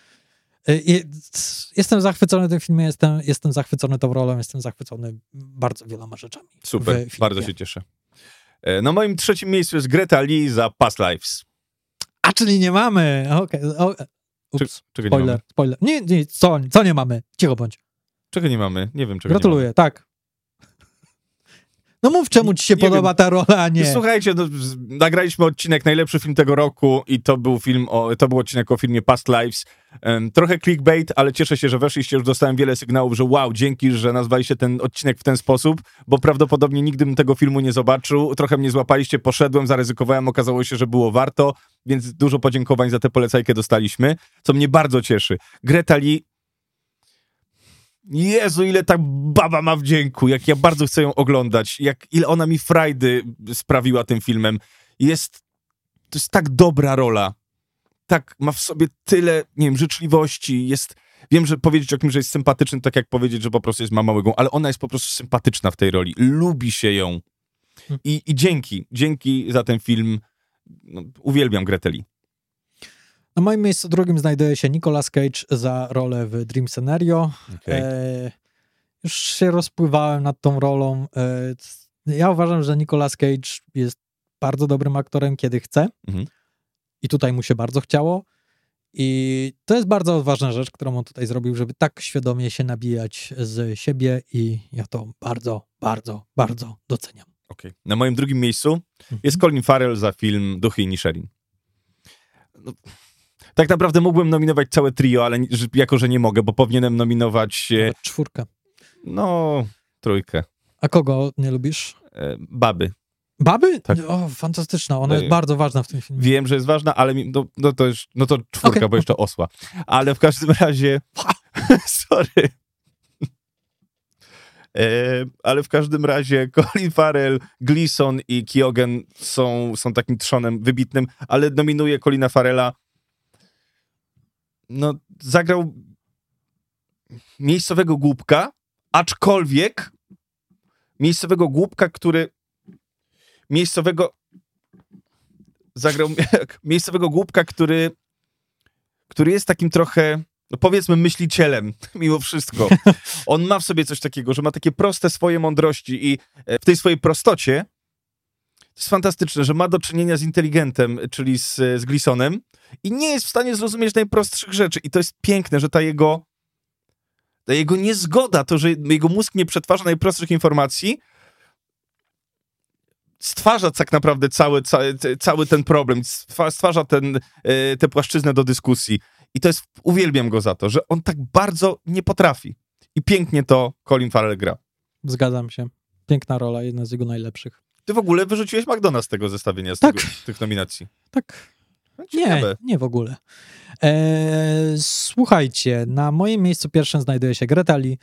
Jestem zachwycony tym filmem, jestem zachwycony tą rolą, jestem zachwycony bardzo wieloma rzeczami. Super, bardzo się cieszę. Na moim 3 miejscu jest Greta Lee za Past Lives. A, czyli nie mamy. Okej. Ups. Czego spoiler, nie mamy? spoiler. Nie, co nie mamy? Cicho bądź. Czego nie mamy? Nie wiem, czego Gratuluję, nie mamy. tak. No mów, czemu ci się podoba ta rola, a nie. Słuchajcie, nagraliśmy odcinek Najlepszy film tego roku i to był odcinek o filmie Past Lives. Trochę clickbait, ale cieszę się, że weszliście, już dostałem wiele sygnałów, że wow, dzięki, że nazwaliście ten odcinek w ten sposób, bo prawdopodobnie nigdy bym tego filmu nie zobaczył. Trochę mnie złapaliście, poszedłem, zaryzykowałem, okazało się, że było warto, więc dużo podziękowań za tę polecajkę dostaliśmy, co mnie bardzo cieszy. Greta Lee, Jezu, ile ta baba ma wdzięku, jak ja bardzo chcę ją oglądać, ile ona mi frajdy sprawiła tym filmem. To jest tak dobra rola, tak ma w sobie tyle, nie wiem, życzliwości, wiem, że powiedzieć o kimś, że jest sympatyczny, tak jak powiedzieć, że po prostu jest mama łygą, ale ona jest po prostu sympatyczna w tej roli, lubi się ją i dzięki za ten film uwielbiam Gretę Lee. Na moim miejscu drugim znajduje się Nicolas Cage za rolę w Dream Scenario. Okay. Już się rozpływałem nad tą rolą. Ja uważam, że Nicolas Cage jest bardzo dobrym aktorem, kiedy chce. I tutaj mu się bardzo chciało. I to jest bardzo odważna rzecz, którą on tutaj zrobił, żeby tak świadomie się nabijać z siebie i ja to bardzo, bardzo, bardzo doceniam. Okay. Na moim drugim miejscu jest Colin Farrell za film Duchy Inisherin. No, tak naprawdę mógłbym nominować całe trio, ale jako, że nie mogę, bo powinienem nominować... 4. No, 3. A kogo nie lubisz? Baby. Baby? Tak. O, fantastyczna. Ona jest bardzo ważna w tym filmie. Wiem, że jest ważna, ale to 4, bo jeszcze osła. Ale w każdym razie... Sorry. Ale w każdym razie Colin Farrell, Gleeson i Keoghan są takim trzonem wybitnym, ale nominuję Colina Farrella. No, zagrał miejscowego głupka, aczkolwiek miejscowego głupka, zagrał miejscowego głupka, który jest takim trochę, no powiedzmy, myślicielem mimo wszystko. On ma w sobie coś takiego, że ma takie proste swoje mądrości i w tej swojej prostocie to jest fantastyczne, że ma do czynienia z inteligentem, czyli z Gleesonem i nie jest w stanie zrozumieć najprostszych rzeczy. I to jest piękne, że ta jego niezgoda, to, że jego mózg nie przetwarza najprostszych informacji, stwarza tak naprawdę cały ten problem, stwarza tę płaszczyznę do dyskusji. I to jest, uwielbiam go za to, że on tak bardzo nie potrafi. I pięknie to Colin Farrell gra. Zgadzam się. Piękna rola, jedna z jego najlepszych. Ty w ogóle wyrzuciłeś McDonald's z tego zestawienia, tych nominacji. Tak. No, nie w ogóle. Słuchajcie, na moim miejscu pierwszym znajduje się Greta Lee.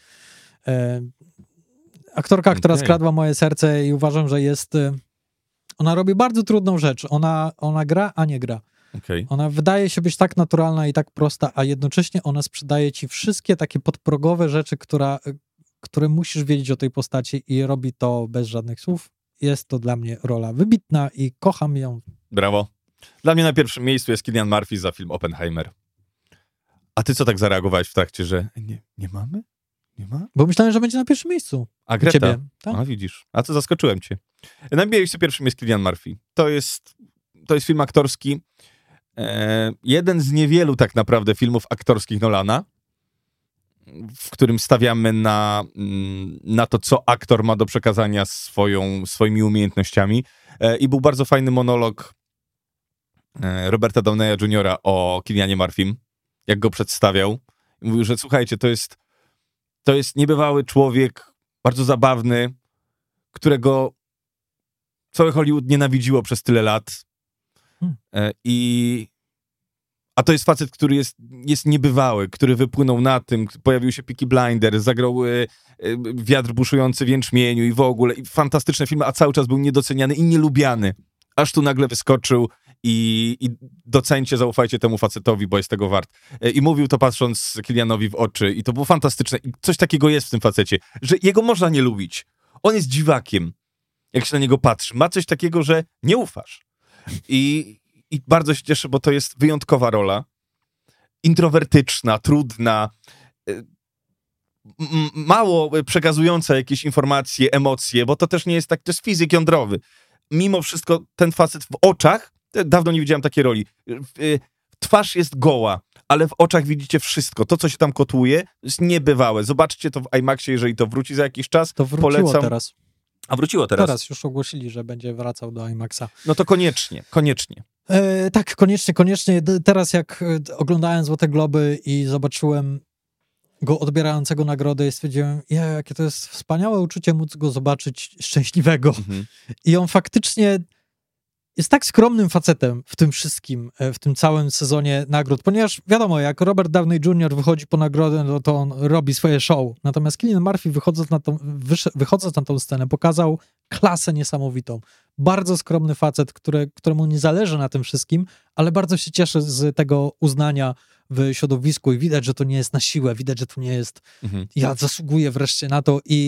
Aktorka, która skradła moje serce i uważam, że jest... Ona robi bardzo trudną rzecz. Ona gra, a nie gra. Okay. Ona wydaje się być tak naturalna i tak prosta, a jednocześnie ona sprzedaje ci wszystkie takie podprogowe rzeczy, które musisz wiedzieć o tej postaci i robi to bez żadnych słów. Jest to dla mnie rola wybitna i kocham ją. Brawo. Dla mnie na pierwszym miejscu jest Cillian Murphy za film Oppenheimer. A ty co tak zareagowałeś w trakcie, że nie mamy? Nie ma? Bo myślałem, że będzie na pierwszym miejscu. A Greta? Ciebie, tak? A widzisz. A co, zaskoczyłem cię. Na miejscu pierwszym jest Cillian Murphy. To jest film aktorski. Jeden z niewielu tak naprawdę filmów aktorskich Nolana, w którym stawiamy na to, co aktor ma do przekazania swoimi umiejętnościami. I był bardzo fajny monolog Roberta Downeya Jr. o Cillianie Murphym, jak go przedstawiał. Mówił, że słuchajcie, to jest niebywały człowiek, bardzo zabawny, którego całe Hollywood nienawidziło przez tyle lat. A to jest facet, który jest niebywały, który wypłynął na tym, pojawił się Peaky Blinders, zagrał Wiatr buszujący w jęczmieniu i w ogóle. I fantastyczne filmy, a cały czas był niedoceniany i nielubiany. Aż tu nagle wyskoczył i docencie, zaufajcie temu facetowi, bo jest tego wart. I mówił to patrząc Cillianowi w oczy i to było fantastyczne. I coś takiego jest w tym facecie, że jego można nie lubić. On jest dziwakiem, jak się na niego patrzy. Ma coś takiego, że nie ufasz. I bardzo się cieszę, bo to jest wyjątkowa rola. Introwertyczna, trudna, mało przekazująca jakieś informacje, emocje, bo to też nie jest tak, to jest fizyk jądrowy. Mimo wszystko ten facet w oczach, dawno nie widziałem takiej roli, twarz jest goła, ale w oczach widzicie wszystko. To, co się tam kotłuje, jest niebywałe. Zobaczcie to w IMAXie, jeżeli to wróci za jakiś czas. To wróciło polecam. Teraz. A wróciło teraz? Teraz już ogłosili, że będzie wracał do IMAXa. No to koniecznie. Tak, koniecznie. Teraz jak oglądałem Złote Globy i zobaczyłem go odbierającego nagrody i stwierdziłem, jakie to jest wspaniałe uczucie móc go zobaczyć szczęśliwego. Mhm. I on faktycznie jest tak skromnym facetem w tym wszystkim, w tym całym sezonie nagród, ponieważ wiadomo, jak Robert Downey Jr. wychodzi po nagrodę, no to on robi swoje show. Natomiast Cillian Murphy wychodząc na tą scenę pokazał klasę niesamowitą. Bardzo skromny facet, któremu nie zależy na tym wszystkim, ale bardzo się cieszy z tego uznania w środowisku i widać, że to nie jest na siłę, widać, że to nie jest ja zasługuję wreszcie na to i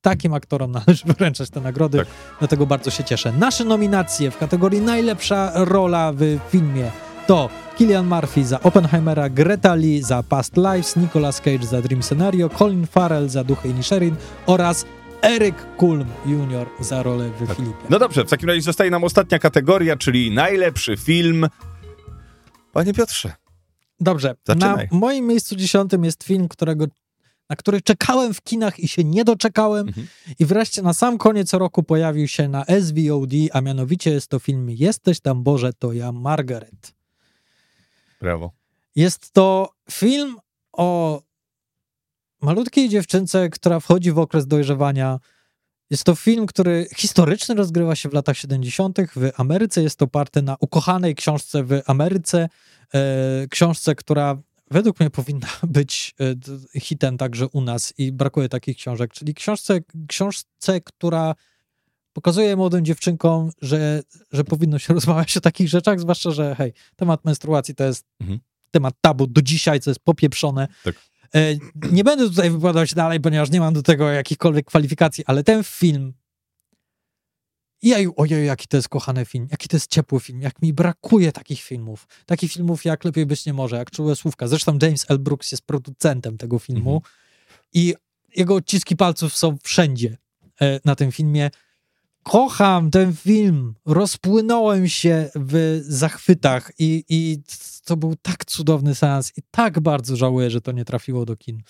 takim aktorom należy wręczać te nagrody, dlatego bardzo się cieszę. Nasze nominacje w kategorii najlepsza rola w filmie to Cillian Murphy za Oppenheimera, Greta Lee za Past Lives, Nicolas Cage za Dream Scenario, Colin Farrell za Duchy Inisherin oraz Eric Kulm Jr. za rolę w Filipie. No dobrze, w takim razie zostaje nam ostatnia kategoria, czyli najlepszy film. Panie Piotrze. Dobrze, zaczynaj. Na moim miejscu 10 jest film, na który czekałem w kinach i się nie doczekałem i wreszcie na sam koniec roku pojawił się na SVOD, a mianowicie jest to film Jesteś tam Boże, to ja Margaret. Brawo. Jest to film o malutkiej dziewczynce, która wchodzi w okres dojrzewania. Jest to film, który historyczny rozgrywa się w latach 70. w Ameryce. Jest oparty na ukochanej książce w Ameryce. Książce, która według mnie powinna być hitem także u nas i brakuje takich książek. Czyli książce, która pokazuje młodym dziewczynkom, że powinno się rozmawiać o takich rzeczach, zwłaszcza, że temat menstruacji to jest temat tabu do dzisiaj, co jest popieprzone. Tak. Nie będę tutaj wypowiadał się dalej, ponieważ nie mam do tego jakichkolwiek kwalifikacji, ale ten film, ojej, jaki to jest kochany film, jaki to jest ciepły film, jak mi brakuje takich filmów jak Lepiej być nie może, jak Czułe słówka. Zresztą James L. Brooks jest producentem tego filmu i jego odciski palców są wszędzie na tym filmie. Kocham ten film, rozpłynąłem się w zachwytach i to był tak cudowny seans i tak bardzo żałuję, że to nie trafiło do kin.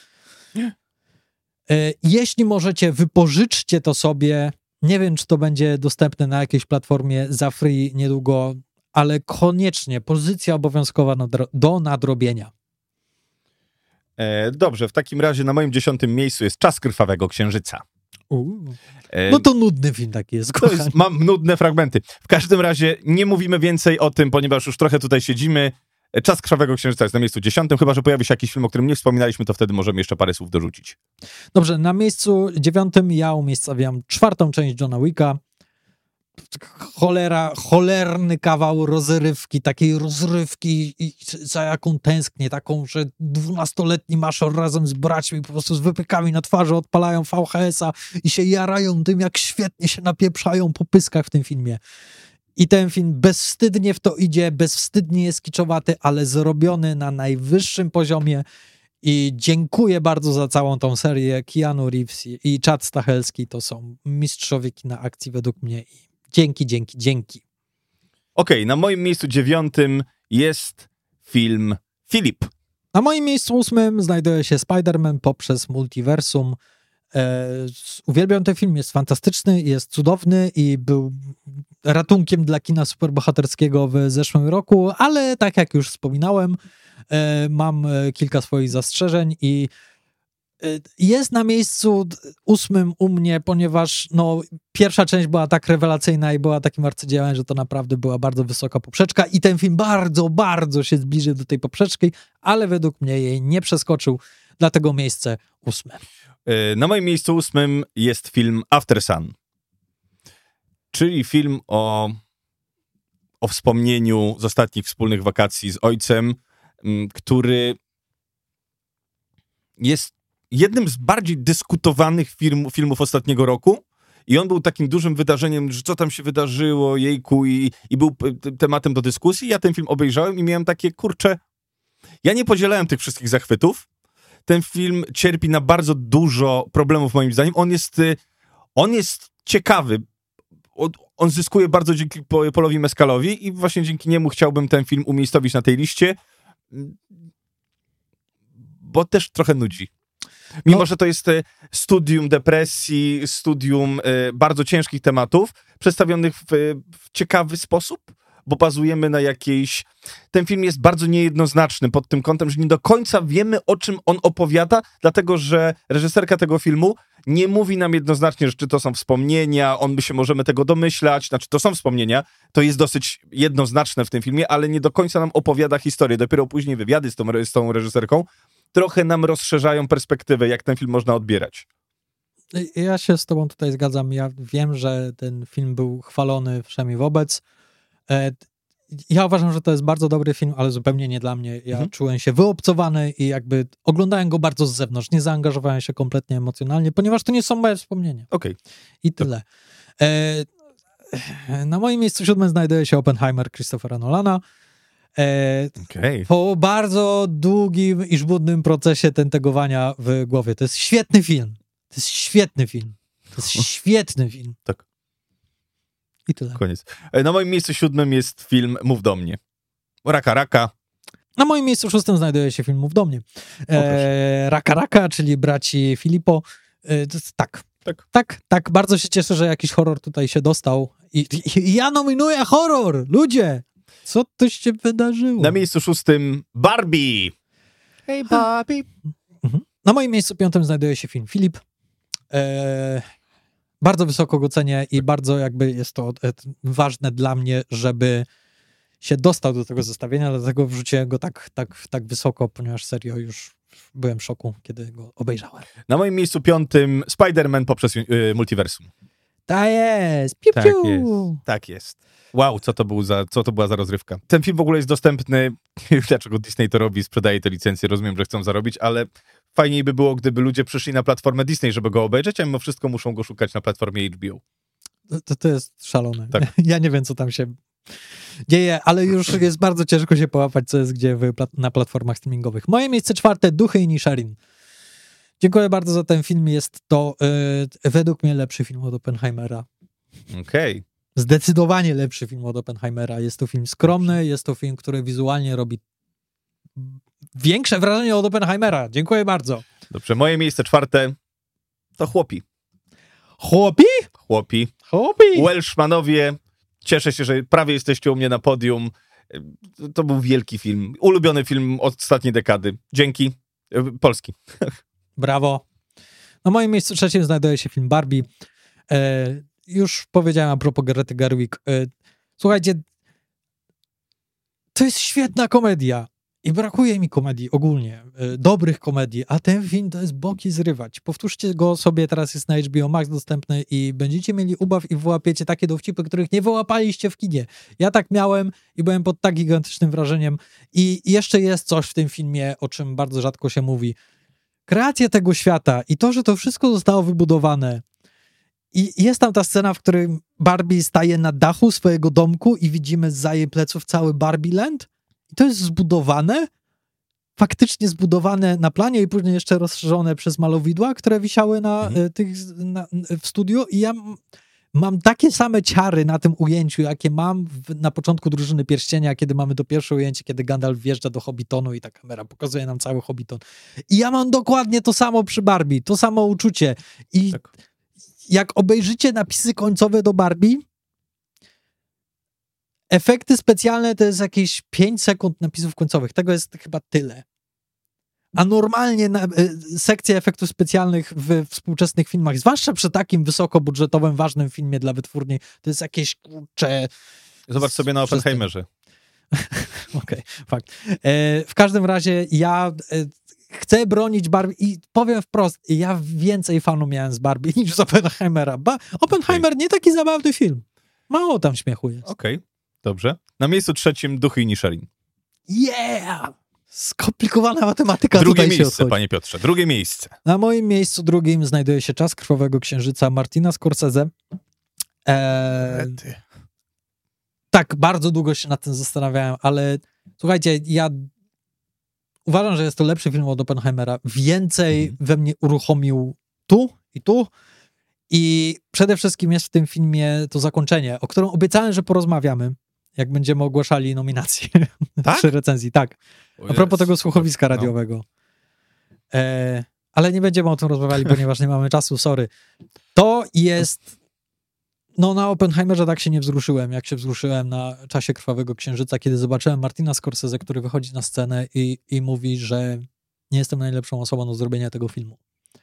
Jeśli możecie, wypożyczcie to sobie. Nie wiem, czy to będzie dostępne na jakiejś platformie za free niedługo, ale koniecznie, pozycja obowiązkowa do nadrobienia. Dobrze, w takim razie na moim 10. miejscu jest Czas krwawego księżyca. No to nudny film taki jest. Mam nudne fragmenty. W każdym razie nie mówimy więcej o tym, ponieważ już trochę tutaj siedzimy. Czas krwawego księżyca jest na miejscu 10, chyba że pojawi się jakiś film, o którym nie wspominaliśmy, to wtedy możemy jeszcze parę słów dorzucić. Dobrze, na miejscu 9 ja umiejscawiam 4. część Johna Wicka. Cholerny kawał rozrywki, takiej rozrywki, za jaką tęsknię, taką, że 12-letni maszor razem z braćmi po prostu z wypykami na twarzy odpalają VHS-a i się jarają tym, jak świetnie się napieprzają po pyskach w tym filmie. I ten film bezwstydnie w to idzie, bezwstydnie jest kiczowaty, ale zrobiony na najwyższym poziomie i dziękuję bardzo za całą tą serię. Keanu Reeves i Chad Stahelski to są mistrzowie kina akcji według mnie i dzięki. Okej, na moim miejscu 9 jest film Filip. Na moim miejscu 8 znajduje się Spider-Man poprzez multiversum. Uwielbiam ten film, jest fantastyczny, jest cudowny i był ratunkiem dla kina superbohaterskiego w zeszłym roku, ale tak jak już wspominałem, mam kilka swoich zastrzeżeń i jest na miejscu 8 u mnie, ponieważ pierwsza część była tak rewelacyjna i była takim arcydziełem, że to naprawdę była bardzo wysoka poprzeczka i ten film bardzo, bardzo się zbliżył do tej poprzeczki, ale według mnie jej nie przeskoczył, dlatego miejsce 8. Na moim miejscu 8 jest film After Sun, czyli film o wspomnieniu z ostatnich wspólnych wakacji z ojcem, który jest jednym z bardziej dyskutowanych filmów ostatniego roku i on był takim dużym wydarzeniem, że co tam się wydarzyło, jejku, i był tematem do dyskusji. Ja ten film obejrzałem i miałem takie, kurczę, ja nie podzielałem tych wszystkich zachwytów. Ten film cierpi na bardzo dużo problemów moim zdaniem. On jest ciekawy. On zyskuje bardzo dzięki Paulowi Mescalowi i właśnie dzięki niemu chciałbym ten film umiejscowić na tej liście, bo też trochę nudzi. Mimo, że to jest studium depresji, studium bardzo ciężkich tematów, przedstawionych w ciekawy sposób, bo bazujemy na jakiejś... Ten film jest bardzo niejednoznaczny pod tym kątem, że nie do końca wiemy, o czym on opowiada, dlatego że reżyserka tego filmu nie mówi nam jednoznacznie, że czy to są wspomnienia, my się możemy tego domyślać, znaczy to są wspomnienia, to jest dosyć jednoznaczne w tym filmie, ale nie do końca nam opowiada historię. Dopiero później wywiady z tą reżyserką trochę nam rozszerzają perspektywę, jak ten film można odbierać. Ja się z tobą tutaj zgadzam. Ja wiem, że ten film był chwalony wszemi wobec. ja uważam, że to jest bardzo dobry film, ale zupełnie nie dla mnie. Ja czułem się wyobcowany i jakby oglądałem go bardzo z zewnątrz. Nie zaangażowałem się kompletnie emocjonalnie, ponieważ to nie są moje wspomnienia. Okej. I tyle. Na moim miejscu 7 znajduje się Oppenheimer Christophera Nolana. Po bardzo długim i żmudnym procesie tentegowania w głowie. To jest świetny film. To jest świetny film. Tak. I tyle. Koniec. Na moim miejscu 7 jest film Mów do mnie. Raka. Na moim miejscu 6 znajduje się film Mów do mnie. Raka, czyli braci Filippo. Tak. Bardzo się cieszę, że jakiś horror tutaj się dostał. I ja nominuję horror! Ludzie! Co to się wydarzyło? Na miejscu 6 Barbie. Hey Barbie. Na moim miejscu 5 znajduje się film Filip. Bardzo wysoko go cenię i bardzo jakby jest to ważne dla mnie, żeby się dostał do tego zestawienia, dlatego wrzuciłem go tak wysoko, ponieważ serio już byłem w szoku, kiedy go obejrzałem. Na moim miejscu 5 Spider-Man poprzez multiversum. Tak jest! Piu, piu. Tak jest. Wow, co to była za rozrywka. Ten film w ogóle jest dostępny, nie wiem dlaczego Disney to robi, sprzedaje te licencje, rozumiem, że chcą zarobić, ale fajniej by było, gdyby ludzie przyszli na platformę Disney, żeby go obejrzeć, a mimo wszystko muszą go szukać na platformie HBO. To jest szalone. Tak. Ja nie wiem, co tam się dzieje, ale już jest bardzo ciężko się połapać, co jest gdzie na platformach streamingowych. Moje miejsce 4, Duchy i Nisharin. Dziękuję bardzo za ten film. Jest to według mnie lepszy film od Oppenheimera. Okej. Zdecydowanie lepszy film od Oppenheimera. Jest to film skromny, jest to film, który wizualnie robi większe wrażenie od Oppenheimera. Dziękuję bardzo. Dobrze, moje miejsce 4 to Chłopi. Chłopi? Welshmanowie. Cieszę się, że prawie jesteście u mnie na podium. To był wielki film. Ulubiony film od ostatniej dekady. Dzięki. Polski. Brawo. Na moim miejscu 3 znajduje się film Barbie. Już powiedziałem a propos Grety Gerwig. Słuchajcie, to jest świetna komedia i brakuje mi komedii ogólnie, dobrych komedii, a ten film to jest boki zrywać. Powtórzcie go sobie, teraz jest na HBO Max dostępny i będziecie mieli ubaw i wyłapiecie takie dowcipy, których nie wyłapaliście w kinie. Ja tak miałem i byłem pod tak gigantycznym wrażeniem i jeszcze jest coś w tym filmie, o czym bardzo rzadko się mówi. Kreacja tego świata i to, że to wszystko zostało wybudowane. I jest tam ta scena, w której Barbie staje na dachu swojego domku i widzimy zza jej pleców cały Barbie Land. I to jest zbudowane, faktycznie zbudowane na planie i później jeszcze rozszerzone przez malowidła, które wisiały w studiu. I ja mam takie same ciary na tym ujęciu, jakie mam na początku Drużyny Pierścienia, kiedy mamy to pierwsze ujęcie, kiedy Gandalf wjeżdża do Hobbitonu i ta kamera pokazuje nam cały Hobbiton. I ja mam dokładnie to samo przy Barbie, to samo uczucie. I jak obejrzycie napisy końcowe do Barbie, efekty specjalne to jest jakieś 5 sekund napisów końcowych. Tego jest chyba tyle. A normalnie sekcja efektów specjalnych w współczesnych filmach, zwłaszcza przy takim wysokobudżetowym, ważnym filmie dla wytwórni, to jest jakieś kurcze... Zobacz sobie na Oppenheimerze. Okej, fakt. W każdym razie ja chcę bronić Barbie i powiem wprost, ja więcej fanów miałem z Barbie niż z Oppenheimera. Oppenheimer nie taki zabawny film. Mało tam śmiechu jest. Okej, dobrze. Na miejscu 3 Duchy i Nisharin. Yeah! Skomplikowana matematyka drugie tutaj miejsce, się odchodzi. panie Piotrze, drugie miejsce. Na moim miejscu drugim znajduje się Czas Krwawego Księżyca Martina Scorsese. Tak, bardzo długo się nad tym zastanawiałem, ale słuchajcie, ja uważam, że jest to lepszy film od Oppenheimera. Więcej we mnie uruchomił tu i tu. I przede wszystkim jest w tym filmie to zakończenie, o którym obiecałem, że porozmawiamy, jak będziemy ogłaszali nominacje przy recenzji. Tak. A propos tego słuchowiska radiowego. Ale nie będziemy o tym rozmawiali, ponieważ nie mamy czasu, sorry. To jest... No na Oppenheimerze tak się nie wzruszyłem, jak się wzruszyłem na Czasie Krwawego Księżyca, kiedy zobaczyłem Martina Scorsese, który wychodzi na scenę i mówi, że nie jestem najlepszą osobą do zrobienia tego filmu.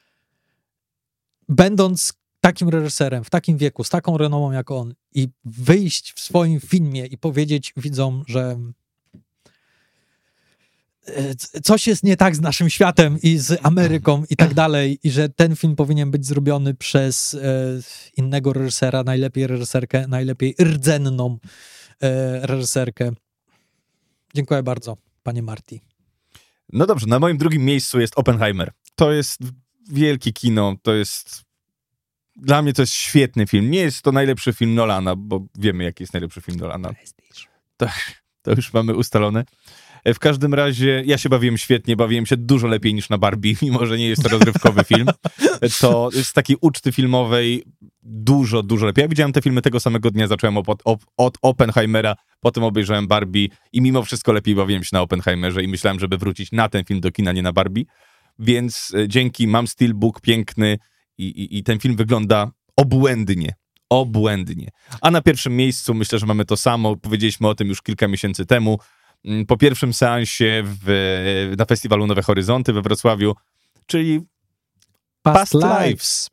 Będąc takim reżyserem, w takim wieku, z taką renomą jak on i wyjść w swoim filmie i powiedzieć widzom, że coś jest nie tak z naszym światem i z Ameryką i tak dalej i że ten film powinien być zrobiony przez innego reżysera, najlepiej reżyserkę, najlepiej rdzenną reżyserkę. Dziękuję bardzo, panie Marty. No dobrze, na moim drugim miejscu jest Oppenheimer. To jest wielkie kino, dla mnie to jest świetny film. Nie jest to najlepszy film Nolana, bo wiemy, jaki jest najlepszy film Nolana. To już mamy ustalone. W każdym razie ja się bawiłem się dużo lepiej niż na Barbie, mimo że nie jest to rozrywkowy film. To z takiej uczty filmowej dużo lepiej. Ja widziałem te filmy tego samego dnia, zacząłem od Oppenheimera, potem obejrzałem Barbie i mimo wszystko lepiej bawiłem się na Oppenheimerze i myślałem, żeby wrócić na ten film do kina, nie na Barbie. Więc dzięki, mam steelbook piękny i ten film wygląda obłędnie. A na pierwszym miejscu myślę, że mamy to samo. Powiedzieliśmy o tym już kilka miesięcy temu. Po pierwszym seansie na festiwalu Nowe Horyzonty we Wrocławiu, czyli Past Lives.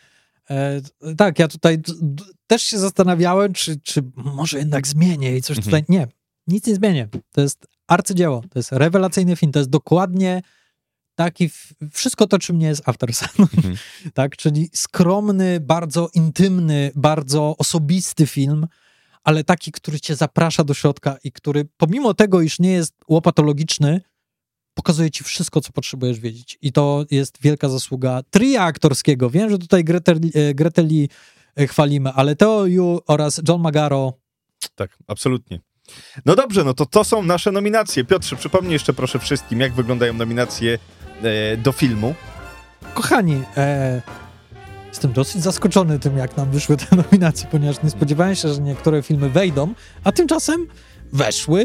Tak, ja tutaj też się zastanawiałem, czy może jednak zmienię i coś tutaj... Nie, nic nie zmienię. To jest arcydzieło, to jest rewelacyjny film, to jest dokładnie taki... Wszystko to, czym nie jest After Sun. Tak, czyli skromny, bardzo intymny, bardzo osobisty film, ale taki, który cię zaprasza do środka i który pomimo tego, iż nie jest łopatologiczny, pokazuje ci wszystko, co potrzebujesz wiedzieć. I to jest wielka zasługa tria aktorskiego. Wiem, że tutaj Gretę Lee chwalimy, ale Teo Yu oraz John Magaro. Tak, absolutnie. No dobrze, no to są nasze nominacje. Piotrze, przypomnij jeszcze proszę wszystkim, jak wyglądają nominacje do filmu. Kochani, jestem dosyć zaskoczony tym, jak nam wyszły te nominacje, ponieważ nie spodziewałem się, że niektóre filmy wejdą, a tymczasem weszły.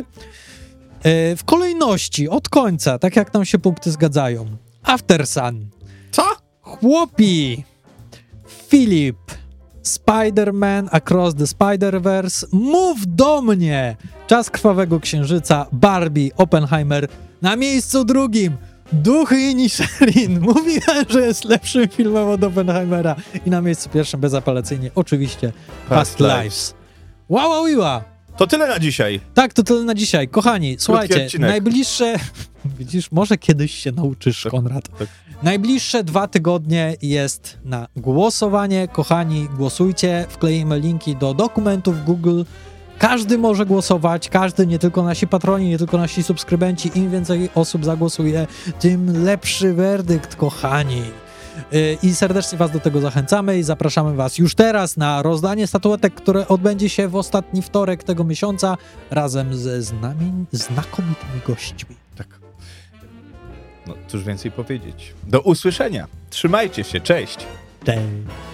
W kolejności, od końca, tak jak nam się punkty zgadzają. After Sun. Co? Chłopi. Filip. Spider-Man Across the Spider-Verse. Mów do mnie. Czas Krwawego Księżyca. Barbie. Oppenheimer. Na miejscu drugim. Duchy Inisherin. Mówiłem, że jest lepszym filmem od Oppenheimera. I na miejscu pierwszym bezapelacyjnie oczywiście Past Lives. Wow. To tyle na dzisiaj. Tak, to tyle na dzisiaj. Kochani, słuchajcie, najbliższe... Widzisz, może kiedyś się nauczysz, Konrad. Tak. Najbliższe 2 tygodnie jest na głosowanie. Kochani, głosujcie. Wkleimy linki do dokumentów Google. Każdy może głosować, każdy, nie tylko nasi patroni, nie tylko nasi subskrybenci. Im więcej osób zagłosuje, tym lepszy werdykt, kochani. I serdecznie was do tego zachęcamy i zapraszamy was już teraz na rozdanie statuetek, które odbędzie się w ostatni wtorek tego miesiąca razem ze znakomitymi gośćmi. Tak. No, cóż więcej powiedzieć. Do usłyszenia. Trzymajcie się. Cześć. Cześć.